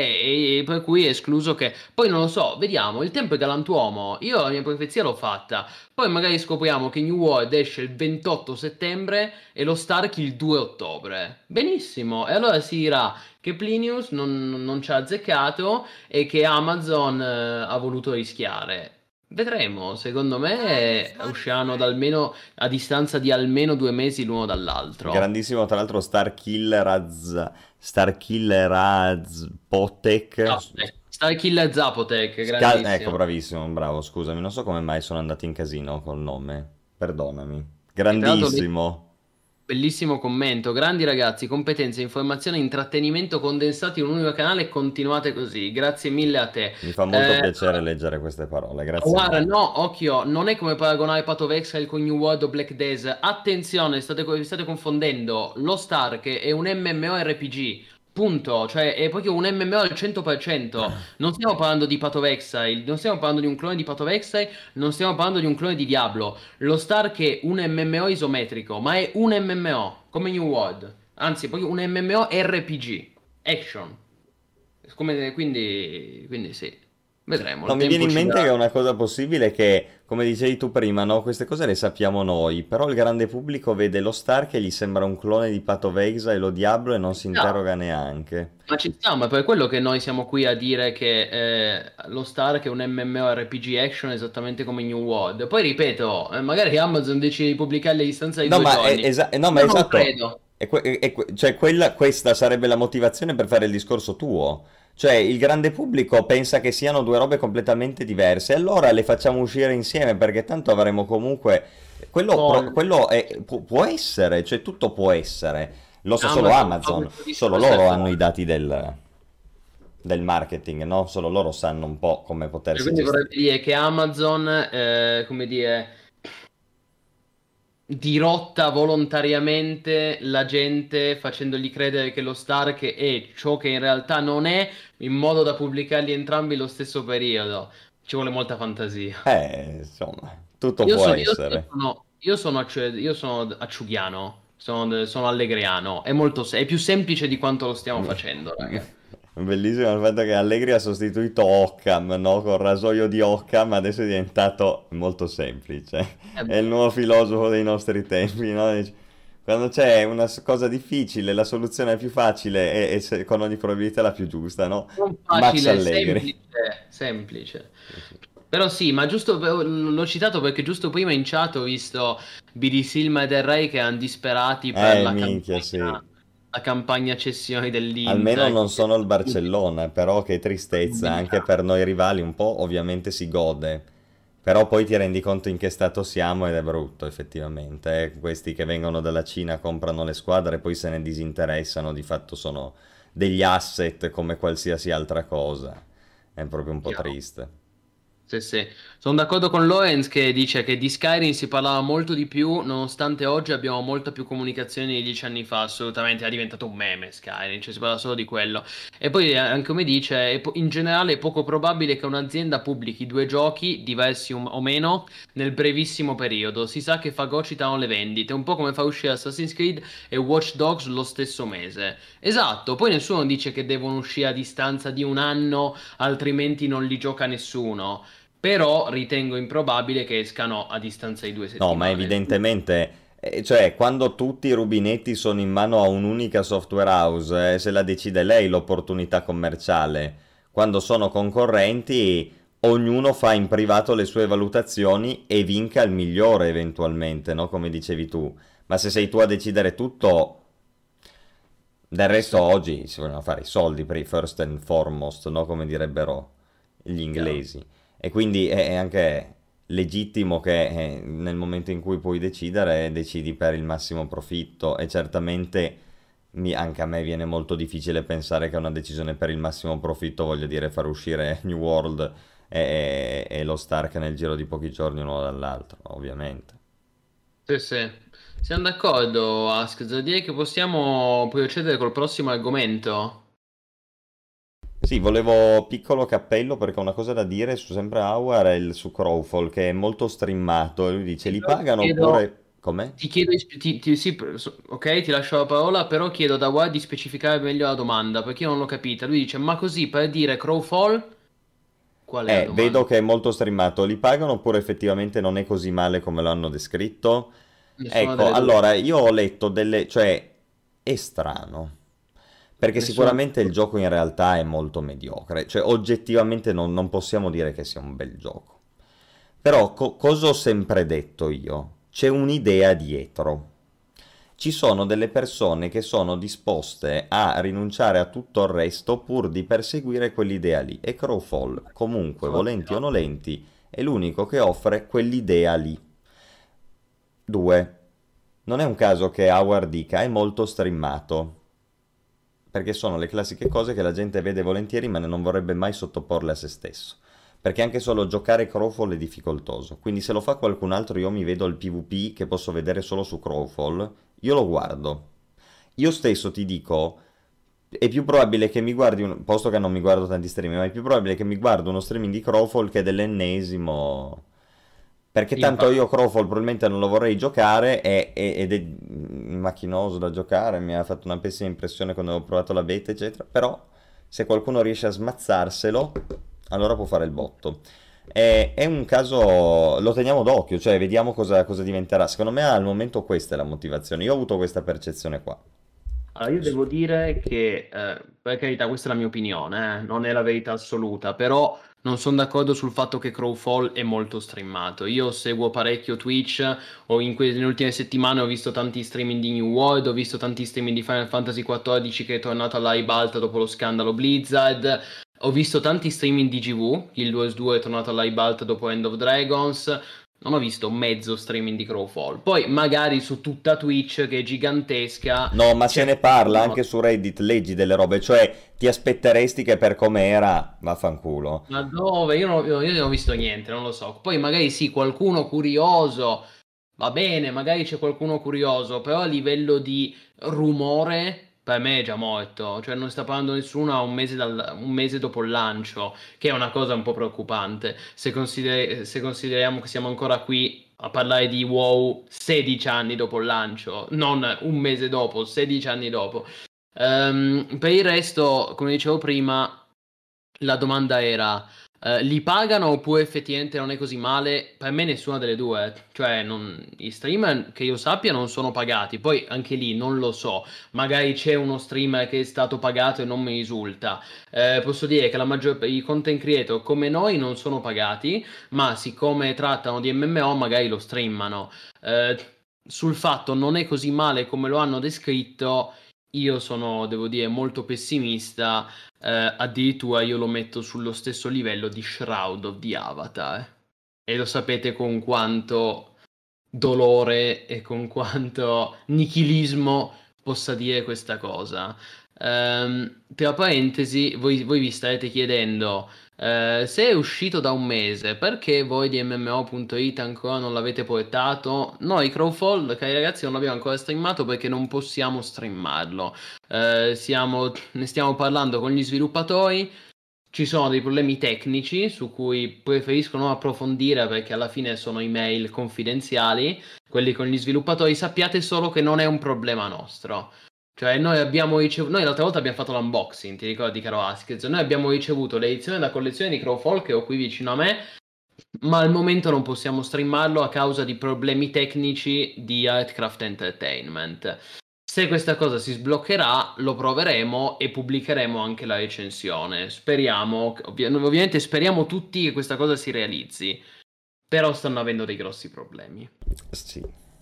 E, e per cui è escluso che... Poi non lo so, vediamo, il tempo è galantuomo, io la mia profezia l'ho fatta, poi magari scopriamo che New World esce il ventotto settembre e lo Stark il due ottobre. Benissimo, e allora si dirà che Plinius non, non ci ha azzeccato e che Amazon eh, ha voluto rischiare. Vedremo, secondo me eh, usciranno da almeno, a distanza di almeno due mesi l'uno dall'altro. Grandissimo, tra l'altro, Starkiller Az, Starkiller Az Potek. Zapotec. Starkiller Zapotec, Sca- ecco, grandissimo. bravissimo, bravo, scusami, non so come mai sono andato in casino col nome, perdonami. E tra l'altro Grandissimo. bellissimo commento, grandi ragazzi, competenze, informazione e intrattenimento condensati in un unico canale, continuate così, grazie mille a te. Mi fa molto Eh, piacere leggere queste parole, grazie guarda, mille. no, occhio, non è come paragonare Path of Exile con New World o Black Days, attenzione, state, co- state confondendo, lo Stark è un MMORPG, punto, cioè è proprio un M M O al cento per cento, non stiamo parlando di Path of Exile, non stiamo parlando di un clone di Path of Exile, non stiamo parlando di un clone di Diablo. Lo Stark è un M M O isometrico, ma è un M M O, come New World. Anzi, è proprio un MMORPG. Action. Come, quindi, quindi sì. Vedremo, No, il mi viene tempo in ci mente dirà. che è una cosa possibile che, come dicevi tu prima, no? Queste cose le sappiamo noi, però il grande pubblico vede lo Star che gli sembra un clone di Path of Exile e lo Diablo e non si No, interroga neanche. ma ci stiamo, ma è per quello che noi siamo qui a dire che eh, lo Stark è un MMORPG action esattamente come New World. Poi ripeto, eh, magari Amazon decide di pubblicarli a distanza di No, due ma, è, giorni. esa- no, ma Io non esatto, credo. è que- è- è que- cioè quella, questa sarebbe la motivazione per fare il discorso tuo. Cioè, il grande pubblico pensa che siano due robe completamente diverse, allora le facciamo uscire insieme perché tanto avremo comunque... Quello, pro- Con quello è- pu- può essere, cioè tutto può essere. Lo sa solo Amazon fa Amazon, questo solo discorso e loro hanno i poi. dati del, del marketing, no? Solo loro sanno un po' come E potersi quindi gestire. vorrebbe dire che Amazon, eh, come dire, dirotta volontariamente la gente facendogli credere che lo Stark è ciò che in realtà non è, in modo da pubblicarli entrambi lo stesso periodo. Ci vuole molta fantasia. Eh, insomma, tutto Io può sono, io, io essere. sono, io sono, acci- io sono acciughiano, sono, sono allegriano. È molto, se- è più semplice di quanto lo stiamo facendo, raga. Bellissimo il fatto che Allegri ha sostituito Occam, no? Col rasoio di Occam, adesso è diventato molto semplice. Eh, È il nuovo filosofo dei nostri tempi, no? Dice, quando c'è una s- cosa difficile, la soluzione è più facile e, e se- con ogni probabilità la più giusta, no? non Max facile, Allegri. semplice, semplice. Però sì, ma giusto per- l'ho citato perché giusto prima in chat ho visto B D Silma e Del Rey che erano disperati per Eh, la minchia, campagna, sì. la campagna cessioni Almeno dell'Inter. non sono il Barcellona, però che tristezza, anche per noi rivali un po' ovviamente si gode, però poi ti rendi conto in che stato siamo ed è brutto effettivamente, eh. Questi che vengono dalla Cina comprano le squadre e poi se ne disinteressano, di fatto sono degli asset come qualsiasi altra cosa, è proprio un po' Chiaro. triste. Sì, sì. Sono d'accordo con Lorenz che dice che di Skyrim si parlava molto di più, nonostante oggi abbiamo molta più comunicazione di dieci anni fa. Assolutamente è diventato un meme Skyrim, cioè si parla solo di quello. E poi, eh, anche come dice, è po- in generale è poco probabile che un'azienda pubblichi due giochi, diversi o o meno, nel brevissimo periodo. Si sa che fagocitano le vendite, un po' come fa uscire Assassin's Creed e Watch Dogs lo stesso mese. Esatto, poi nessuno dice che devono uscire a distanza di un anno, altrimenti non li gioca nessuno. Però ritengo improbabile che escano a distanza di due No, ma settimane. evidentemente, eh, cioè, quando tutti i rubinetti sono in mano a un'unica software house, eh, se la decide lei l'opportunità commerciale. Quando sono concorrenti, ognuno fa in privato le sue valutazioni e vinca il migliore eventualmente, no? Come dicevi tu. Ma se sei tu a decidere tutto, del resto Sì, oggi si vogliono fare i soldi per i first and foremost, no? Come direbbero gli chiaro. inglesi. E quindi è è anche legittimo che eh, nel momento in cui puoi decidere, decidi per il massimo profitto. E certamente mi- anche a me viene molto difficile pensare che una decisione per il massimo profitto voglia dire far uscire New World e, e- e lo Stark nel giro di pochi giorni uno dall'altro, ovviamente. Sì, sì. Siamo d'accordo, Ask. Direi che possiamo procedere col prossimo argomento. Sì, volevo piccolo cappello perché ho una cosa da dire su sempre Hour è il su Crowfall che è molto streamato e lui dice Sì, li però ti pagano chiedo, oppure... Com'è? ti chiedo, di spe- ti- ti- sì, so- ok, ti lascio la parola, però chiedo da Wad di specificare meglio la domanda, perché io non l'ho capita. Lui dice, ma così per dire Crowfall, qual è la Eh, vedo domanda? che è molto streamato, li pagano oppure effettivamente non è così male come lo hanno descritto? Nessuna Ecco, delle due. allora io ho letto delle... cioè è strano, perché Nessuna delle sicuramente il due. gioco in realtà è molto mediocre, cioè oggettivamente non, non possiamo dire che sia un bel gioco. Però co- cosa ho sempre detto io? C'è un'idea dietro. Ci sono delle persone che sono disposte a rinunciare a tutto il resto pur di perseguire quell'idea lì. E Crowfall, comunque, Sono volenti o d'accordo. nolenti, è l'unico che offre quell'idea lì. Due. Non è un caso che Howard dica è molto streamato, perché sono le classiche cose che la gente vede volentieri ma non vorrebbe mai sottoporle a se stesso. Perché anche solo giocare Crowfall è difficoltoso, quindi se lo fa qualcun altro io mi vedo il PvP che posso vedere solo su Crowfall, io lo guardo. Io stesso ti dico, è più probabile che mi guardi, un... posto che non mi guardo tanti streaming, ma è più probabile che mi guardo uno streaming di Crowfall che dell'ennesimo. Perché tanto io Infatti. Crowfall probabilmente non lo vorrei giocare e- e- ed è mm, macchinoso da giocare, mi ha fatto una pessima impressione quando ho provato la beta, eccetera. Però se qualcuno riesce a smazzarselo, allora può fare il botto. È, è un caso, lo teniamo d'occhio, cioè vediamo cosa, cosa diventerà. Secondo me al momento questa è la motivazione. Io ho avuto questa percezione qua. Allora, io devo dire che, eh, per carità, questa è la mia opinione, eh, non è la verità assoluta, però non sono d'accordo sul fatto che Crowfall è molto streamato. Io seguo parecchio Twitch, ho in que- nelle ultime settimane ho visto tanti streaming di New World, ho visto tanti streaming di Final Fantasy quattordici che è tornato alla ribalta dopo lo scandalo Blizzard, ho visto tanti streaming di G V, Guild Wars due è tornato alla ribalta dopo End of Dragons, non ho visto mezzo streaming di Crowfall. Poi magari su tutta Twitch, che è gigantesca, No, ma se c'è ne parla qualcuno. anche su Reddit, leggi delle robe, cioè ti aspetteresti che per come era, vaffanculo. Ma dove? Io non, io non ho visto niente, non lo so. Poi magari sì, qualcuno curioso, va bene, magari c'è qualcuno curioso, però a livello di rumore, per me è già morto. Cioè non sta parlando nessuno a un mese, dal- un mese dopo il lancio, che è una cosa un po' preoccupante. Se, consider- se consideriamo che siamo ancora qui a parlare di WoW sedici anni dopo il lancio, non un mese dopo, sedici anni dopo. Ehm, per il resto, come dicevo prima, la domanda era, eh, li pagano oppure effettivamente non è così male? Per me nessuna delle due, cioè non- gli streamer che io sappia non sono pagati, poi anche lì non lo so, magari c'è uno streamer che è stato pagato e non mi risulta. Eh, posso dire che la maggior i content creator come noi non sono pagati, ma siccome trattano di M M O magari lo streamano. Eh, sul fatto non è così male come lo hanno descritto, io sono, devo dire, molto pessimista. Eh, addirittura io lo metto sullo stesso livello di Shroud of the Avatar. E lo sapete con quanto dolore e con quanto nichilismo possa dire questa cosa. Ehm, tra parentesi, voi, voi vi starete chiedendo, eh, se è uscito da un mese, perché voi di M M O punto it ancora non l'avete portato? Noi Crowfall, cari ragazzi, non l'abbiamo ancora streamato perché non possiamo streamarlo. Eh, siamo, ne stiamo parlando con gli sviluppatori. Ci sono dei problemi tecnici su cui preferisco non approfondire perché alla fine sono email confidenziali. Quelli con gli sviluppatori, sappiate solo che non è un problema nostro. Cioè, noi abbiamo ricevuto. Noi l'altra volta abbiamo fatto l'unboxing, ti ricordi, caro Askez? Noi abbiamo ricevuto l'edizione della collezione di Crowfall che ho qui vicino a me, ma al momento non possiamo streamarlo a causa di problemi tecnici di Artcraft Entertainment. Se questa cosa si sbloccherà, lo proveremo e pubblicheremo anche la recensione. Speriamo, ovvi- ovviamente speriamo tutti che questa cosa si realizzi, però stanno avendo dei grossi problemi. Sì,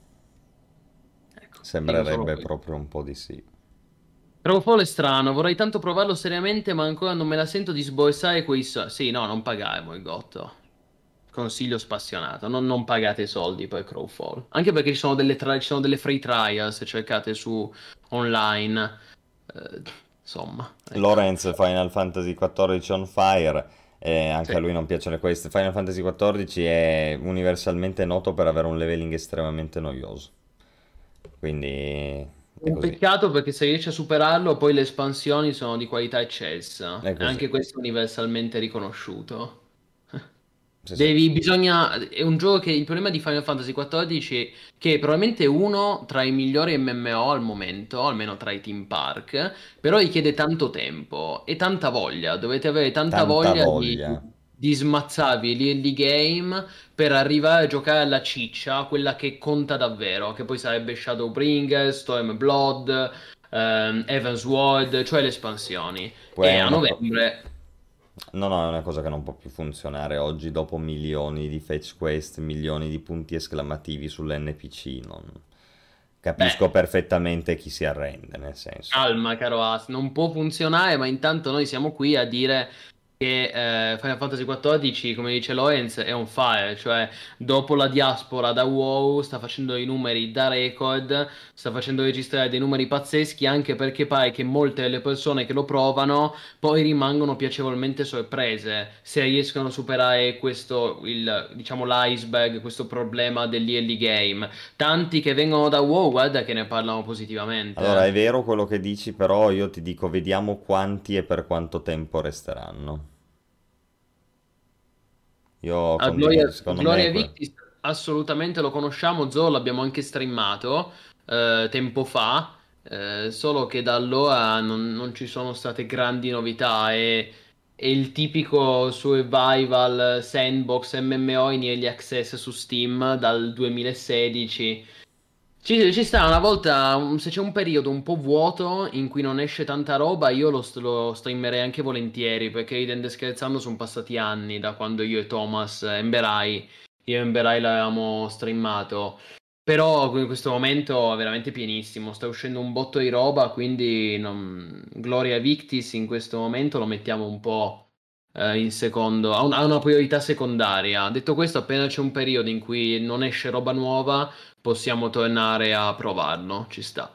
Ecco, dico solo sembrerebbe questo. proprio un po' di sì. Crowfall è strano, vorrei tanto provarlo seriamente, ma ancora non me la sento di sborsare quei soldi. Sì, no, non pagare, Morgotto. Consiglio spassionato, non, non pagate soldi per Crowfall. Anche perché ci sono delle, tra- ci sono delle free trial se cercate su online. Eh, insomma, ecco. Lorenz, Final Fantasy quattordici on fire, e anche Sì. a lui non piacciono queste. Final Fantasy quattordici è universalmente noto per avere un leveling estremamente noioso. Quindi è Un così. peccato perché se riesci a superarlo, poi le espansioni sono di qualità eccelsa. È E così. anche questo è universalmente riconosciuto. Sì, sì. Devi, bisogna, è un gioco che il problema di Final Fantasy quattordici è che è probabilmente uno tra i migliori M M O al momento, almeno tra i team park, però richiede tanto tempo e tanta voglia. Dovete avere tanta Tanta voglia di, voglia. di smazzarvi lì early game per arrivare a giocare alla ciccia, quella che conta davvero, che poi sarebbe Shadowbringers, Stormblood, ehm, Heavensward, cioè le espansioni. Poi E è a una co- novembre. No, no, è una cosa che non può più funzionare oggi dopo milioni di fetch quest, milioni di punti esclamativi sull'N P C. Non... Beh, Capisco perfettamente chi si arrende, nel senso. calma, caro As, non può funzionare, ma intanto noi siamo qui a dire che eh, Final Fantasy quattordici, come dice Lorenz, è on fire, cioè dopo la diaspora da WoW sta facendo i numeri da record, sta facendo registrare dei numeri pazzeschi, anche perché pare che molte delle persone che lo provano poi rimangono piacevolmente sorprese se riescono a superare questo, il, diciamo, l'iceberg, questo problema dell'early game. Tanti che vengono da WoW, guarda che ne parlano Allora, è positivamente. vero quello che dici, però io ti dico, vediamo quanti e per quanto tempo resteranno. Io A condivido, Gloria, secondo me, Gloria que- Victis assolutamente lo conosciamo, Zo l'abbiamo anche streamato eh, tempo fa, eh, solo che da allora non, non ci sono state grandi novità. È, è il tipico survival sandbox M M O in early access su Steam dal duemilasedici. Ci, ci sta una volta, un- se c'è un periodo un po' vuoto in cui non esce tanta roba, io lo, st- lo streamerei anche volentieri, perché ridendo e scherzando sono passati anni da quando io e Thomas, eh, Emberai, io e Emberai l'avevamo streamato. Però in questo momento è veramente pienissimo, sta uscendo un botto di roba, quindi non- Gloria Victis in questo momento lo mettiamo un po' eh, in secondo, ha, un- ha una priorità secondaria. Detto questo, appena c'è un periodo in cui non esce roba nuova, possiamo tornare a provarlo, ci sta.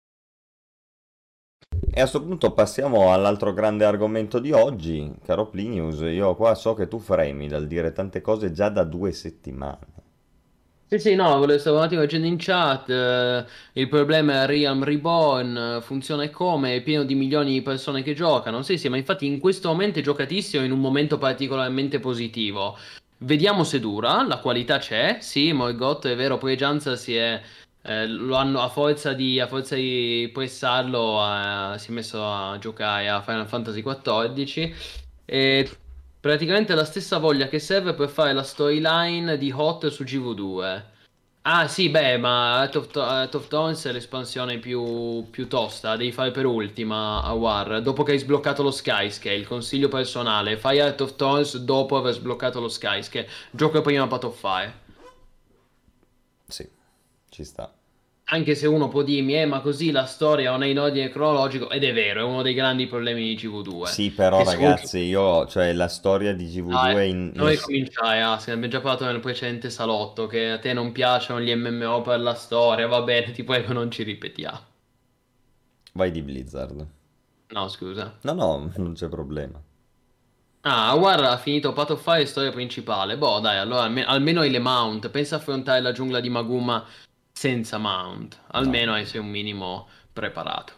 E a questo punto passiamo all'altro grande argomento di oggi, caro Plinius. Io qua so che tu fremi dal dire tante cose già da due settimane. Sì, sì, no, volevo stavo un attimo leggendo in chat, eh, il problema è Realm Reborn, eh, funziona e come, è pieno di milioni di persone che giocano, sì, sì, ma infatti in questo momento è giocatissimo in un momento particolarmente positivo. Vediamo se dura, la qualità c'è, sì, Morgotto è vero, poi Gianza si è, eh, lo hanno a forza di, a forza di pressarlo, eh, si è messo a giocare a Final Fantasy quattordici. E praticamente la stessa voglia che serve per fare la storyline di Hot su G V due. Ah sì, beh, ma Heart of, Heart of Thorns è l'espansione più, più tosta, devi fare per ultima a War, dopo che hai sbloccato lo Skyscale, consiglio personale, fai Heart of Thorns dopo aver sbloccato lo Skyscale, gioca prima Path of Fire. Sì, ci sta. Anche se uno può dirmi, eh, ma così la storia non è in ordine cronologico, ed è vero, è uno dei grandi problemi di G V due, Sì, però che se uno ragazzi, io, cioè la storia di G V due Dai, in... non ness- ricominciare, ah, se ne abbiamo già parlato nel precedente salotto, che a te non piacciono gli M M O per la storia, va bene, ti prego non ci ripetiamo. Vai di Blizzard. No, scusa. No, no, non c'è problema. Ah, guarda, ha finito Path of Fire, storia principale. Boh, dai, allora alme- almeno hai le mount. Pensa a affrontare la giungla di Maguma senza mount. No, Almeno hai sei un minimo preparato.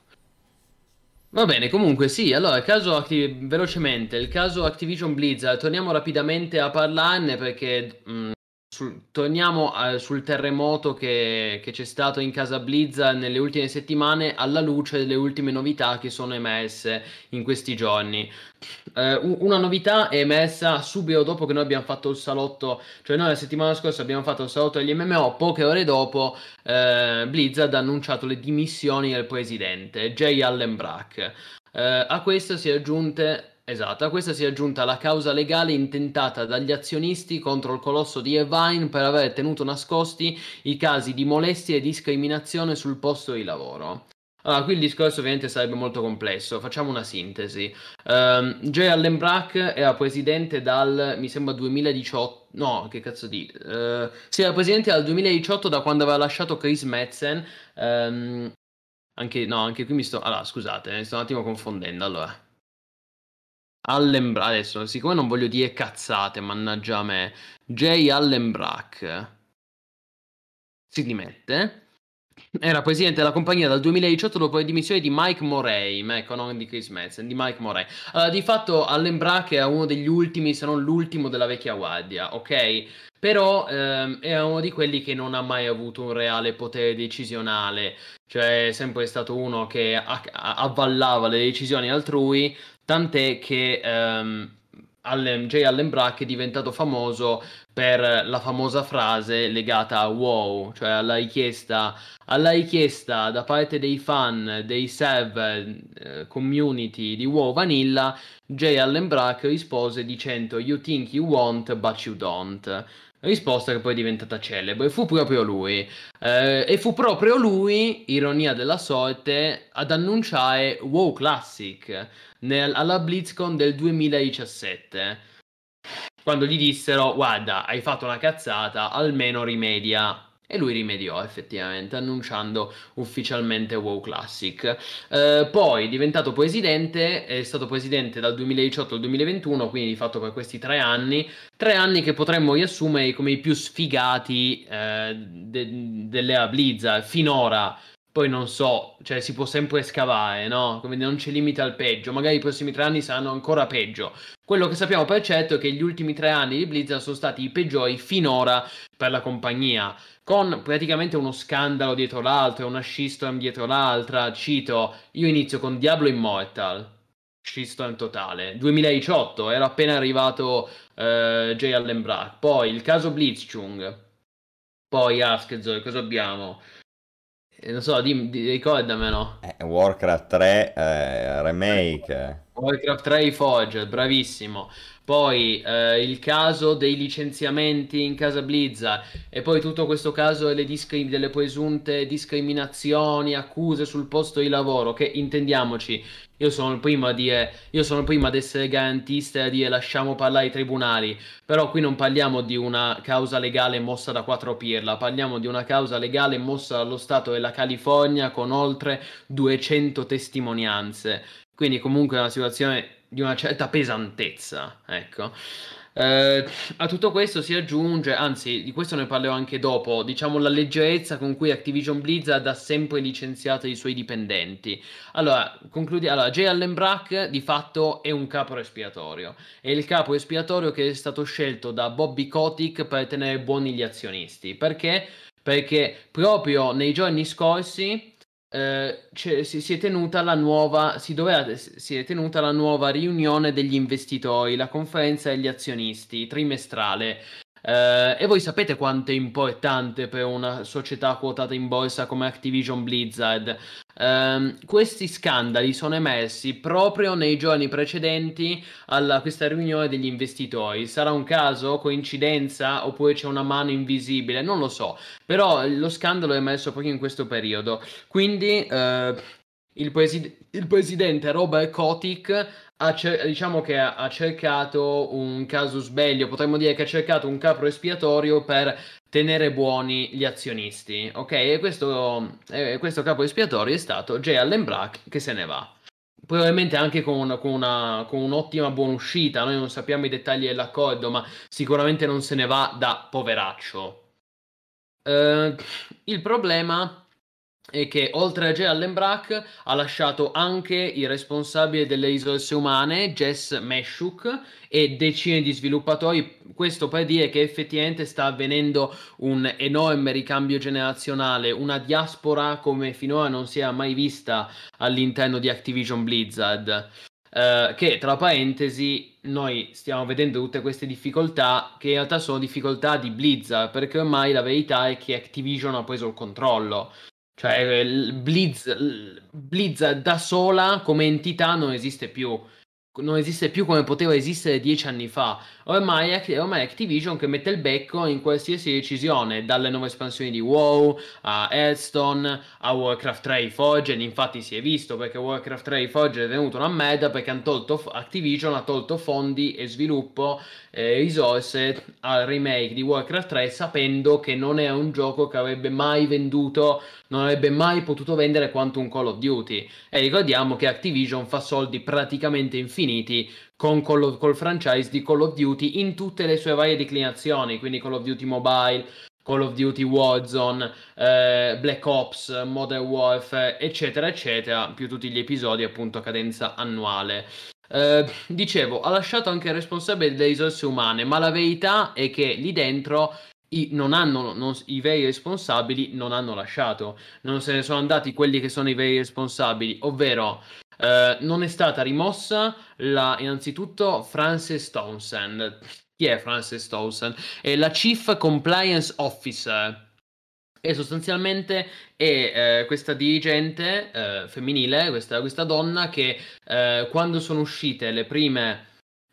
Va bene, comunque sì, allora il caso Acti- velocemente, il caso Activision Blizzard, torniamo rapidamente a parlarne perché mh, sul- torniamo eh, sul terremoto che, che c'è stato in casa Blizzard nelle ultime settimane alla luce delle ultime novità che sono emerse in questi giorni. Eh, u- una novità è emersa subito dopo che noi abbiamo fatto il salotto, cioè noi la settimana scorsa abbiamo fatto il salotto degli M M O, poche ore dopo eh, Blizzard ha annunciato le dimissioni del presidente, Jay Allen Brack. Eh, a questo si è aggiunte, esatto, a questa si è aggiunta la causa legale intentata dagli azionisti contro il colosso di Irvine per aver tenuto nascosti i casi di molestie e discriminazione sul posto di lavoro. Allora, qui il discorso ovviamente sarebbe molto complesso, facciamo una sintesi. Um, J. Allen Brack era presidente dal, mi sembra, duemiladiciotto, no, che cazzo di... Uh, sì, era presidente dal duemiladiciotto da quando aveva lasciato Chris Metzen. Um, anche, no, anche qui mi sto... Allora, scusate, mi sto un attimo confondendo, allora. Allen Brack, adesso, siccome non voglio dire cazzate, mannaggia a me, J. Allen Brack si dimette. Era presidente della compagnia dal duemiladiciotto dopo le dimissioni di Mike Morey, ecco, non di Chris Metzen, di Mike Morey. Allora, di fatto Allen Brack era uno degli ultimi, se non l'ultimo della vecchia guardia, ok? Però ehm, era uno di quelli che non ha mai avuto un reale potere decisionale, cioè è sempre stato uno che a- a- avvallava le decisioni altrui, tant'è che ehm, Allen- J. Allen Brack è diventato famoso per la famosa frase legata a WoW, cioè alla richiesta alla richiesta da parte dei fan dei server eh, community di WoW Vanilla, J. Allen Brack rispose dicendo "You think you want, but you don't". Risposta che poi è diventata celebre. Fu proprio lui. Eh, e fu proprio lui, ironia della sorte, ad annunciare WoW Classic nel- alla BlizzCon del duemiladiciassette. Quando gli dissero, guarda, hai fatto una cazzata, almeno rimedia. E lui rimediò effettivamente, annunciando ufficialmente WoW Classic. Eh, poi, diventato presidente, è stato presidente dal duemiladiciotto al duemilaventuno, quindi di fatto per questi tre anni. Tre anni che potremmo riassumere come i più sfigati eh, de- dell'era Blizzard finora. Poi non so, cioè si può sempre scavare, no? Quindi non c'è limite al peggio. Magari i prossimi tre anni saranno ancora peggio. Quello che sappiamo per certo è che gli ultimi tre anni di Blizzard sono stati i peggiori finora per la compagnia, con praticamente uno scandalo dietro l'altro, una shitstorm dietro l'altra. Cito, io inizio con Diablo Immortal, shitstorm totale. duemiladiciotto, era appena arrivato eh, J. Allen Brack. Poi il caso Blitzchung. Poi Askzor, cosa abbiamo? Eh, non so, dim- di- ricordamelo. Eh, Warcraft tre eh, remake. Warcraft tre Forge, bravissimo. Poi eh, il caso dei licenziamenti in casa Blizzard e poi tutto questo caso delle, discri- delle presunte discriminazioni, accuse sul posto di lavoro, che intendiamoci, io sono il primo a dire, io sono il primo ad essere garantista e a dire lasciamo parlare i tribunali, però qui non parliamo di una causa legale mossa da quattro pirla, parliamo di una causa legale mossa dallo Stato della California con oltre duecento testimonianze. Quindi comunque è una situazione di una certa pesantezza, ecco. Eh, a tutto questo si aggiunge, anzi, di questo ne parlerò anche dopo, diciamo la leggerezza con cui Activision Blizzard ha sempre licenziato i suoi dipendenti. Allora, concludiamo. Allora, J. Allen Brack di fatto è un capo espiatorio. È il capo espiatorio che è stato scelto da Bobby Kotick per tenere buoni gli azionisti. Perché? Perché proprio nei giorni scorsi eh, c'è- si, si è tenuta la nuova, si doveva, si è tenuta la nuova riunione degli investitori, la conferenza degli azionisti trimestrale. Eh, e voi sapete quanto è importante per una società quotata in borsa come Activision Blizzard. Ehm, questi scandali sono emersi proprio nei giorni precedenti a questa riunione degli investitori. Sarà un caso, coincidenza, oppure c'è una mano invisibile? Non lo so. Però lo scandalo è emerso proprio in questo periodo. Quindi eh, il, presi- il presidente Robert Kotick ha cer- diciamo che ha, ha cercato un casus belli, o potremmo dire che ha cercato un capro espiatorio per tenere buoni gli azionisti. Ok, e questo, e questo capo espiatorio è stato J. Allen Brack che se ne va. probabilmente anche con, con una, con un'ottima buona uscita. Noi non sappiamo i dettagli dell'accordo, ma sicuramente non se ne va da poveraccio. Eh, il problema è che oltre a Jay Allenbrack ha lasciato anche il responsabile delle risorse umane, Jess Meshuk, e decine di sviluppatori. Questo per dire che effettivamente sta avvenendo un enorme ricambio generazionale, una diaspora come finora non si era mai vista all'interno di Activision Blizzard. Uh, che tra parentesi noi stiamo vedendo tutte queste difficoltà che in realtà sono difficoltà di Blizzard, perché ormai la verità è che Activision ha preso il controllo. Cioè il Blizz, il Blizzard da sola come entità non esiste più, non esiste più come poteva esistere dieci anni fa. Ormai è ormai Activision che mette il becco in qualsiasi decisione, dalle nuove espansioni di WoW a Hearthstone a Warcraft tre Reforged. Infatti si è visto, perché Warcraft tre Reforged è venuto una merda perché hanno tolto, Activision ha tolto fondi e sviluppo e risorse al remake di Warcraft tre, sapendo che non è un gioco che avrebbe mai venduto, non avrebbe mai potuto vendere quanto un Call of Duty. E ricordiamo che Activision fa soldi praticamente infiniti con Call of, col franchise di Call of Duty in tutte le sue varie declinazioni, quindi Call of Duty Mobile, Call of Duty Warzone, eh, Black Ops, Modern Warfare, eccetera, eccetera, più tutti gli episodi appunto a cadenza annuale. Eh, dicevo, ha lasciato anche il responsabile delle risorse umane, ma la verità è che lì dentro i, non hanno, non, i veri responsabili non hanno lasciato, non se ne sono andati quelli che sono i veri responsabili, ovvero eh, non è stata rimossa la, innanzitutto Frances Townsend. Chi è Frances Townsend? È la Chief Compliance Officer. E sostanzialmente è eh, questa dirigente eh, femminile, questa, questa donna che eh, quando sono uscite le prime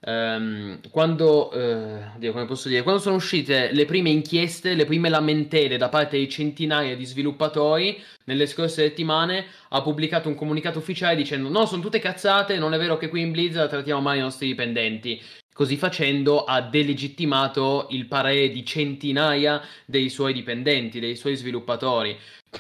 ehm, quando eh, Dio, come posso dire, quando sono uscite le prime inchieste, le prime lamentele da parte di centinaia di sviluppatori nelle scorse settimane, ha pubblicato un comunicato ufficiale dicendo: no, sono tutte cazzate, non è vero che qui in Blizzard trattiamo male i nostri dipendenti. Così facendo ha delegittimato il parere di centinaia dei suoi dipendenti, dei suoi sviluppatori.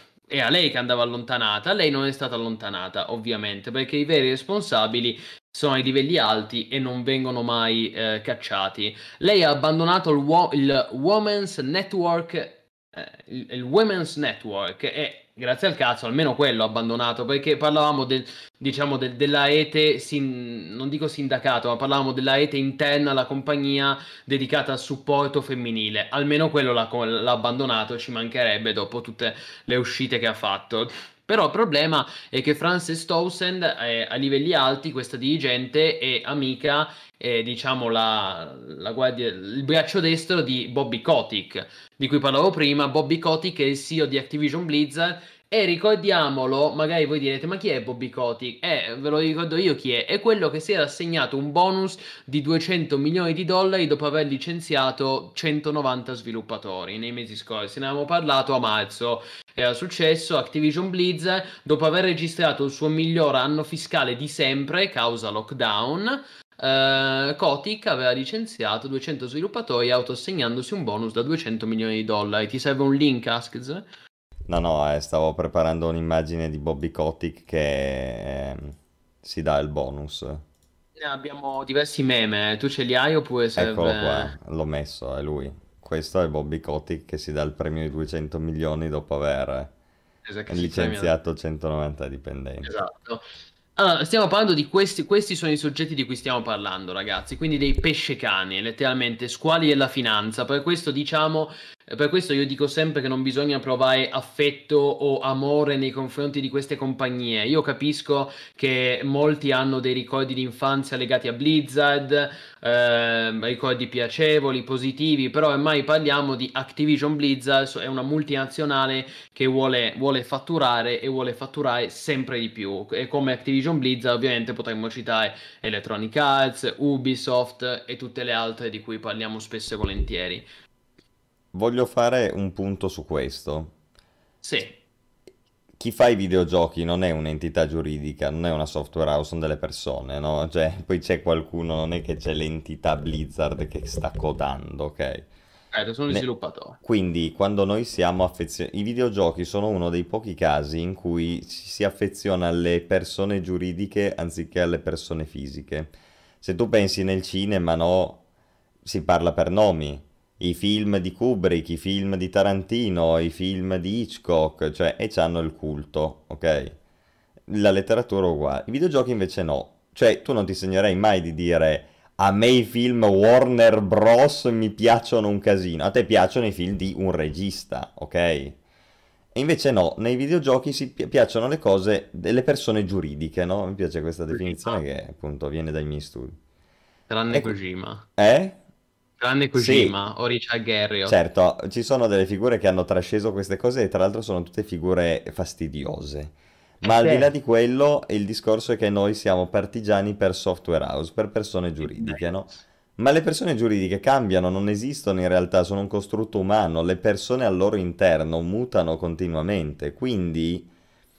È a lei che andava allontanata. Lei non è stata allontanata, ovviamente, perché i veri responsabili sono ai livelli alti e non vengono mai eh, cacciati. Lei ha abbandonato il, wo- il Women's Network, eh, il, il Women's Network, e grazie al cazzo almeno quello ha abbandonato, perché parlavamo del, diciamo del, della rete, sin, non dico sindacato, ma parlavamo della rete interna alla compagnia dedicata al supporto femminile. Almeno quello l'ha, l'ha abbandonato, ci mancherebbe dopo tutte le uscite che ha fatto. Però il problema è che Frances Townsend è a livelli alti, questa dirigente, è amica, è, diciamo, la, la guardia, il braccio destro di Bobby Kotick, di cui parlavo prima. Bobby Kotick è il C E O di Activision Blizzard. E ricordiamolo, magari voi direte: ma chi è Bobby Kotick? Eh, ve lo ricordo io chi è. È quello che si era assegnato un bonus di duecento milioni di dollari dopo aver licenziato centonovanta sviluppatori nei mesi scorsi. Ne avevamo parlato a marzo. Era successo. Activision Blizzard, dopo aver registrato il suo miglior anno fiscale di sempre, causa lockdown, Uh, Kotick aveva licenziato duecento sviluppatori, autoassegnandosi un bonus da duecento milioni di dollari. Ti serve un link, Askz? No, no, eh, stavo preparando un'immagine di Bobby Kotick che eh, si dà il bonus. Ne abbiamo diversi meme. Tu ce li hai oppure serve? Eccolo qua, l'ho messo, è lui. Questo è Bobby Kotick che si dà il premio di duecento milioni dopo aver Esatto, licenziato centonovanta dipendenti. Esatto. Allora, stiamo parlando di questi, questi sono i soggetti di cui stiamo parlando, ragazzi, quindi dei pescecani, letteralmente, squali della finanza. Per questo diciamo, per questo io dico sempre che non bisogna provare affetto o amore nei confronti di queste compagnie. Io capisco che molti hanno dei ricordi di infanzia legati a Blizzard, eh, ricordi piacevoli, positivi, però ormai parliamo di Activision Blizzard, è una multinazionale che vuole, vuole fatturare e vuole fatturare sempre di più. E come Activision Blizzard ovviamente potremmo citare Electronic Arts, Ubisoft e tutte le altre di cui parliamo spesso e volentieri. Voglio fare un punto su questo. Sì. Chi fa i videogiochi non è un'entità giuridica, non è una software house, sono delle persone, no? Cioè, poi c'è qualcuno, non è che c'è l'entità Blizzard che sta codando, ok? Certo, sono gli Ne- sviluppatori. Quindi, quando noi siamo affezionati, i videogiochi sono uno dei pochi casi in cui ci si affeziona alle persone giuridiche anziché alle persone fisiche. Se tu pensi nel cinema, no, si parla per nomi. I film di Kubrick, i film di Tarantino, i film di Hitchcock, cioè, e c'hanno il culto, ok? La letteratura è uguale. I videogiochi invece no. Cioè, tu non ti segnerai mai di dire a me i film Warner Bros. Mi piacciono un casino. A te piacciono i film di un regista, ok? E invece no, nei videogiochi si pi- piacciono le cose delle persone giuridiche, no? Mi piace questa definizione Kojima. che appunto viene dai miei studi. Tranne E qui- Kojima. eh? Tranne Sì, Kojima o Richard Garriott. certo, ci sono delle figure che hanno trasceso queste cose e tra l'altro sono tutte figure fastidiose. Eh Ma al di là beh, di quello, il discorso è che noi siamo partigiani per software house, per persone giuridiche, no? Ma le persone giuridiche cambiano, non esistono in realtà, sono un costrutto umano, le persone al loro interno mutano continuamente, quindi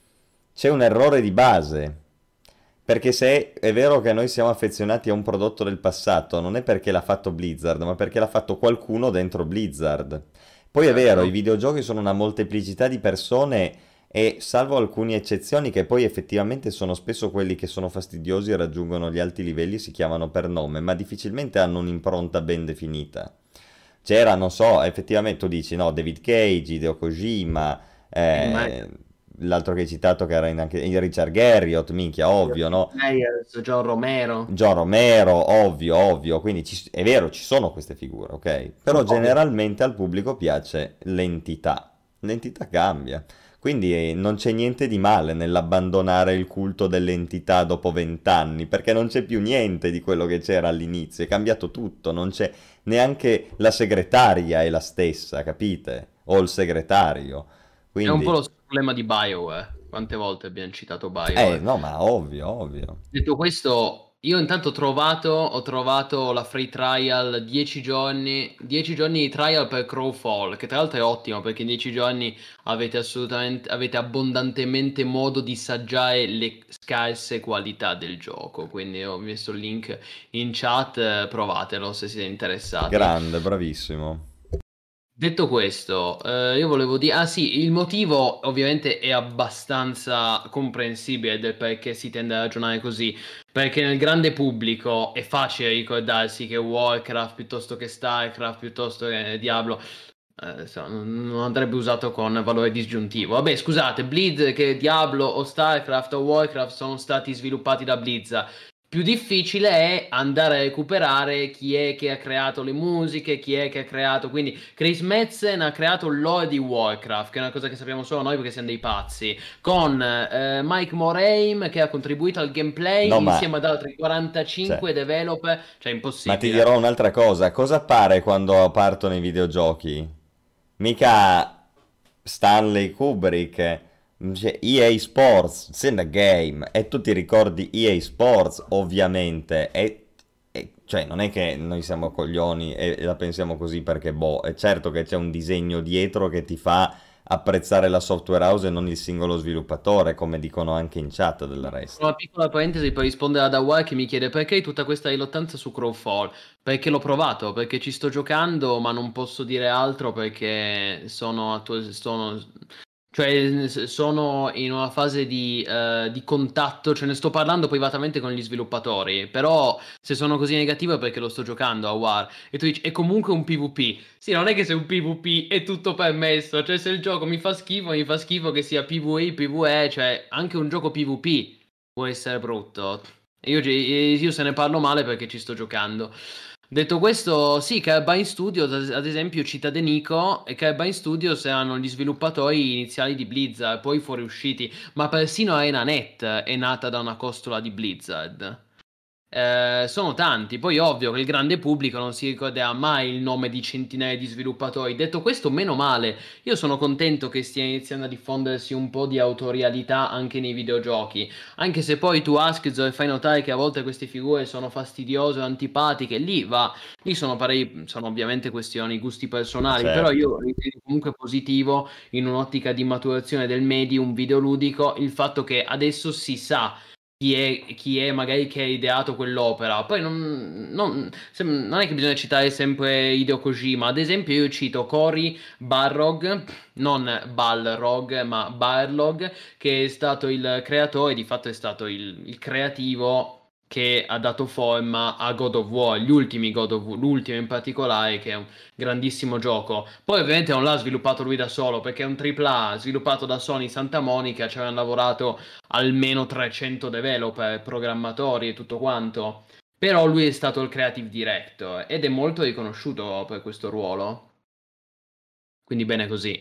c'è un errore di base. Perché se è vero che noi siamo affezionati a un prodotto del passato, non è perché l'ha fatto Blizzard, ma perché l'ha fatto qualcuno dentro Blizzard. Poi è vero, i certo. videogiochi sono una molteplicità di persone e salvo alcune eccezioni che poi effettivamente sono spesso quelli che sono fastidiosi e raggiungono gli alti livelli e si chiamano per nome, ma difficilmente hanno un'impronta ben definita. C'era, non so, effettivamente tu dici, no, David Cage, Hideo Kojima, Eh, ma eh, l'altro che hai citato che era in anche in Richard Garriott, minchia, ovvio, no? Players, John Romero. John Romero, ovvio, ovvio, quindi ci- è vero, ci sono queste figure, ok? Però Ovvio. generalmente al pubblico piace l'entità, l'entità cambia, quindi eh, non c'è niente di male nell'abbandonare il culto dell'entità dopo vent'anni, perché non c'è più niente di quello che c'era all'inizio, è cambiato tutto, non c'è neanche la segretaria è la stessa, capite? O il segretario, È un po' quindi, lo stesso problema di BioWare. Quante volte abbiamo citato eh, BioWare? no, ma ovvio, ovvio. Detto questo, io intanto ho trovato, ho trovato la free trial dieci giorni, dieci giorni di trial per Crowfall, che tra l'altro è ottimo perché in dieci giorni avete assolutamente, avete abbondantemente modo di saggiare le scarse qualità del gioco. Quindi ho messo il link in chat, eh, provatelo se siete interessati. Grande, bravissimo. Detto questo, eh, io volevo dire, ah sì, il motivo ovviamente è abbastanza comprensibile del perché si tende a ragionare così, perché nel grande pubblico è facile ricordarsi che Warcraft piuttosto che Starcraft piuttosto che Diablo, eh, insomma, non non andrebbe usato con valore disgiuntivo. Vabbè, scusate, Blizz che Diablo o Starcraft o Warcraft sono stati sviluppati da Blizzard. Più difficile è andare a recuperare chi è che ha creato le musiche, chi è che ha creato. Quindi, Chris Metzen ha creato il lore di Warcraft, che è una cosa che sappiamo solo noi perché siamo dei pazzi. Con eh, Mike Morhaime che ha contribuito al No, gameplay ma, insieme ad altri cioè, quarantacinque developer, cioè ma ti dirò impossibile. un'altra cosa. Cosa appare quando partono i videogiochi? Mica Stanley Kubrick, cioè E A Sports, it's in the game. E tu ti ricordi E A Sports, ovviamente. E, e- cioè, non è che noi siamo coglioni e, e la pensiamo così perché, boh, è certo che c'è un disegno dietro che ti fa apprezzare la software house e non il singolo sviluppatore, come dicono anche in chat del resto. Una piccola parentesi per rispondere ad Awai che mi chiede perché hai tutta questa riluttanza su Crowfall. Perché l'ho provato, perché ci sto giocando, ma non posso dire altro perché sono, attu- sono, cioè, s- sono in una fase di, eh, di contatto, cioè ne sto parlando privatamente con gli sviluppatori, però se sono così negativo è perché lo sto giocando a War. E tu dici, è comunque un PvP. Sì, non è che se è un PvP è tutto permesso, cioè se il gioco mi fa schifo, mi fa schifo che sia PvE, PvE, cioè anche un gioco PvP può essere brutto. Io, io se ne parlo male perché ci sto giocando. Detto questo, sì, Carabine Studios, ad ad esempio, cita De Nico, e Carabine Studios erano gli sviluppatori iniziali di Blizzard, poi fuoriusciti, ma persino ArenaNet è nata da una costola di Blizzard. Eh, sono tanti, poi ovvio che il grande pubblico non si ricorderà mai il nome di centinaia di sviluppatori. Detto questo, meno male, io sono contento che stia iniziando a diffondersi un po' di autorialità anche nei videogiochi, anche se poi tu Askzo e fai notare che a volte queste figure sono fastidiose o antipatiche, lì va, lì sono pareri, sono ovviamente questioni, gusti personali, però Certo. io ritengo comunque positivo in un'ottica di maturazione del medium videoludico il fatto che adesso si sa chi è, chi è magari che ha ideato quell'opera. Poi non, non- sem- non è che bisogna citare sempre Hideo Kojima. Ad esempio, io cito Cory Barlog, non Balrog, ma Barlog, che è stato il creatore, di fatto è stato il, il creativo che ha dato forma a God of War, gli ultimi God of War, l'ultimo in particolare, che è un grandissimo gioco. Poi ovviamente non l'ha sviluppato lui da solo, perché è un tripla A sviluppato da Sony Santa Monica, ci avevano lavorato almeno trecento developer, programmatori e tutto quanto. Però lui è stato il creative director ed è molto riconosciuto per questo ruolo. Quindi bene così.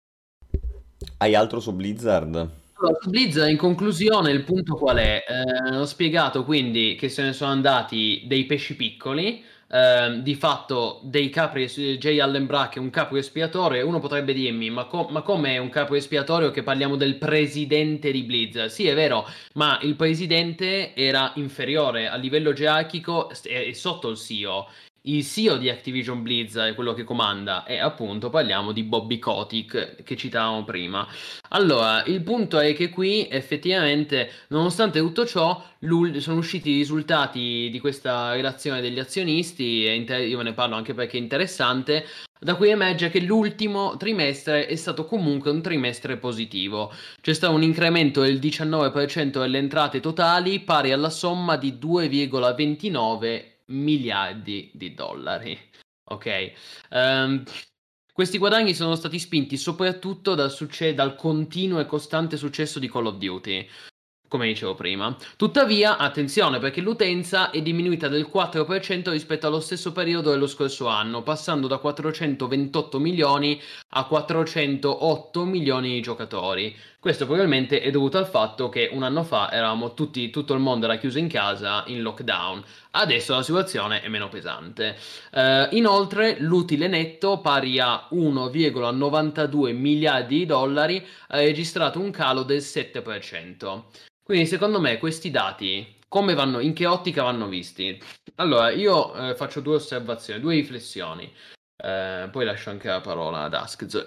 Hai altro su Blizzard? Allora, su Blizzard, in conclusione, il punto qual è? Eh, ho spiegato quindi che se ne sono andati dei pesci piccoli, ehm, di fatto dei capri, J. Allen Brack è un capo espiatorio. Uno potrebbe dirmi, ma, co- ma com'è un capo espiatorio che parliamo del presidente di Blizzard? Sì, è vero, ma il presidente era inferiore a livello gerarchico e e sotto il C E O. Il C E O di Activision Blizzard è quello che comanda e appunto parliamo di Bobby Kotick che citavamo prima. Allora, il punto è che qui effettivamente, nonostante tutto ciò, l'ul- sono usciti i risultati di questa relazione degli azionisti, e inter- io ve ne parlo anche perché è interessante, da cui emerge che l'ultimo trimestre è stato comunque un trimestre positivo. C'è stato un incremento del diciannove per cento delle entrate totali, pari alla somma di due virgola ventinove miliardi di dollari. Ok. Ehm, questi guadagni sono stati spinti soprattutto dal, succe- dal continuo e costante successo di Call of Duty, come dicevo prima. Tuttavia, attenzione, perché l'utenza è diminuita del quattro per cento rispetto allo stesso periodo dello scorso anno, passando da quattrocentoventotto milioni a quattrocentotto milioni di giocatori. Questo probabilmente è dovuto al fatto che un anno fa eravamo tutti, tutto il mondo era chiuso in casa in lockdown. Adesso la situazione è meno pesante. Eh, inoltre, l'utile netto, pari a uno virgola novantadue miliardi di dollari, ha registrato un calo del sette per cento. Quindi, secondo me, questi dati, come vanno, in che ottica vanno visti? Allora, io eh, faccio due osservazioni, due riflessioni. Eh, poi lascio anche la parola ad Askz.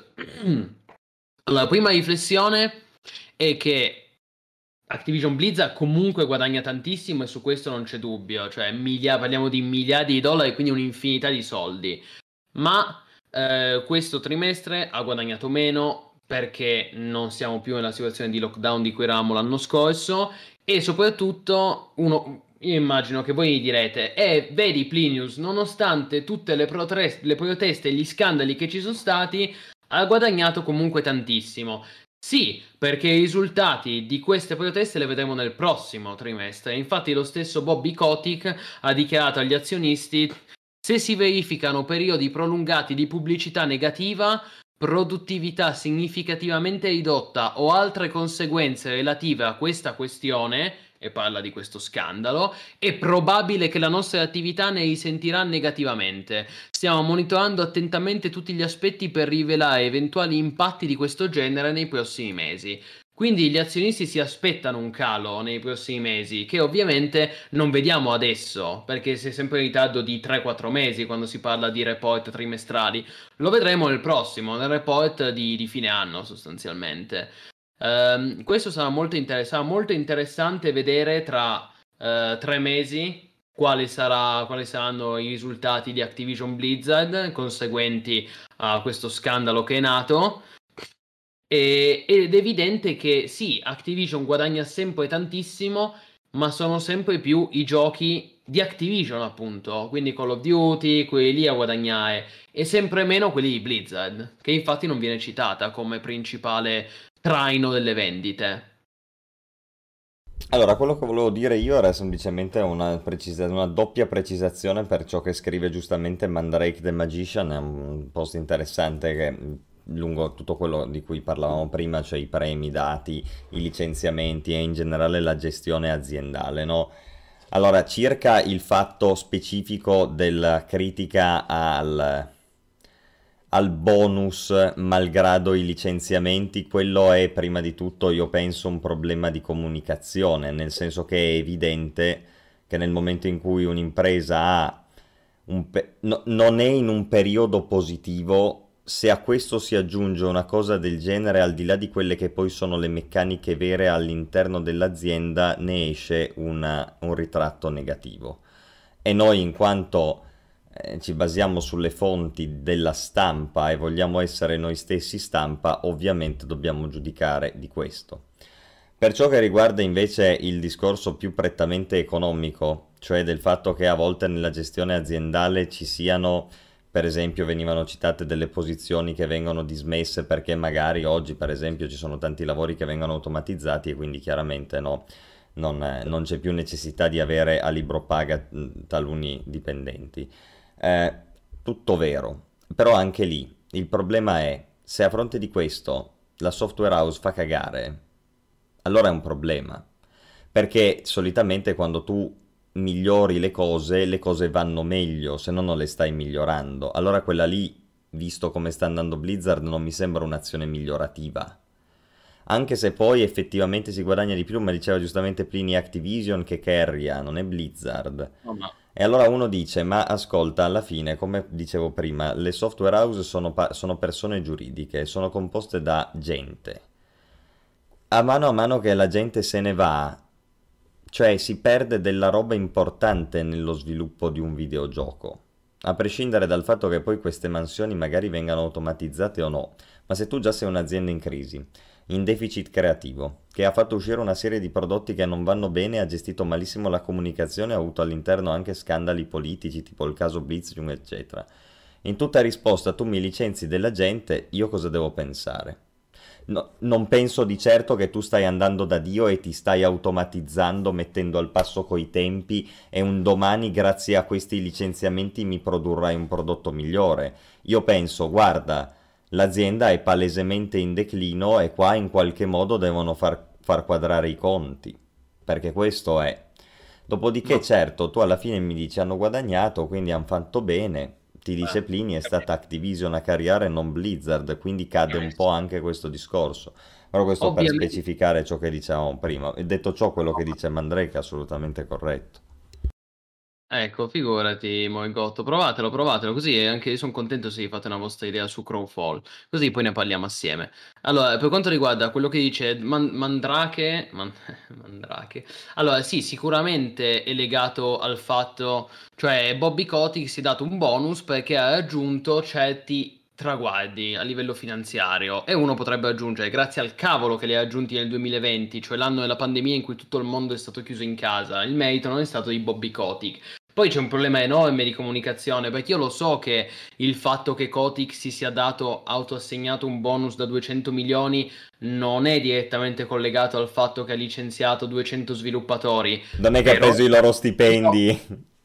Allora, prima riflessione è che Activision Blizzard comunque guadagna tantissimo e su questo non c'è dubbio, cioè milia- parliamo di miliardi di dollari, quindi un'infinità di soldi. Ma eh, questo trimestre ha guadagnato meno perché non siamo più nella situazione di lockdown di cui eravamo l'anno scorso e soprattutto uno, io immagino che voi mi direte, eh, vedi Plinius, nonostante tutte le, protres- le proteste e gli scandali che ci sono stati, ha guadagnato comunque tantissimo. Sì, perché i risultati di queste proteste le vedremo nel prossimo trimestre. Infatti lo stesso Bobby Kotick ha dichiarato agli azionisti: se si verificano periodi prolungati di pubblicità negativa, produttività significativamente ridotta o altre conseguenze relative a questa questione, e parla di questo scandalo, è probabile che la nostra attività ne risentirà negativamente. Stiamo monitorando attentamente tutti gli aspetti per rivelare eventuali impatti di questo genere nei prossimi mesi. Quindi gli azionisti si aspettano un calo nei prossimi mesi, che ovviamente non vediamo adesso, perché si è sempre in ritardo di tre quattro mesi quando si parla di report trimestrali. Lo vedremo nel prossimo, nel report di, di fine anno sostanzialmente. Ehm, questo sarà molto, inter- sarà molto interessante vedere tra eh, tre mesi quali, sarà- quali saranno i risultati di Activision Blizzard conseguenti a questo scandalo che è nato. E- ed è evidente che sì, Activision guadagna sempre tantissimo, ma sono sempre più i giochi di Activision, appunto. Quindi Call of Duty, quelli lì a guadagnare, e sempre meno quelli di Blizzard, che infatti non viene citata come principale traino delle vendite. Allora, quello che volevo dire io era semplicemente una, precisa- una doppia precisazione per ciò che scrive giustamente Mandrake the Magician, è un post interessante che mh, lungo tutto quello di cui parlavamo prima, cioè i premi dati, i licenziamenti e in generale la gestione aziendale, no? Allora, circa il fatto specifico della critica al, al bonus malgrado i licenziamenti, quello è prima di tutto, io penso, un problema di comunicazione, nel senso che è evidente che nel momento in cui un'impresa ha un pe- no- non è in un periodo positivo, se a questo si aggiunge una cosa del genere, al di là di quelle che poi sono le meccaniche vere all'interno dell'azienda, ne esce una- un ritratto negativo. E noi, in quanto eh, ci basiamo sulle fonti della stampa e vogliamo essere noi stessi stampa, ovviamente dobbiamo giudicare di questo. Per ciò che riguarda invece il discorso più prettamente economico, cioè del fatto che a volte nella gestione aziendale ci siano, per esempio, venivano citate delle posizioni che vengono dismesse perché magari oggi, per esempio, ci sono tanti lavori che vengono automatizzati e quindi chiaramente no, non, eh, non c'è più necessità di avere a libro paga mh, taluni dipendenti. Eh, tutto vero, però anche lì il problema è se a fronte di questo la software house fa cagare, allora è un problema, perché solitamente quando tu migliori le cose, le cose vanno meglio, se no non le stai migliorando. Allora quella lì, visto come sta andando Blizzard, non mi sembra un'azione migliorativa. Anche se poi effettivamente si guadagna di più, ma diceva giustamente Plini Activision che Carria, non è Blizzard. No, ma E allora uno dice, ma ascolta, alla fine, come dicevo prima, le software house sono, pa- sono persone giuridiche, sono composte da gente. A mano a mano che la gente se ne va, cioè si perde della roba importante nello sviluppo di un videogioco. A prescindere dal fatto che poi queste mansioni magari vengano automatizzate o no, ma se tu già sei un'azienda in crisi, in deficit creativo, che ha fatto uscire una serie di prodotti che non vanno bene, ha gestito malissimo la comunicazione, ha avuto all'interno anche scandali politici, tipo il caso Blitzjung, eccetera. In tutta risposta tu mi licenzi della gente, io cosa devo pensare? No, non penso di certo che tu stai andando da Dio e ti stai automatizzando, mettendo al passo coi tempi e un domani grazie a questi licenziamenti mi produrrai un prodotto migliore. Io penso, guarda, l'azienda è palesemente in declino e qua in qualche modo devono far, far quadrare i conti, perché questo è. Dopodiché, no, certo, tu alla fine mi dici hanno guadagnato, quindi hanno fatto bene. Ti dice eh, Plini, è capito. stata Activision a carriare e non Blizzard, quindi cade un po' anche questo discorso. Però questo per Ovviamente. specificare ciò che dicevamo prima. E detto ciò, quello che dice Mandrake è assolutamente corretto. Ecco, figurati, Moigotto, provatelo, provatelo, così e anche io sono contento se fate una vostra idea su Crowfall, così poi ne parliamo assieme. Allora, per quanto riguarda quello che dice Man- Mandrake, Man- Mandrake, allora sì, sicuramente è legato al fatto, cioè Bobby Kotick si è dato un bonus perché ha raggiunto certi traguardi a livello finanziario e uno potrebbe aggiungere grazie al cavolo che li ha aggiunti nel duemilaventi, cioè l'anno della pandemia in cui tutto il mondo è stato chiuso in casa, il merito non è stato di Bobby Kotick. Poi c'è un problema enorme di comunicazione, perché io lo so che il fatto che Kotick si sia dato autoassegnato un bonus da duecento milioni non è direttamente collegato al fatto che ha licenziato duecento sviluppatori, Non è che ha però, preso i loro però, stipendi.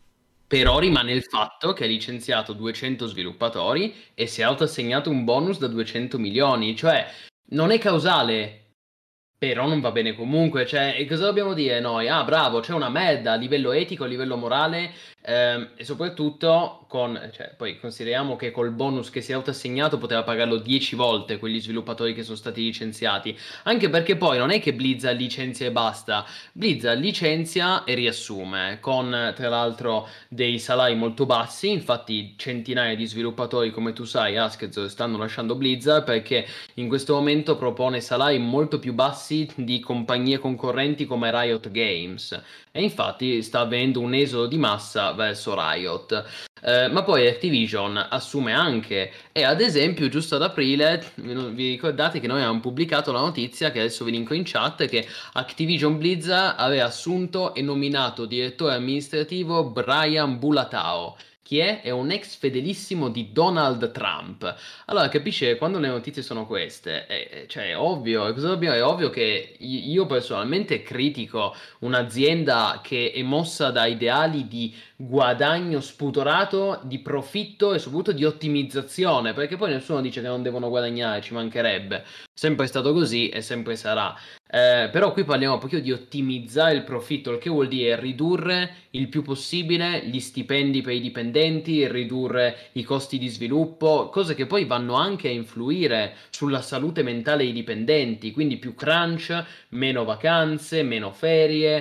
però rimane il fatto che ha licenziato duecento sviluppatori e si è autoassegnato un bonus da duecento milioni, cioè non è causale. Però non va bene comunque, cioè, e cosa dobbiamo dire noi? Ah, bravo, c'è una merda a livello etico, a livello morale, ehm, e soprattutto con, cioè, poi consideriamo che col bonus che si è autoassegnato poteva pagarlo dieci volte quegli sviluppatori che sono stati licenziati. Anche perché poi non è che Blizzard licenzia e basta, Blizzard licenzia e riassume, con tra l'altro dei salari molto bassi, infatti centinaia di sviluppatori, come tu sai, Askez, stanno lasciando Blizzard perché in questo momento propone salari molto più bassi di compagnie concorrenti come Riot Games e infatti sta avendo un esodo di massa verso Riot. Eh, ma poi Activision assume anche e ad esempio giusto ad aprile vi ricordate che noi abbiamo pubblicato la notizia che adesso vi linko in chat che Activision Blizzard aveva assunto e nominato direttore amministrativo Brian Bulatao. Chi è? È un ex fedelissimo di Donald Trump. Allora, capisce, quando le notizie sono queste, è, è- cioè, è ovvio, e cosa dobbiamo- è ovvio che i- io personalmente critico un'azienda che è mossa da ideali di guadagno sputораto, di profitto e soprattutto di ottimizzazione, perché poi nessuno dice che non devono guadagnare, ci mancherebbe. Sempre stato così e sempre sarà. Eh, però qui parliamo proprio di ottimizzare il profitto, il che vuol dire ridurre il più possibile gli stipendi per i dipendenti, ridurre i costi di sviluppo, cose che poi vanno anche a influire sulla salute mentale dei dipendenti, quindi più crunch, meno vacanze, meno ferie.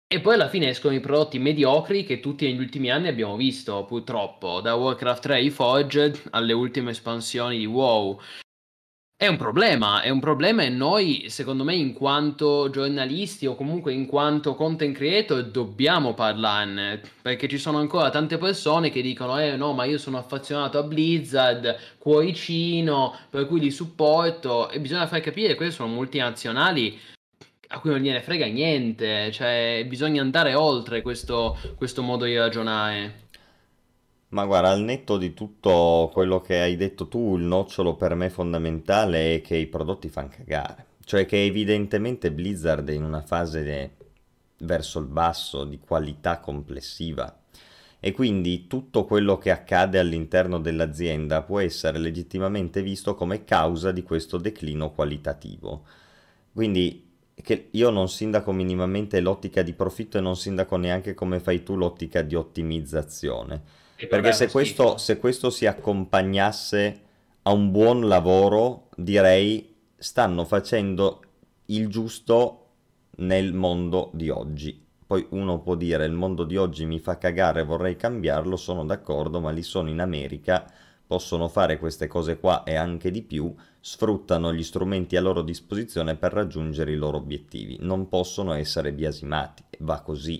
E poi alla fine escono i prodotti mediocri che tutti negli ultimi anni abbiamo visto, purtroppo, da Warcraft tre Reforged alle ultime espansioni di WoW. È un problema, è un problema e noi, secondo me, in quanto giornalisti o comunque in quanto content creator, dobbiamo parlarne, perché ci sono ancora tante persone che dicono, eh no, ma io sono affezionato a Blizzard, cuoricino, per cui li supporto, e bisogna far capire che queste sono multinazionali a cui non gliene frega niente, cioè bisogna andare oltre questo, questo modo di ragionare. Ma guarda, al netto di tutto quello che hai detto tu, il nocciolo per me fondamentale è che i prodotti fanno cagare. Cioè che evidentemente Blizzard è in una fase de- verso il basso di qualità complessiva. E quindi tutto quello che accade all'interno dell'azienda può essere legittimamente visto come causa di questo declino qualitativo. Quindi che io non sindaco minimamente l'ottica di profitto e non sindaco neanche come fai tu l'ottica di ottimizzazione. E per Perché me fa se questo, schifo. se questo si accompagnasse a un buon lavoro, direi stanno facendo il giusto nel mondo di oggi. Poi uno può dire il mondo di oggi mi fa cagare, vorrei cambiarlo, sono d'accordo, ma lì sono in America, possono fare queste cose qua e anche di più, sfruttano gli strumenti a loro disposizione per raggiungere i loro obiettivi. Non possono essere biasimati, va così.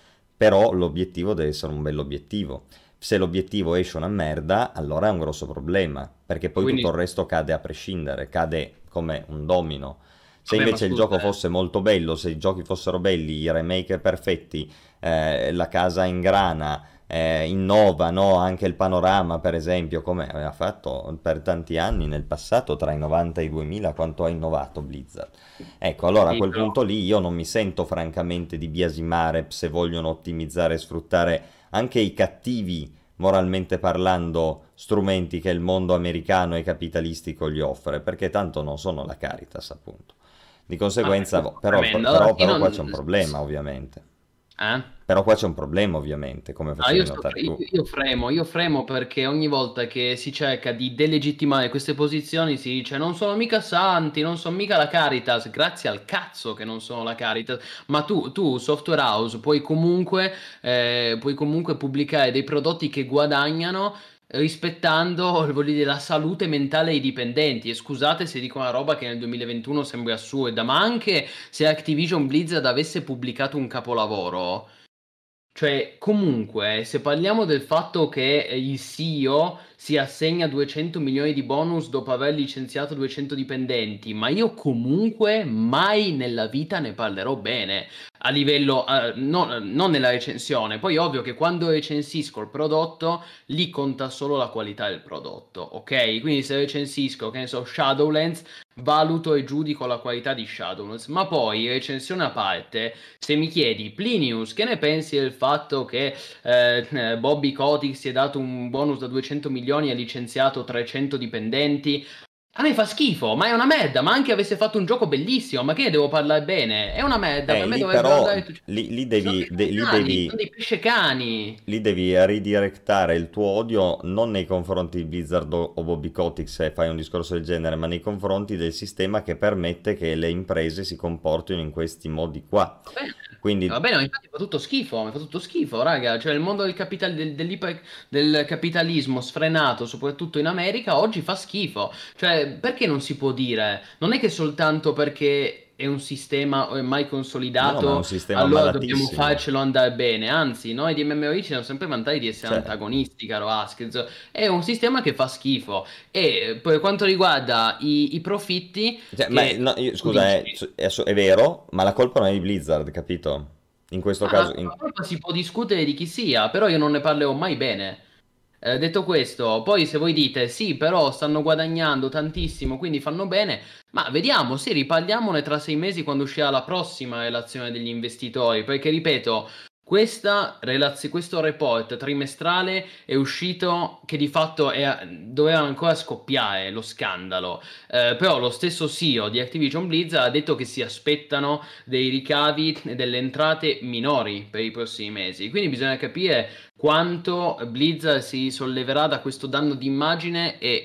Però l'obiettivo deve essere un bell'obiettivo. Se l'obiettivo esce una merda, allora è un grosso problema, perché poi tutto il Quindi, resto cade a prescindere, cade come un domino. Se vabbè, ma invece il scusa, gioco eh. fosse molto bello, se i giochi fossero belli, i remake perfetti, eh, la casa in grana, eh, innova, no? Anche il panorama, per esempio, come aveva fatto per tanti anni nel passato, tra i novanta e i duemila, quanto ha innovato Blizzard. Ecco, allora a Sì, quel però. punto lì io non mi sento francamente di biasimare se vogliono ottimizzare e sfruttare anche i cattivi, moralmente parlando, strumenti che il mondo americano e capitalistico gli offre, perché tanto non sono la Caritas, appunto. Di Vabbè, conseguenza, questo è però, tremendo. Allora, però, io però qua non. c'è un problema, ovviamente. Eh? Però qua c'è un problema, ovviamente, come Ah, io, facevi sto- notare io- tu. io fremo, io fremo perché ogni volta che si cerca di delegittimare queste posizioni si dice non sono mica santi, non sono mica la Caritas, grazie al cazzo che non sono la Caritas, ma tu, tu software house, puoi comunque, eh, puoi comunque pubblicare dei prodotti che guadagnano rispettando, voglio dire, la salute mentale dei dipendenti. E scusate se dico una roba che nel duemilaventuno sembra assurda, ma anche se Activision Blizzard avesse pubblicato un capolavoro. Cioè, comunque, se parliamo del fatto che eh, il C E O si assegna duecento milioni di bonus dopo aver licenziato duecento dipendenti, ma io comunque mai nella vita ne parlerò bene a livello, eh, no- non nella recensione. Poi ovvio che quando recensisco il prodotto, lì conta solo la qualità del prodotto, ok? Quindi se recensisco, che ne so, Shadowlands, valuto e giudico la qualità di Shadowlands, ma poi recensione a parte. Se mi chiedi, Plinius, che ne pensi del fatto che eh, eh, Bobby Kotick si è dato un bonus da duecento milioni e ha licenziato trecento dipendenti? A me fa schifo, ma è una merda, ma anche avesse fatto un gioco bellissimo, ma che ne devo parlare bene? È una merda, Eh, per me lì dovrebbero però, andare tutti. lì, lì Sono devi, de- dei lì cani, sono devi dei pesce cani. lì devi ridirectare il tuo odio non nei confronti di Blizzard o o Bobby Kotick se fai un discorso del genere, ma nei confronti del sistema che permette che le imprese si comportino in questi modi qua. Va bene, va Quindi, bene, ma infatti fa tutto schifo, mi fa tutto schifo, raga. Cioè, il mondo del, capital- del, dell'iper- del capitalismo sfrenato, soprattutto in America, oggi fa schifo. Cioè, perché non si può dire? Non è che soltanto perché è un sistema ormai no, no, ma è un consolidato, sistema allora dobbiamo malatissimo. farcelo andare bene. Anzi, noi di M M O I ci siamo sempre vantati di essere Cioè, antagonisti, caro Askez. È un sistema che fa schifo. E per quanto riguarda i, i profitti, cioè, ma che no, io- tu scusa, è, dici. è è vero, ma la colpa non è di Blizzard, capito? In questo Ma la caso, in- la colpa si può discutere di chi sia, però io non ne parlerò mai bene. Eh, detto questo, poi se voi dite sì, però stanno guadagnando tantissimo, quindi fanno bene, ma vediamo, sì, riparliamone tra sei mesi quando uscirà la prossima relazione degli investitori, perché ripeto, questa relazio- questo report trimestrale è uscito che di fatto è- doveva ancora scoppiare lo scandalo. Eh, però lo stesso C E O di Activision Blizzard ha detto che si aspettano dei ricavi e delle entrate minori per i prossimi mesi. Quindi bisogna capire quanto Blizzard si solleverà da questo danno d'immagine e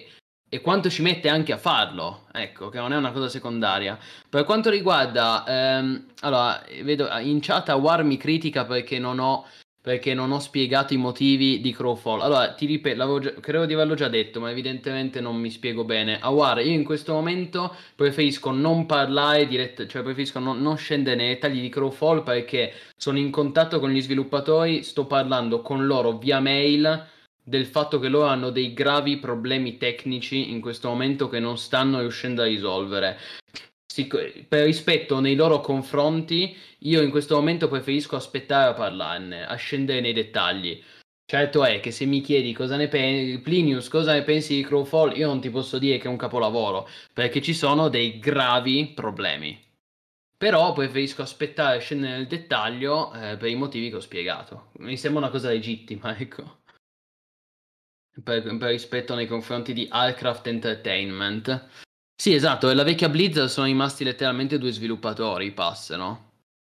e quanto ci mette anche a farlo, ecco, che non è una cosa secondaria. Per quanto riguarda, ehm, allora, vedo in chat Awar mi critica perché non ho, perché non ho spiegato i motivi di Crowfall. Allora, ti ripeto, l'avevo già- credo di averlo già detto, ma evidentemente non mi spiego bene. Awar, io in questo momento preferisco non parlare dirett- cioè preferisco non, non scendere nei dettagli di Crowfall perché sono in contatto con gli sviluppatori, sto parlando con loro via mail del fatto che loro hanno dei gravi problemi tecnici in questo momento che non stanno riuscendo a risolvere. Sic- per rispetto nei loro confronti, io in questo momento preferisco aspettare a parlarne, a scendere nei dettagli. Certo è che se mi chiedi cosa ne pensi, Plinius, cosa ne pensi di Crowfall, io non ti posso dire che è un capolavoro, perché ci sono dei gravi problemi. Però preferisco aspettare e scendere nel dettaglio, eh, per i motivi che ho spiegato. Mi sembra una cosa legittima, ecco. Per, per rispetto nei confronti di Aircraft Entertainment. Sì, esatto, e la vecchia Blizzard sono rimasti letteralmente due sviluppatori, i pass, no?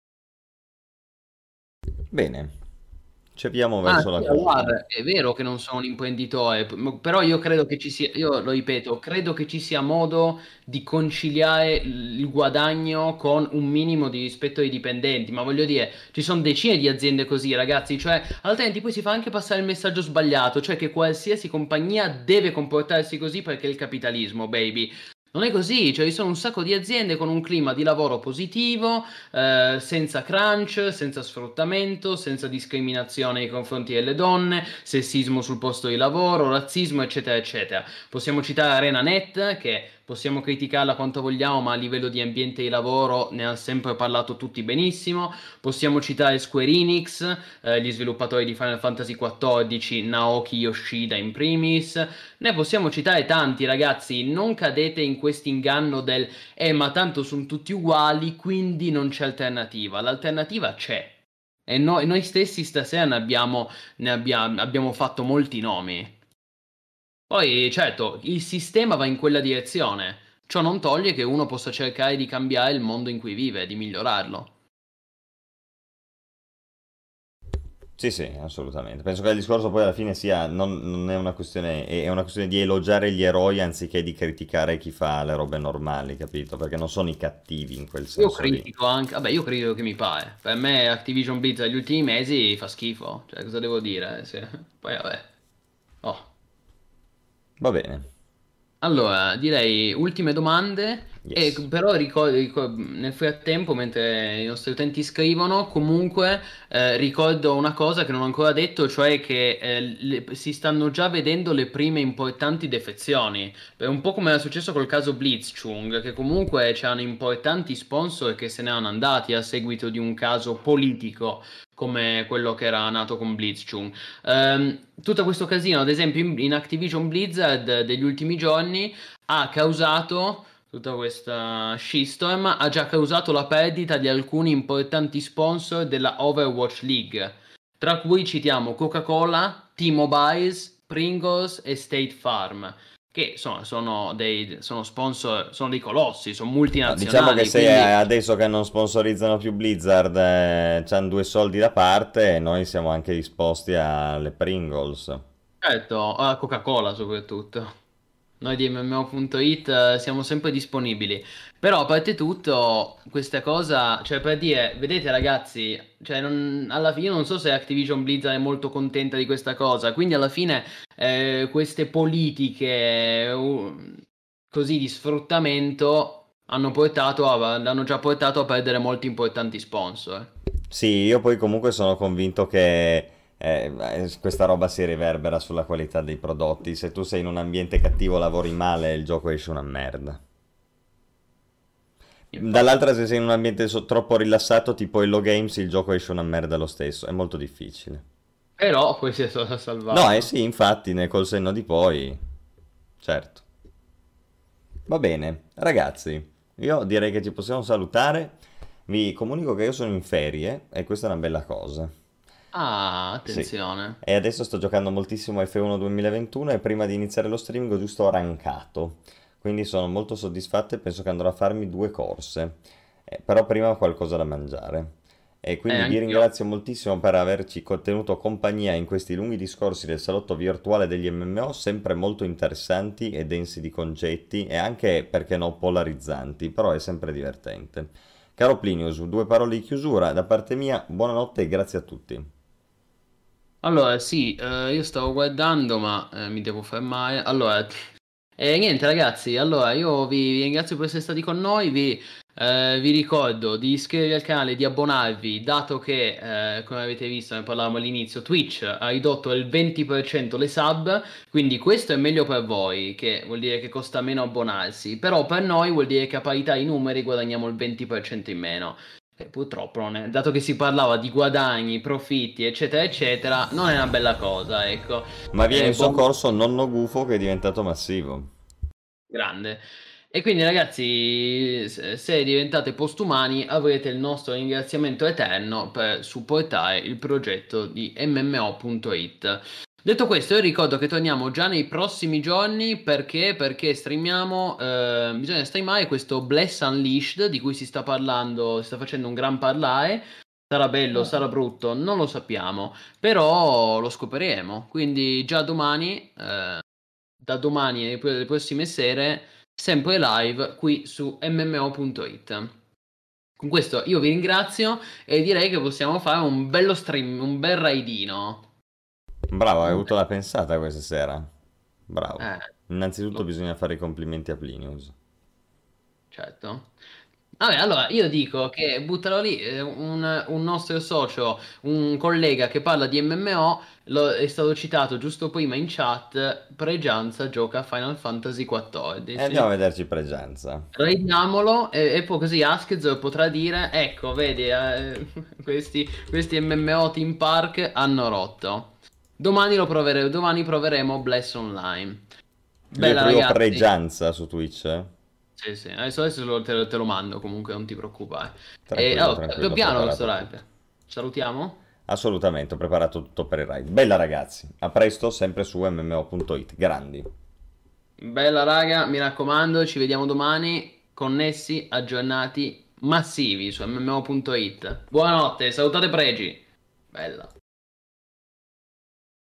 Bene, ci avviamo Ah, verso la sì, conclusione. guarda, è vero che non sono un imprenditore, p- però io credo che ci sia, io lo ripeto, credo che ci sia modo di conciliare il guadagno con un minimo di rispetto ai dipendenti, ma voglio dire, ci sono decine di aziende così, ragazzi, cioè, altrimenti poi si fa anche passare il messaggio sbagliato, cioè che qualsiasi compagnia deve comportarsi così perché è il capitalismo, baby. Non è così, cioè ci sono un sacco di aziende con un clima di lavoro positivo, eh, senza crunch, senza sfruttamento, senza discriminazione nei confronti delle donne, sessismo sul posto di lavoro, razzismo, eccetera, eccetera. Possiamo citare ArenaNet, che possiamo criticarla quanto vogliamo, ma a livello di ambiente di lavoro ne hanno sempre parlato tutti benissimo. Possiamo citare Square Enix, eh, gli sviluppatori di Final Fantasy quattordici, Naoki Yoshida in primis. Ne possiamo citare tanti, ragazzi. Non cadete in questo inganno del eh, ma tanto sono tutti uguali, quindi non c'è alternativa. L'alternativa c'è. E noi, noi stessi stasera ne abbiamo, ne abbiamo, abbiamo fatto molti nomi. Poi, certo, il sistema va in quella direzione. Ciò non toglie che uno possa cercare di cambiare il mondo in cui vive, di migliorarlo. Sì, sì, assolutamente. Penso che il discorso poi alla fine sia, non, non è una questione, è una questione di elogiare gli eroi anziché di criticare chi fa le robe normali, capito? Perché non sono i cattivi in quel Io senso lì. critico anche, vabbè, io critico che mi pare. Per me Activision Blizzard negli ultimi mesi fa schifo. Cioè, cosa devo dire? Sì. Poi, vabbè. Oh. Va bene, Allora, direi ultime domande, e yes. però ricor- ricor- nel frattempo, mentre i nostri utenti scrivono, comunque eh, ricordo una cosa che non ho ancora detto, cioè che eh, le- si stanno già vedendo le prime importanti defezioni. È un po' come era successo col caso Blitzchung, che comunque c'erano importanti sponsor che se ne erano andati a seguito di un caso politico come quello che era nato con Blitzchung. Ehm, tutto questo casino, ad esempio, in, in Activision Blizzard eh, degli ultimi giorni ha causato tutta questa shitstorm, ha già causato la perdita di alcuni importanti sponsor della Overwatch League, tra cui citiamo Coca-Cola, T-Mobiles, Pringles e State Farm, che insomma sono dei, sono sponsor, sono dei colossi, sono No, diciamo che multinazionali, se quindi adesso che non sponsorizzano più Blizzard, eh, c'hanno due soldi da parte, noi siamo anche disposti alle Pringles. certo, a Coca-Cola soprattutto. Noi di M M O punto it eh, siamo sempre disponibili. Però, a parte tutto, questa cosa, cioè per dire, vedete ragazzi, cioè non- alla fine io non so se Activision Blizzard è molto contenta di questa cosa, quindi alla fine eh, queste politiche uh, così di sfruttamento hanno portato a, hanno già portato a perdere molti importanti sponsor. Sì, io poi comunque sono convinto che eh, eh, questa roba si riverbera sulla qualità dei prodotti. Se tu sei in un ambiente cattivo, lavori male, il gioco esce una merda. Infatti. Dall'altra, se sei in un ambiente so- troppo rilassato, tipo Hello Games, il gioco esce una merda lo stesso. È molto difficile. Però poi si è stato No, eh salvato. sì, infatti, nel col senno di poi, certo. Va bene, ragazzi, io direi che ci possiamo salutare. Vi comunico che io sono in ferie e questa è una bella cosa. Ah, Sì. attenzione. E adesso sto giocando moltissimo F uno duemilaventuno e prima di iniziare lo streaming ho giusto rankato. Quindi sono molto soddisfatto e penso che andrò a farmi due corse. Eh, però prima ho qualcosa da mangiare. E Eh, quindi vi anch'io. ringrazio moltissimo per averci co- tenuto compagnia in questi lunghi discorsi del salotto virtuale degli M M O, sempre molto interessanti e densi di concetti e anche, perché no, polarizzanti, però è sempre divertente. Caro Plinius, due parole di chiusura da parte mia, buonanotte e grazie a tutti. Allora, sì, eh, io stavo guardando, ma eh, mi devo fermare. Allora, e niente ragazzi, allora io vi, vi ringrazio per essere stati con noi, vi, eh, vi ricordo di iscrivervi al canale, di abbonarvi, dato che, eh, come avete visto, ne parlavamo all'inizio, Twitch ha ridotto del venti per cento le sub, quindi questo è meglio per voi, che vuol dire che costa meno abbonarsi, però per noi vuol dire che a parità di numeri guadagniamo il venti per cento in meno. E purtroppo, non è- dato che si parlava di guadagni, profitti, eccetera, eccetera, non è una bella cosa, ecco. Ma viene Eh, in buon- soccorso nonno gufo che è diventato massivo. Grande. E quindi ragazzi, se se diventate postumani avrete il nostro ringraziamento eterno per supportare il progetto di M M O punto it. Detto questo, io ricordo che torniamo già nei prossimi giorni perché, perché streamiamo, eh, bisogna streamare questo Bless Unleashed di cui si sta parlando, si sta facendo un gran parlare. Sarà bello, sarà brutto, non lo sappiamo, però lo scopriremo. Quindi già domani, eh, da domani e poi le prossime sere, sempre live qui su M M O punto it. Con questo io vi ringrazio e direi che possiamo fare un bello stream, un bel raidino. Bravo, hai Un avuto bel- la pensata questa sera. Bravo. Eh, Innanzitutto lo- bisogna fare i complimenti a Plinius. certo. Vabbè, allora io dico che buttalo lì, eh, un, un nostro socio, un collega che parla di M M O, lo- è stato citato giusto prima in chat, Pregianza gioca a Final Fantasy E andiamo a quattordici. vederci presenza. Raidiamolo e, e poi così Askez potrà dire, ecco, vedi, eh, questi, questi M M O Team Park hanno rotto. Domani lo proveremo, domani proveremo Bless Online. Io Bella scrivo ragazzi. pregianza su Twitch. eh. Sì, sì, adesso, adesso lo- te, lo te lo mando comunque, non ti preoccupare. E Tranquillo, allora, più tranquillo, ho piano questo preparato live. tutto. Salutiamo. Assolutamente, ho preparato tutto per il raid. Bella ragazzi, a presto sempre su M M O punto it. Grandi. Bella raga, mi raccomando, ci vediamo domani, connessi, aggiornati, massivi su M M O punto it. Buonanotte, salutate Pregi. Bella.